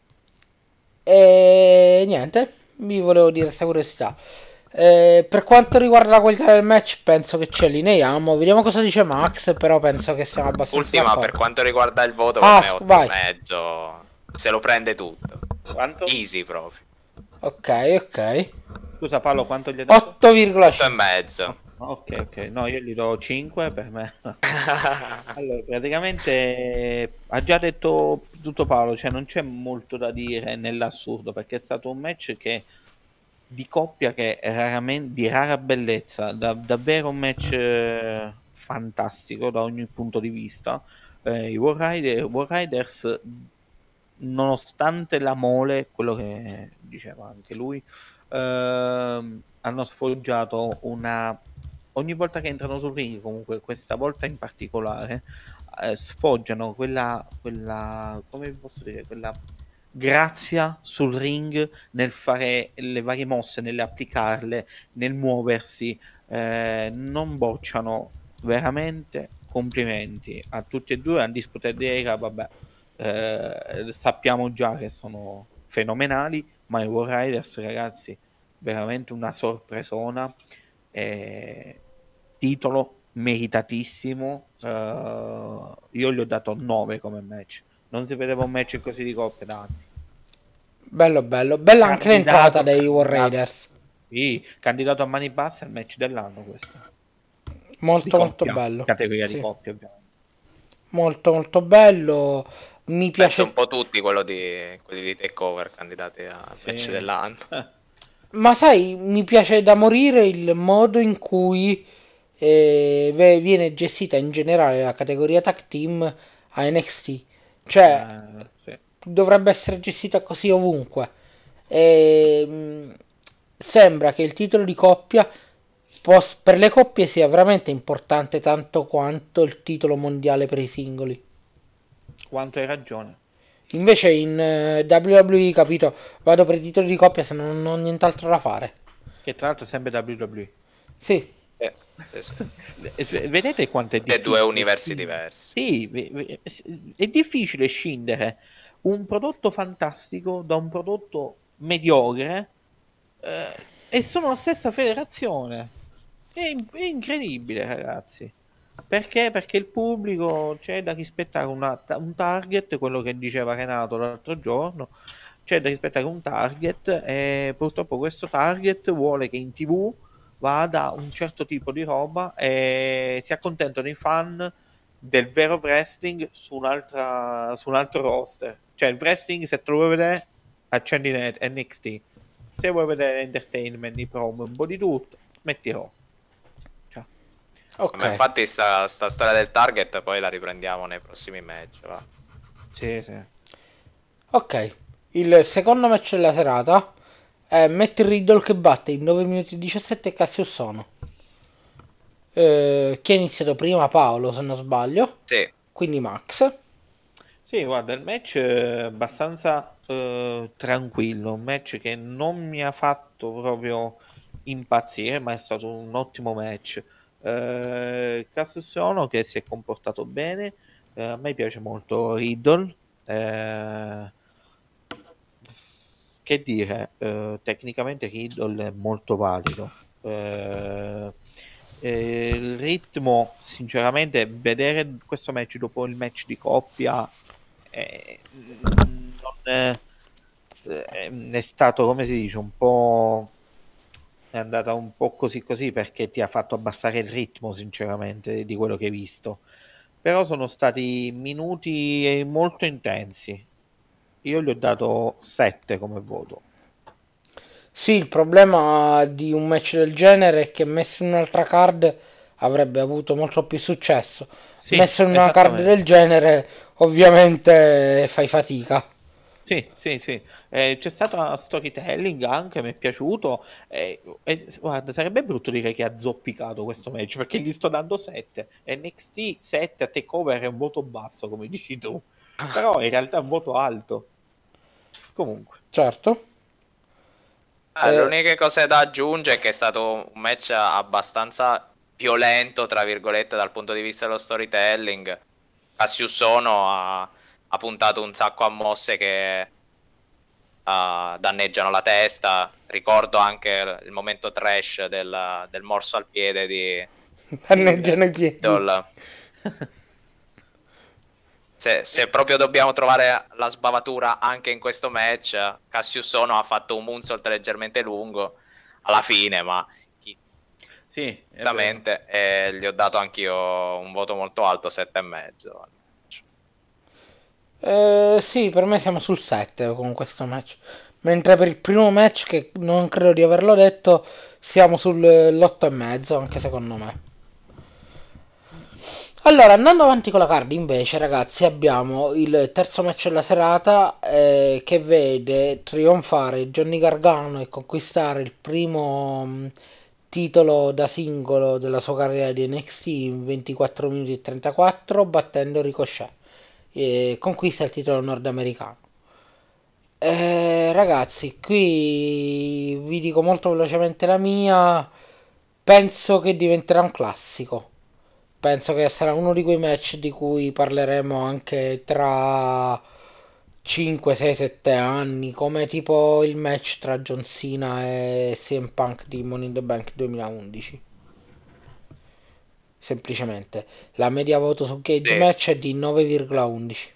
E niente, vi volevo dire questa curiosità. Per quanto riguarda la qualità del match, penso che ci allineiamo. Vediamo cosa dice Max, però penso che siamo abbastanza Ultima, d'accordo. per quanto riguarda il voto, per me 8 vai. e mezzo. Se lo prende tutto. Quanto? Easy proprio. Ok. Scusa Paolo, quanto gli hai dato? 8,5. 8 e mezzo. Ok. No, io gli do 5 per me. Allora, praticamente ha già detto tutto Paolo, cioè non c'è molto da dire nell'assurdo, perché è stato un match che di coppia che è di rara bellezza, davvero un match fantastico da ogni punto di vista. I War Riders, nonostante la mole, quello che diceva anche lui, hanno sfoggiato ogni volta che entrano sul ring, comunque questa volta in particolare, sfoggiano quella come posso dire, quella grazia sul ring nel fare le varie mosse, nell'applicarle, nel muoversi, non bocciano. Veramente complimenti a tutti e due. Undisputed Era, vabbè, sappiamo già che sono fenomenali, ma i War Riders, ragazzi, veramente una sorpresona. Titolo meritatissimo. Io gli ho dato 9 come match. Non si vedeva un match così di coppia da anni. Bella anche l'entrata dei War Raiders. Sì, candidato a mani basse al match dell'anno questo. Molto bello. Categoria sì. di coppia, ovviamente. Molto bello. Mi piace un po' tutti quelli di Takeover candidati al match dell'anno. Ma sai, mi piace da morire il modo in cui viene gestita in generale la categoria tag team a NXT. Cioè, sì. dovrebbe essere gestita così ovunque. Sembra che il titolo di coppia per le coppie sia veramente importante tanto quanto il titolo mondiale per i singoli. Quanto hai ragione. Invece in WWE, capito, vado per i titoli di coppia se non ho nient'altro da fare. Che tra l'altro è sempre WWE. Sì. Vedete quanto è difficile? Due universi diversi. Sì, è difficile scindere un prodotto fantastico da un prodotto mediocre, e sono la stessa federazione. È incredibile, ragazzi. Perché? Perché il pubblico c'è da rispettare un target, quello che diceva Renato l'altro giorno, c'è da rispettare un target, e purtroppo questo target vuole che in TV vada un certo tipo di roba e si accontentano i fan del vero wrestling su un altro roster. Cioè il wrestling, se te lo vuoi vedere, accendi NXT. Se vuoi vedere entertainment, i promo, un po' di tutto, metti Raw. Ok. Ma infatti sta storia del target poi la riprendiamo nei prossimi match, va. Sì. Ok, il secondo match della serata è Matt Riddle che batte in 9 minuti e 17 Cassius Sono. Che ha iniziato prima Paolo, se non sbaglio. Sì. Quindi Max. Sì, guarda, il match è abbastanza tranquillo, un match che non mi ha fatto proprio impazzire, ma è stato un ottimo match. Cassius Sono che si è comportato bene, a me piace molto Riddle, che dire, tecnicamente Riddle è molto valido. Il ritmo, sinceramente, vedere questo match dopo il match di coppia è stato, come si dice, un po'... è andata un po' così così perché ti ha fatto abbassare il ritmo, sinceramente, di quello che hai visto. Però sono stati minuti molto intensi. Io gli ho dato 7 come voto. Sì, il problema di un match del genere è che messo in un'altra card avrebbe avuto molto più successo. Sì, Messo in una card esattamente. del genere, ovviamente fai fatica. Sì, sì, sì. C'è stato storytelling anche, mi è piaciuto. Guarda, sarebbe brutto dire che ha zoppicato questo match perché gli sto dando 7. NXT 7 a Takeover è un voto basso, come dici tu. Però in realtà è un voto alto. Comunque, Certo. Eh, L'unica cosa da aggiungere è che è stato un match abbastanza violento, tra virgolette, dal punto di vista dello storytelling. Cassius Ohno ha puntato un sacco a mosse che danneggiano la testa. Ricordo anche il momento trash del morso al piede di danneggiano i piedi. Idol. Se proprio dobbiamo trovare la sbavatura anche in questo match, Cassius Ohno ha fatto un moonsault leggermente lungo alla fine, ma sì, è vero. giustamente gli ho dato anch'io un voto molto alto, 7,5. Sì, per me siamo sul 7 con questo match. Mentre per il primo match, che non credo di averlo detto, siamo sull'8,5, anche secondo me. Allora, andando avanti con la card, invece, ragazzi, abbiamo il terzo match della serata che vede trionfare Johnny Gargano e conquistare il primo titolo da singolo della sua carriera di NXT in 24 minuti e 34, battendo Ricochet. E conquista il titolo nordamericano. Ragazzi, qui vi dico molto velocemente la mia. Penso che diventerà un classico. Penso che sarà uno di quei match di cui parleremo anche tra 5, 6, 7 anni, come tipo il match tra John Cena e CM Punk di Money in the Bank 2011. Semplicemente. La media voto su Cage Sì, Match è di 9,11.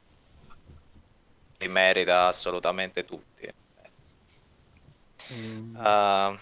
li merita assolutamente tutti, penso. Mm,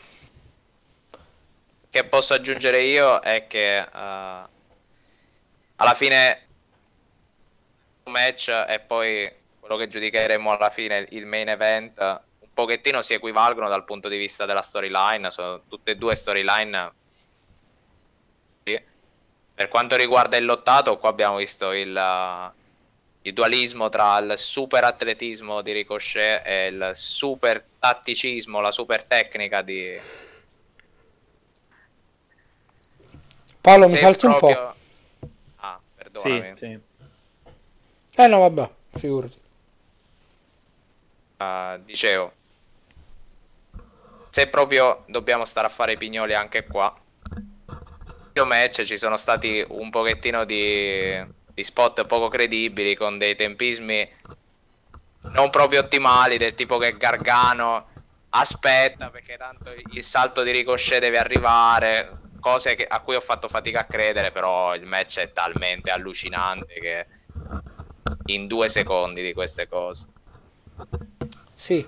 Che posso aggiungere io è che alla fine un match e poi quello che giudicheremo alla fine, il main event, un pochettino si equivalgono dal punto di vista della storyline, sono tutte e due storyline. Sì. Per quanto riguarda il lottato, qua abbiamo visto il dualismo tra il super atletismo di Ricochet e il super tatticismo, la super tecnica di... Paolo, mi Se salti un po'. proprio... Ah, sì, perdonami. sì. No, vabbè, figurati. Dicevo, se proprio dobbiamo stare a fare i pignoli anche qua, nel match ci sono stati un pochettino di spot poco credibili con dei tempismi non proprio ottimali, del tipo che Gargano aspetta perché tanto il salto di Ricochet deve arrivare, cose a cui ho fatto fatica a credere, però il match è talmente allucinante che in 2 secondi di queste cose. Sì.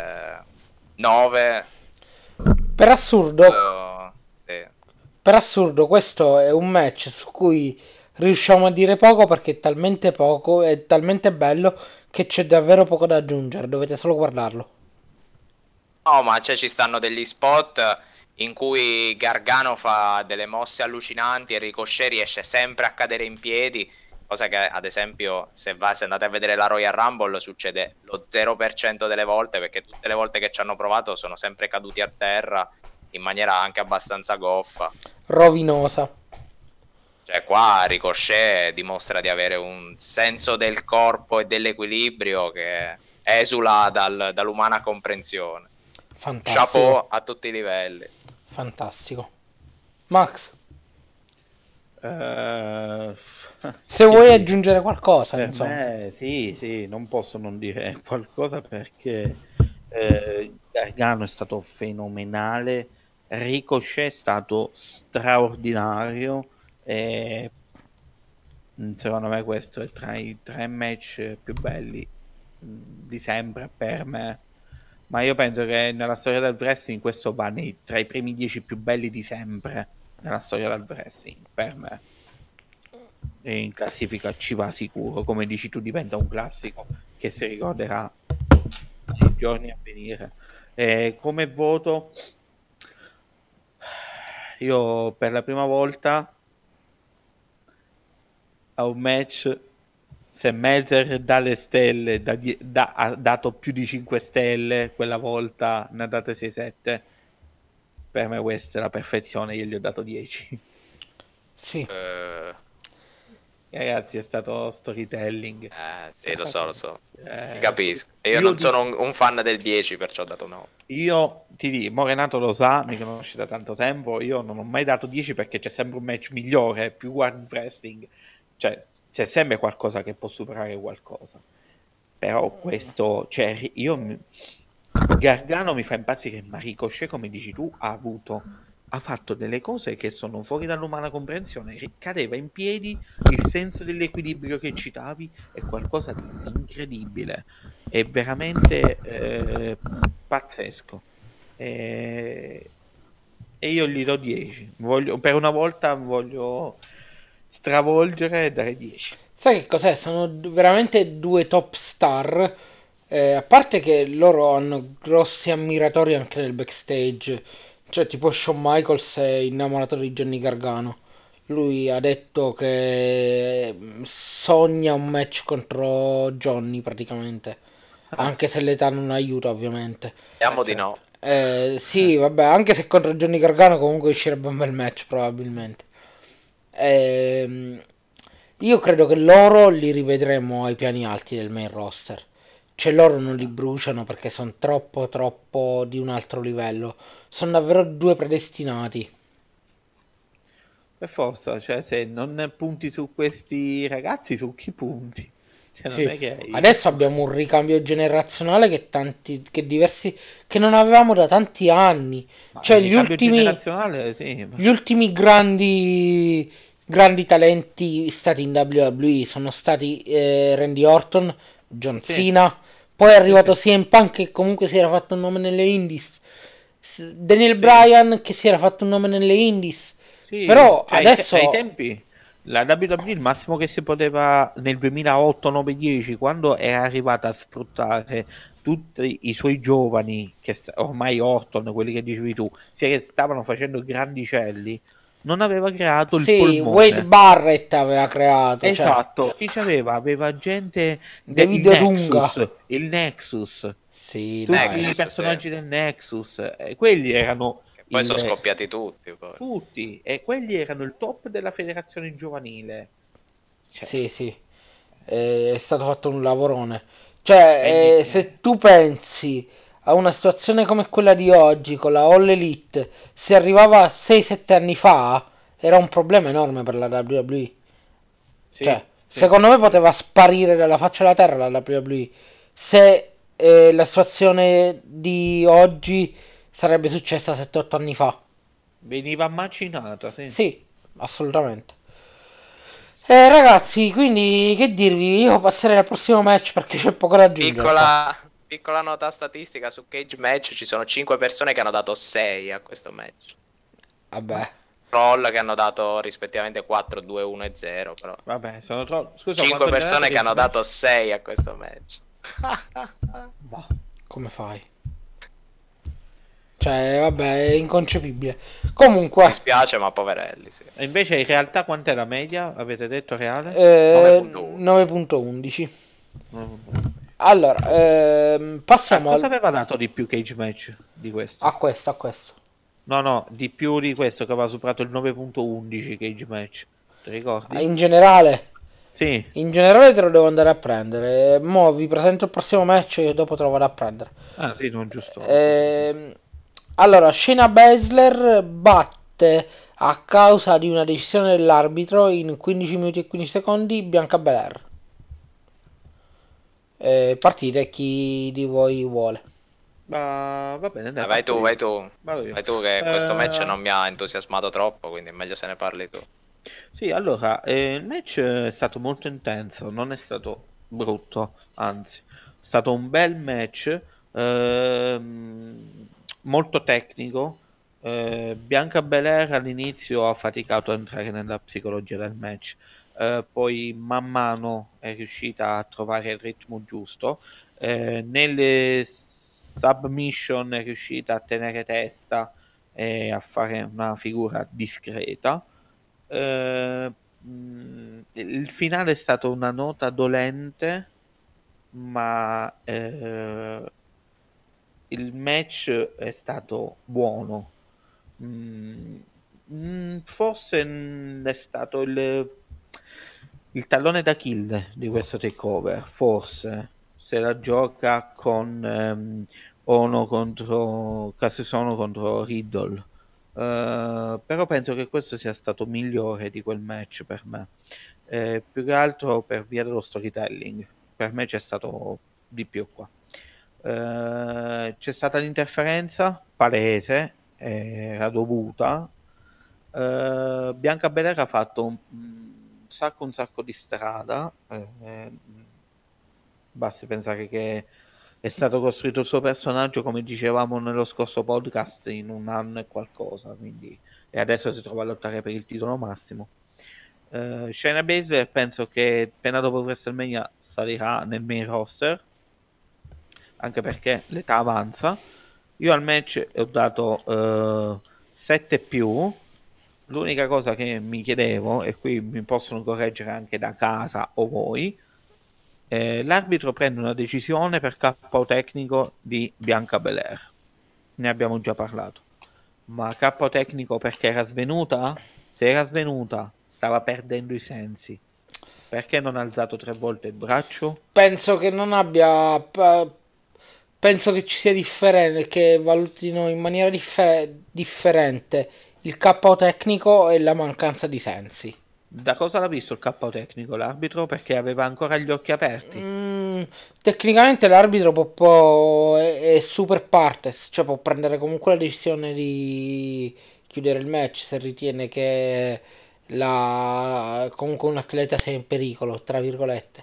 9. Per assurdo, Sì. per assurdo, questo è un match su cui riusciamo a dire poco perché è talmente poco, è talmente bello che c'è davvero poco da aggiungere, dovete solo guardarlo. No, ma ci stanno degli spot in cui Gargano fa delle mosse allucinanti e Ricochet riesce sempre a cadere in piedi, cosa che ad esempio se andate a vedere la Royal Rumble succede lo 0% delle volte, perché tutte le volte che ci hanno provato sono sempre caduti a terra in maniera anche abbastanza goffa. Rovinosa. Cioè qua Ricochet dimostra di avere un senso del corpo e dell'equilibrio che esula dall'umana comprensione. Fantastico. Chapeau a tutti i livelli. Fantastico. Max, Eh, se che vuoi dire? aggiungere qualcosa, Per insomma. me sì, sì, non posso non dire qualcosa perché Gargano è stato fenomenale, Ricochet è stato straordinario e secondo me questo è tra i tre match più belli di sempre per me. Ma io penso che nella storia del wrestling questo va tra i primi 10 più belli di sempre nella storia del wrestling, per me. E in classifica ci va sicuro, come dici tu, diventa un classico che si ricorderà nei giorni a venire. Come voto, io per la prima volta a un match, se Meltzer dalle stelle ha dato più di 5 stelle, quella volta ne ha date 6-7. Per me questa è la perfezione, io gli ho dato 10. Sì. Ragazzi, è stato storytelling. Sì, lo so. Capisco. Io non sono un fan del 10, perciò ho dato 9. Io ti dico, Morenato lo sa, mi conosce da tanto tempo, io non ho mai dato 10 perché c'è sempre un match migliore, più guardi wrestling, cioè c'è sempre qualcosa che può superare qualcosa. Però questo, cioè Gargano mi fa impazzire, ma Ricochet, come dici tu, ha fatto delle cose che sono fuori dall'umana comprensione, cadeva in piedi, il senso dell'equilibrio che citavi è qualcosa di incredibile, è veramente pazzesco, e io gli do 10. Per una volta voglio stravolgere e dare 10. Sai che cos'è? Sono veramente due top star. A parte che loro hanno grossi ammiratori anche nel backstage. Cioè, tipo Shawn Michaels è innamorato di Johnny Gargano. Lui ha detto che sogna un match contro Johnny praticamente. Anche se l'età non aiuta, ovviamente. Speriamo di no. Sì, vabbè, anche se contro Johnny Gargano comunque uscirebbe un bel match, probabilmente. Io credo che loro li rivedremo ai piani alti del main roster. Cioè loro non li bruciano perché sono troppo di un altro livello. Sono davvero due predestinati. Per forza, cioè se non punti su questi ragazzi, su chi punti? Cioè, Sì. non è che Adesso abbiamo un ricambio generazionale che diversi che non avevamo da tanti anni. Cioè il ricambio generazionale, sì. gli ultimi grandi talenti stati in WWE sono stati Randy Orton, John Sì. Cena, poi è arrivato CM Punk che comunque si era fatto un nome nelle Indies, Daniel Bryan che si era fatto un nome nelle Indies. Sì, Però cioè, adesso ai tempi la WWE il massimo che si poteva nel 2008, 9, 10, quando è arrivata a sfruttare tutti i suoi giovani, che ormai Orton, quelli che dicevi tu, che stavano facendo grandicelli, non aveva creato il sì, polmone. Wade Barrett aveva creato, Esatto, cioè, chi c'aveva? Aveva gente David il Nexus, sì, tutti dai. i personaggi del Nexus, quelli erano Poi sono scoppiati tutti. Poi. tutti, e quelli erano il top della federazione giovanile. Cioè, Sì, è stato fatto un lavorone. Cioè, se tu pensi a una situazione come quella di oggi con la All Elite, se arrivava 6-7 anni fa, era un problema enorme per la WWE. sì, Cioè, sì. secondo me poteva sparire dalla faccia della terra la WWE se la situazione di oggi sarebbe successa 7-8 anni fa. Veniva macinata, sì. Sì, assolutamente. Ragazzi, quindi che dirvi? Io passerei al prossimo match perché c'è poco da aggiungere. Piccola nota statistica su Cage Match: ci sono 5 persone che hanno dato 6 a questo match. Vabbè. Troll che hanno dato rispettivamente 4, 2, 1 e 0. Però Vabbè, sono Scusa, 5 quanto persone che hanno match? dato 6 a questo match. Boh. Come fai? Cioè, vabbè, è inconcepibile. Comunque, Mi spiace, ma poverelli, sì. E invece in realtà quant'è la media? Avete detto reale? 9.11. Allora, passiamo cosa aveva dato di più Cage Match di questo? a questo. No, di più di questo che aveva superato il 9.11 Cage Match. Ti ricordi? In generale, Sì. in generale te lo devo andare a prendere. Mo' vi presento il prossimo match e dopo te lo vado a prendere. Ah, sì, non giusto. Allora, Shayna Baszler batte a causa di una decisione dell'arbitro in 15 minuti e 15 secondi Bianca Belair. Partite chi di voi vuole. Va bene, dai, Vai tu, io. vai tu. Vado io. Vai tu che questo match non mi ha entusiasmato troppo, quindi è meglio se ne parli tu. Sì, allora, il match è stato molto intenso, non è stato brutto, anzi, è stato un bel match, molto tecnico. Bianca Belair all'inizio ha faticato a entrare nella psicologia del match, poi man mano è riuscita a trovare il ritmo giusto. Nelle submission è riuscita a tenere testa e a fare una figura discreta. Il finale è stato una nota dolente, ma il match è stato buono. Forse è stato il tallone d'Achille di questo takeover, forse se la gioca con Ono contro Cassius Ono contro Riddle. Però penso che questo sia stato migliore di quel match per me, più che altro per via dello storytelling. Per me c'è stato di più qua. C'è stata l'interferenza palese, era dovuta. Bianca Belair ha fatto un sacco di strada. Basti pensare che è stato costruito il suo personaggio, come dicevamo nello scorso podcast, in un anno e qualcosa, quindi, e adesso si trova a lottare per il titolo massimo. Shayna Baszler penso che appena dopo WrestleMania salirà nel main roster, anche perché l'età avanza. Io al match ho dato 7+. L'unica cosa che mi chiedevo, e qui mi possono correggere anche da casa o voi, l'arbitro prende una decisione per KO tecnico di Bianca Belair. Ne abbiamo già parlato. Ma KO tecnico perché era svenuta? Se era svenuta, stava perdendo i sensi. Perché non ha alzato 3 volte il braccio? Penso che non abbia. Penso che ci sia differente, che valutino in maniera differente il KO tecnico e la mancanza di sensi. Da cosa l'ha visto il KO tecnico l'arbitro? Perché aveva ancora gli occhi aperti. Tecnicamente l'arbitro è super partes, cioè può prendere comunque la decisione di chiudere il match se ritiene che comunque un atleta sia in pericolo, tra virgolette.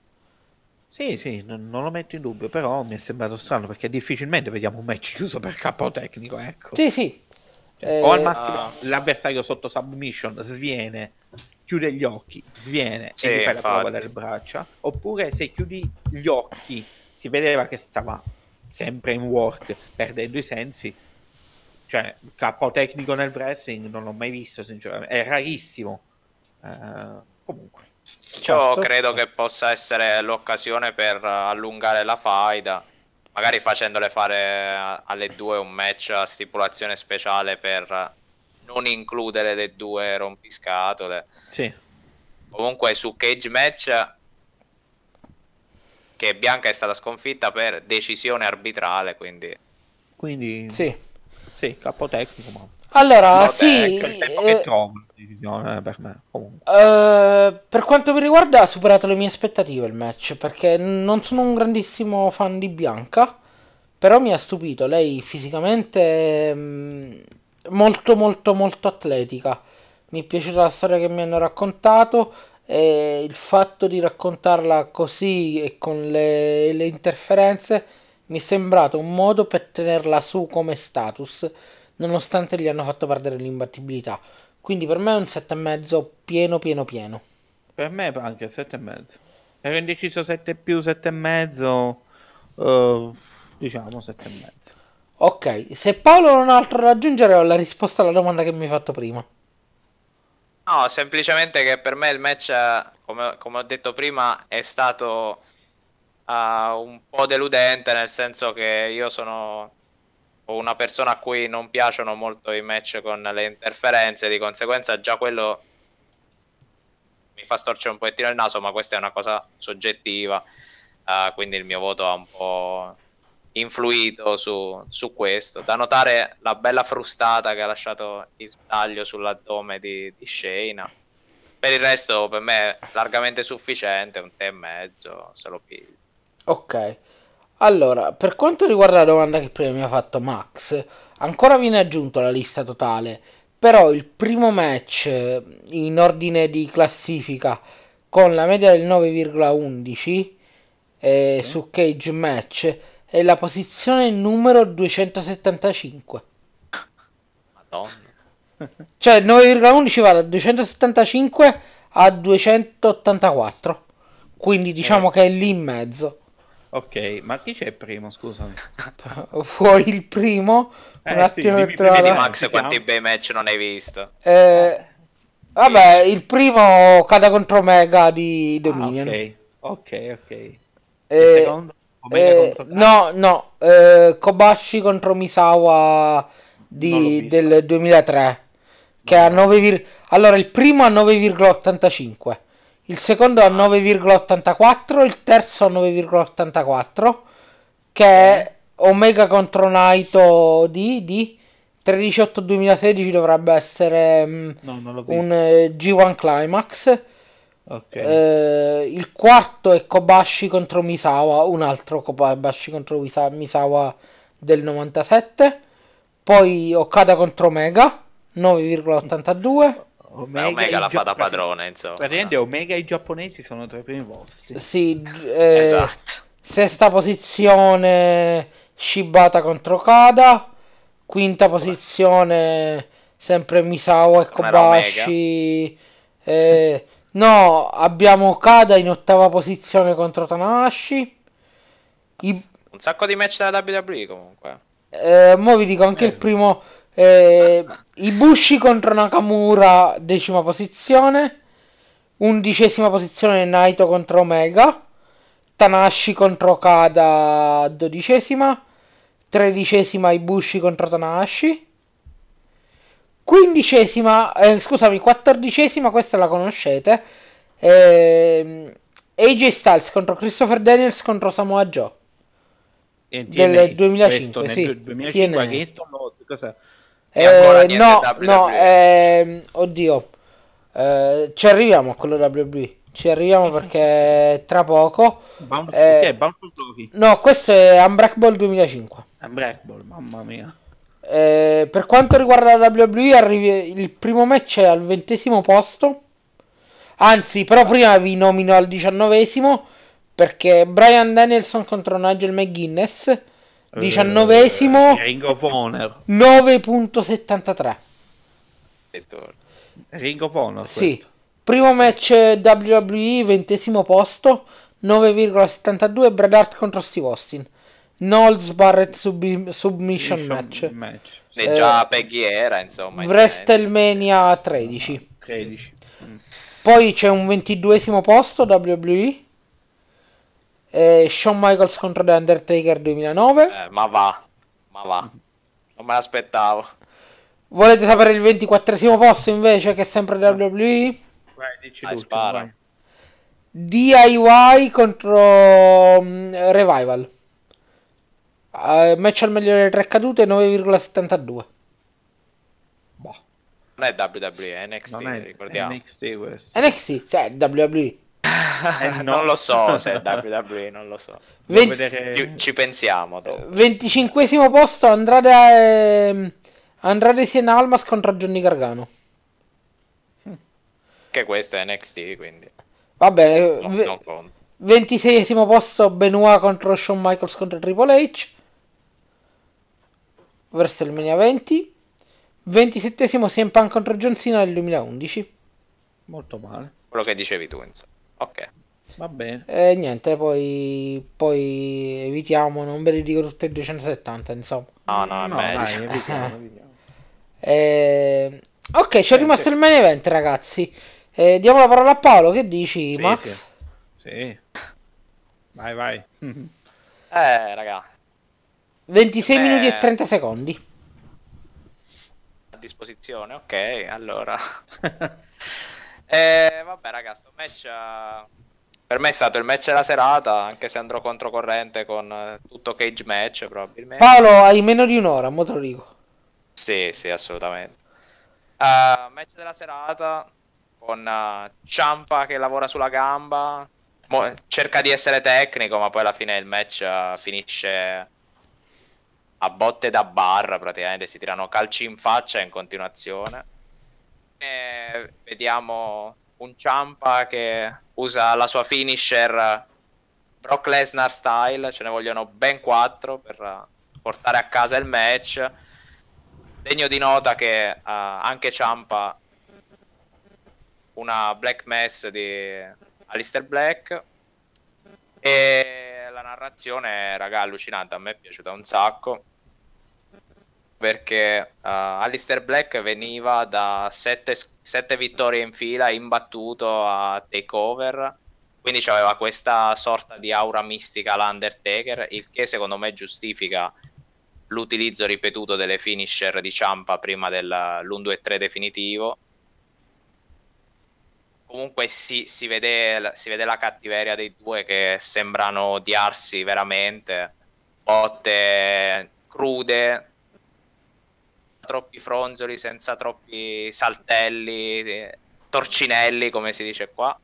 Sì, non lo metto in dubbio, però mi è sembrato strano perché difficilmente vediamo un match chiuso per KO tecnico, ecco. Sì. Cioè, o al massimo l'avversario sotto submission sviene, chiude gli occhi, sviene Sì, e gli fai la infatti. prova delle braccia, oppure se chiudi gli occhi si vedeva che stava sempre in work, perdendo i sensi. Cioè, KO tecnico nel wrestling non l'ho mai visto, sinceramente, è rarissimo. Comunque. Io Certo. credo che possa essere l'occasione per allungare la faida, magari facendole fare alle due un match a stipulazione speciale per non includere le due rompiscatole. Sì. Comunque su Cage Match, che Bianca è stata sconfitta per decisione arbitrale, Quindi Sì. KO tecnico, ma Allora, vabbè, sì. ecco il tempo che trovo la decisione per me. Comunque. Per quanto mi riguarda ha superato le mie aspettative il match, perché non sono un grandissimo fan di Bianca, però mi ha stupito. Lei fisicamente molto molto molto atletica. Mi è piaciuta la storia che mi hanno raccontato e il fatto di raccontarla così e con le interferenze mi è sembrato un modo per tenerla su come status, nonostante gli hanno fatto perdere l'imbattibilità. Quindi per me è un 7,5 pieno. Per me anche 7,5. Ero indeciso 7+, 7,5. Diciamo 7,5. Ok, se Paolo non ha altro da aggiungere ho la risposta alla domanda che mi hai fatto prima. no, semplicemente che per me il match, come ho detto prima, è stato un po' deludente, nel senso che io sono una persona a cui non piacciono molto i match con le interferenze, di conseguenza già quello mi fa storcere un pochettino il naso, ma questa è una cosa soggettiva, quindi il mio voto ha un po' influito su questo. Da notare la bella frustata che ha lasciato il taglio sull'addome di Shayna. Per il resto per me è largamente sufficiente, un 6,5 se lo piglio. Ok, allora, per quanto riguarda la domanda che prima mi ha fatto Max, ancora viene aggiunto alla lista totale, però il primo match in ordine di classifica con la media del 9,11 su Cage Match è la posizione numero 275. Madonna. Cioè 9,11 va da 275 a 284. Quindi diciamo che è lì in mezzo. Ok, ma chi c'è primo, scusami? Vuoi il primo? Un attimo dimmi per prima di Vedi trovare. Max ci quanti siamo. bei match non hai visto. Vabbè, il primo cada contro Omega di Dominion. Ok. Il Eh, secondo? Omega contro no, Kobashi contro Misawa Non l'ho visto. del 2003. Che ha 9, allora il primo a 9,85, il secondo a 9,84, il terzo a 9,84, che è Omega contro Naito di 13/8/2016, dovrebbe essere No, non l'ho un visto. G1 Climax. Ok. Il quarto è Kobashi contro Misawa, un altro Kobashi contro Misawa del 97. Poi Okada contro Omega 9,82. Beh, Omega i la fa da gia- padrone, insomma. Praticamente Omega e i giapponesi sono tra i primi posti. Sì, Esatto. sesta posizione Shibata contro Okada. Quinta posizione sempre Misawa e Non era Kobashi. No, abbiamo Okada in ottava posizione contro Tanahashi. Un sacco di match della WWE comunque. Mo vi dico anche il primo. Ibushi contro Nakamura, decima posizione. Undicesima posizione Naito contro Omega. Tanahashi contro Okada, dodicesima. Tredicesima Ibushi contro Tanahashi. Quindicesima, scusami, quattordicesima, questa la conoscete. AJ Styles contro Christopher Daniels contro Samoa Joe. Del 2005, questo, sì. nel 2005 TNA. Kingston Road, cos'è? E ancora niente no, WWE. oddio. Ci arriviamo a quello WWE. Ci arriviamo perché tra poco. Bound, Eh, chi è? Bound for Glory? No, questo è Unbreakable 2005. Black Ball, mamma mia. Per quanto riguarda la WWE, il primo match è al 20° posto. Anzi, però prima vi nomino al 19°, perché Bryan Danielson contro Nigel McGuinness. 19°, Ring of Honor. 9,73. Ring of Honor, Sì. questo. Primo match WWE, 20° posto, 9,72, Bret Hart contro Steve Austin. Knowles Barrett submission match. E già Peggy era, insomma. WrestleMania 13. 13. Poi c'è un 22° posto WWE. Shawn Michaels contro The Undertaker 2009. Ma va. Non me l'aspettavo. Volete sapere il 24° posto invece, che è sempre WWE? Vai, dici Dai, l'ultimo, spara. vai. DIY contro Revival. Match al meglio delle 3 cadute, 9,72. Boh, Non è WWE, è NXT, non è ricordiamo. NXT questo. NXT, sì, WWE. No. Non lo so se è WWE, non lo so. Devo 20 vedere... Ci pensiamo dopo. 25° posto Andrade Cien Almas contro Johnny Gargano. Che questo è NXT, quindi Va bene. non conta. 26° posto Benoit contro Shawn Michaels contro Triple H. WrestleMania 20. 27° CM Punk contro John Cena nel 2011. Molto male. Quello che dicevi tu, insomma. Ok. Va bene. Niente, poi evitiamo, non ve le dico tutte e 270, insomma. No, è No, meglio. dai, evitiamo. Ok, c'è rimasto il main event, ragazzi. Diamo la parola a Paolo, che dici, Sì, Max? Sì. Vai. Raga, 26 minuti e 30 secondi. a disposizione, ok, allora. Vabbè, raga, sto match per me è stato il match della serata, anche se andrò controcorrente con tutto cage match, probabilmente. Paolo, hai meno di un'ora, mo te lo dico. Sì, assolutamente. Match della serata con Ciampa che lavora sulla gamba. Cerca di essere tecnico, ma poi alla fine il match finisce a botte da bar, praticamente si tirano calci in faccia in continuazione. E vediamo un Ciampa che usa la sua finisher Brock Lesnar style, ce ne vogliono ben 4 per portare a casa il match. Degno di nota che anche Ciampa una Black Mass di Aleister Black, e la narrazione, raga, allucinante, a me è piaciuta un sacco, perché Aleister Black veniva da 7 vittorie in fila, imbattuto a TakeOver, quindi aveva questa sorta di aura mistica all'Undertaker, il che secondo me giustifica l'utilizzo ripetuto delle finisher di Ciampa prima dell'1-2-3 definitivo. Comunque si vede la cattiveria dei due, che sembrano odiarsi veramente, botte crude, troppi fronzoli, senza troppi saltelli, torcinelli come si dice qua.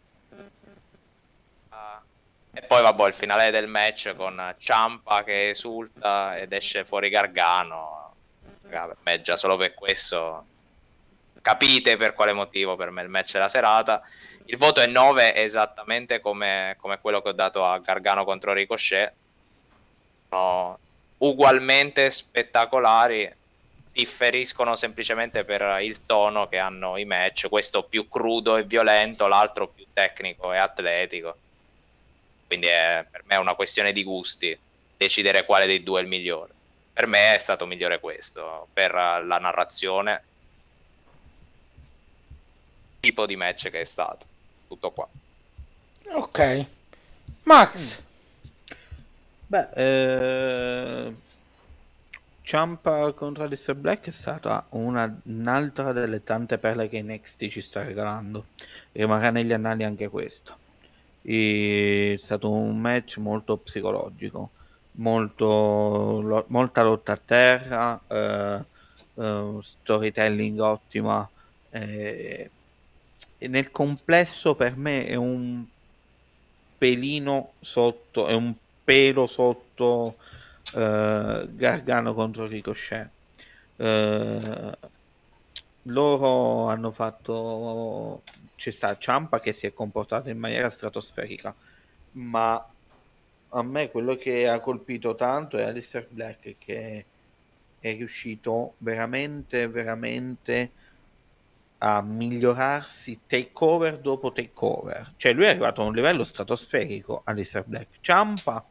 E poi vabbè, il finale del match con Ciampa che esulta ed esce fuori Gargano. Per me già solo per questo capite per quale motivo per me il match della serata. Il voto è 9, esattamente come quello che ho dato a Gargano contro Ricochet. Sono ugualmente spettacolari, differiscono semplicemente per il tono che hanno i match, questo più crudo e violento, l'altro più tecnico e atletico. Quindi per me è una questione di gusti decidere quale dei due è il migliore. Per me è stato migliore questo, per la narrazione, tipo di match che è stato. Tutto qua. Ok. Max. Beh, Ciampa contro Aleister Black è stata un'altra delle tante perle che NXT ci sta regalando. Rimarrà negli annali anche questo. È stato un match molto psicologico, molta lotta a terra, storytelling ottima, e nel complesso per me è un pelino sotto, è un pelo sotto Gargano contro Ricochet. Loro hanno fatto, c'è sta Ciampa che si è comportato in maniera stratosferica, ma a me quello che ha colpito tanto è Aleister Black, che è riuscito veramente a migliorarsi takeover dopo takeover. Cioè lui è arrivato a un livello stratosferico, Aleister Black. Ciampa,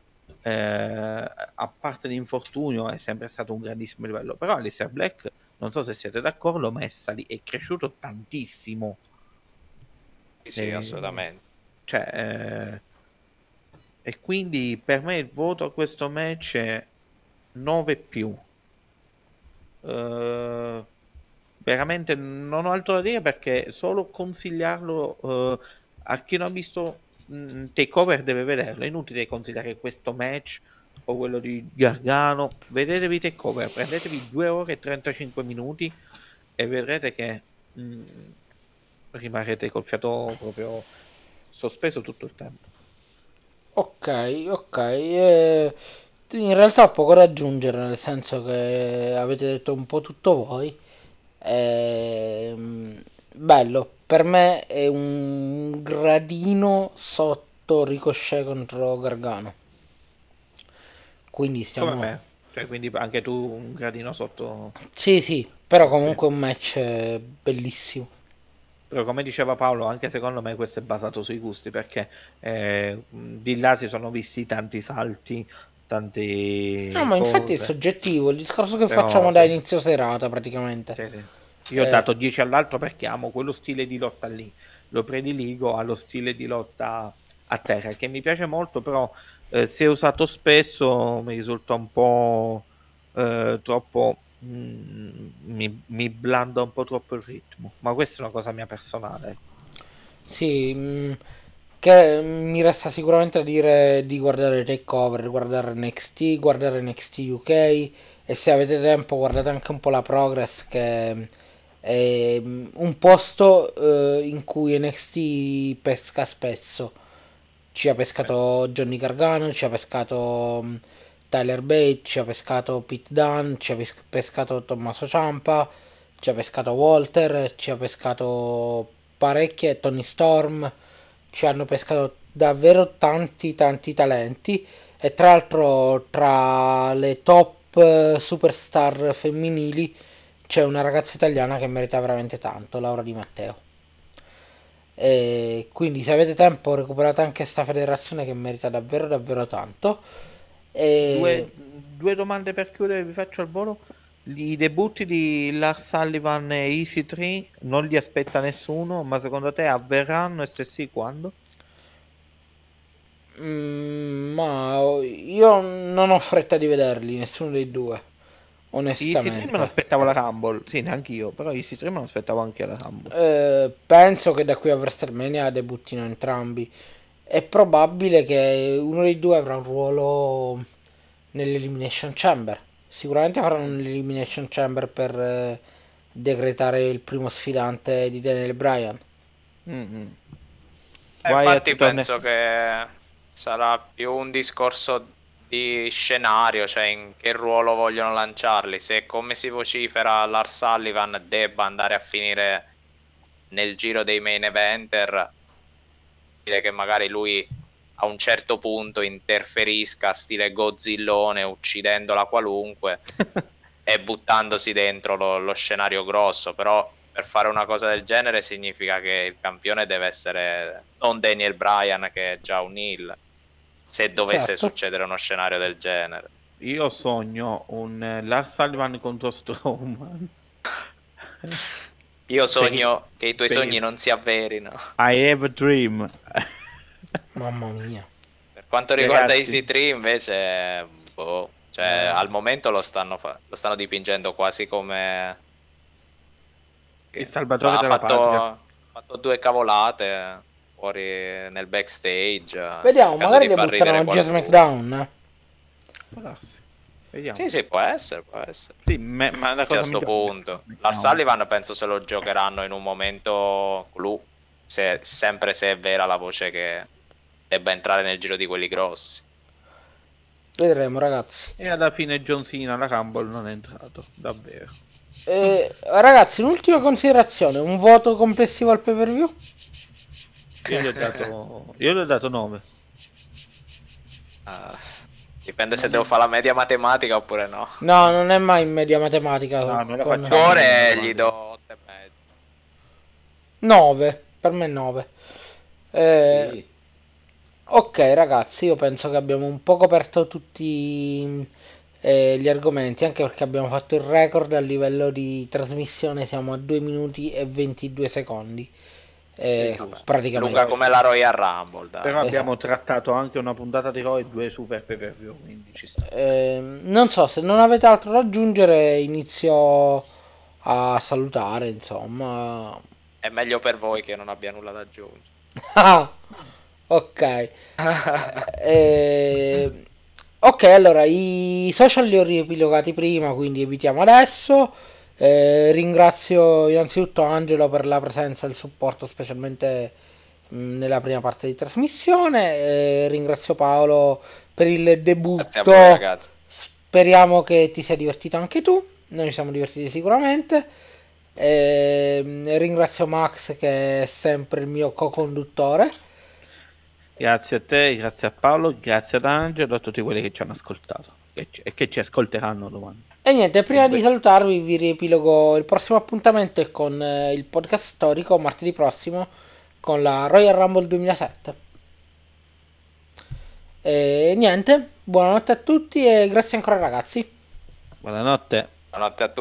a parte l'infortunio, è sempre stato un grandissimo livello, però Aleister Black, non so se siete d'accordo, ma è cresciuto tantissimo. Sì, assolutamente. Cioè, e quindi per me il voto a questo match è 9+. Veramente non ho altro da dire, perché solo consigliarlo a chi non ha visto Takeover deve vederlo. È inutile consigliare questo match o quello di Gargano. Vedetevi Takeover, prendetevi 2 ore e 35 minuti e vedrete che rimarrete col fiato proprio sospeso tutto il tempo. Ok. In realtà ho poco da aggiungere, nel senso che avete detto un po' tutto voi. Bello, per me è un gradino sotto Ricochet contro Gargano. Quindi Come stiamo... me. Cioè, quindi anche tu un gradino sotto. Sì, però comunque è un match bellissimo. Però come diceva Paolo, anche secondo me questo è basato sui gusti, perché di là si sono visti tanti salti, tanti No, ma infatti è cose. soggettivo, il discorso che Però, facciamo da sì. inizio serata praticamente. Sì. Io ho dato 10 all'altro perché amo quello stile di lotta lì, lo prediligo allo stile di lotta a terra, che mi piace molto, però se usato spesso mi risulta un po' troppo, mi blanda un po' troppo il ritmo, ma questa è una cosa mia personale. Sì, che mi resta sicuramente da dire di guardare Takeover, guardare NXT, guardare NXT UK, e se avete tempo guardate anche un po' la Progress, che è un posto in cui NXT pesca spesso. Ci ha pescato Johnny Gargano, ci ha pescato Tyler Bate, ci ha pescato Pete Dunne, ci ha pescato Tommaso Ciampa, ci ha pescato Walter, ci ha pescato parecchie, Tony Storm, ci hanno pescato davvero tanti talenti, e tra l'altro tra le top superstar femminili c'è una ragazza italiana che merita veramente tanto, Laura Di Matteo. E quindi se avete tempo recuperate anche sta federazione che merita davvero tanto. Due domande per chiudere, vi faccio al volo. I debutti di Lars Sullivan e Easy 3 non li aspetta nessuno, ma secondo te avverranno, e se sì, quando? Ma io non ho fretta di vederli, nessuno dei due, Easy 3 me lo onestamente. aspettavo alla Rumble, sì, neanche io, però Easy 3 me lo aspettavo anche alla Rumble. Penso che da qui a WrestleMania debuttino entrambi. È probabile che uno dei due avrà un ruolo nell'Elimination Chamber. Sicuramente faranno un'Elimination Chamber per decretare il primo sfidante di Daniel Bryan. Mm-hmm. Infatti penso che sarà più un discorso di scenario, cioè in che ruolo vogliono lanciarli. Se, come si vocifera, Lars Sullivan debba andare a finire nel giro dei main eventer, dire che magari lui a un certo punto interferisca stile Godzillone, uccidendola qualunque e buttandosi dentro lo scenario grosso. Però per fare una cosa del genere significa che il campione deve essere non Daniel Bryan, che è già un heel, se dovesse succedere uno scenario del genere. Io sogno un Lars Sullivan contro Strowman. Io sogno che i tuoi sogni non si avverino. I have a dream. Mamma mia. Per quanto riguarda Easy 3 invece, cioè, al momento lo stanno dipingendo quasi come il salvatore della patria. Ha fatto due cavolate fuori nel backstage. Vediamo, magari debuttano Jazz McDown. Vediamo. Sì, può essere. Sì, ma la cosa a questo punto Lars Sullivan penso se lo giocheranno in un momento clou, sempre se è vera la voce che debba entrare nel giro di quelli grossi. Vedremo, ragazzi. E alla fine John Cena alla Rumble non è entrato, davvero. Ragazzi, un'ultima considerazione, un voto complessivo al pay per view? Io gli ho dato 9. Dipende se devo fare la media matematica oppure no. No, non è mai in media matematica. No, non la facciamo. Cuore gli do 8,5. 9, per me 9. Sì. Ok, ragazzi, io penso che abbiamo un po' coperto tutti gli argomenti, anche perché abbiamo fatto il record a livello di trasmissione, siamo a 2 minuti e 22 secondi. Praticamente lunga come la Royal Rumble, dai. Però abbiamo trattato anche una puntata di Raw e 2 super pay per view, quindi ci sta. Non so, se non avete altro da aggiungere inizio a salutare, insomma. È meglio per voi che non abbia nulla da aggiungere. Ok. Ok, allora i social li ho riepilogati prima, quindi evitiamo adesso. Ringrazio innanzitutto Angelo per la presenza e il supporto, specialmente nella prima parte di trasmissione. Ringrazio Paolo per il debutto. Grazie a voi, ragazzi. Speriamo che ti sia divertito anche tu. Noi ci siamo divertiti sicuramente. Ringrazio Max, che è sempre il mio co-conduttore. Grazie a te, grazie a Paolo, grazie ad Angelo e a tutti quelli che ci hanno ascoltato e che ci ascolteranno domani. E niente, prima di salutarvi vi riepilogo il prossimo appuntamento è con il podcast storico martedì prossimo con la Royal Rumble 2007. E niente, buonanotte a tutti e grazie ancora, ragazzi. Buonanotte. Buonanotte a tutti.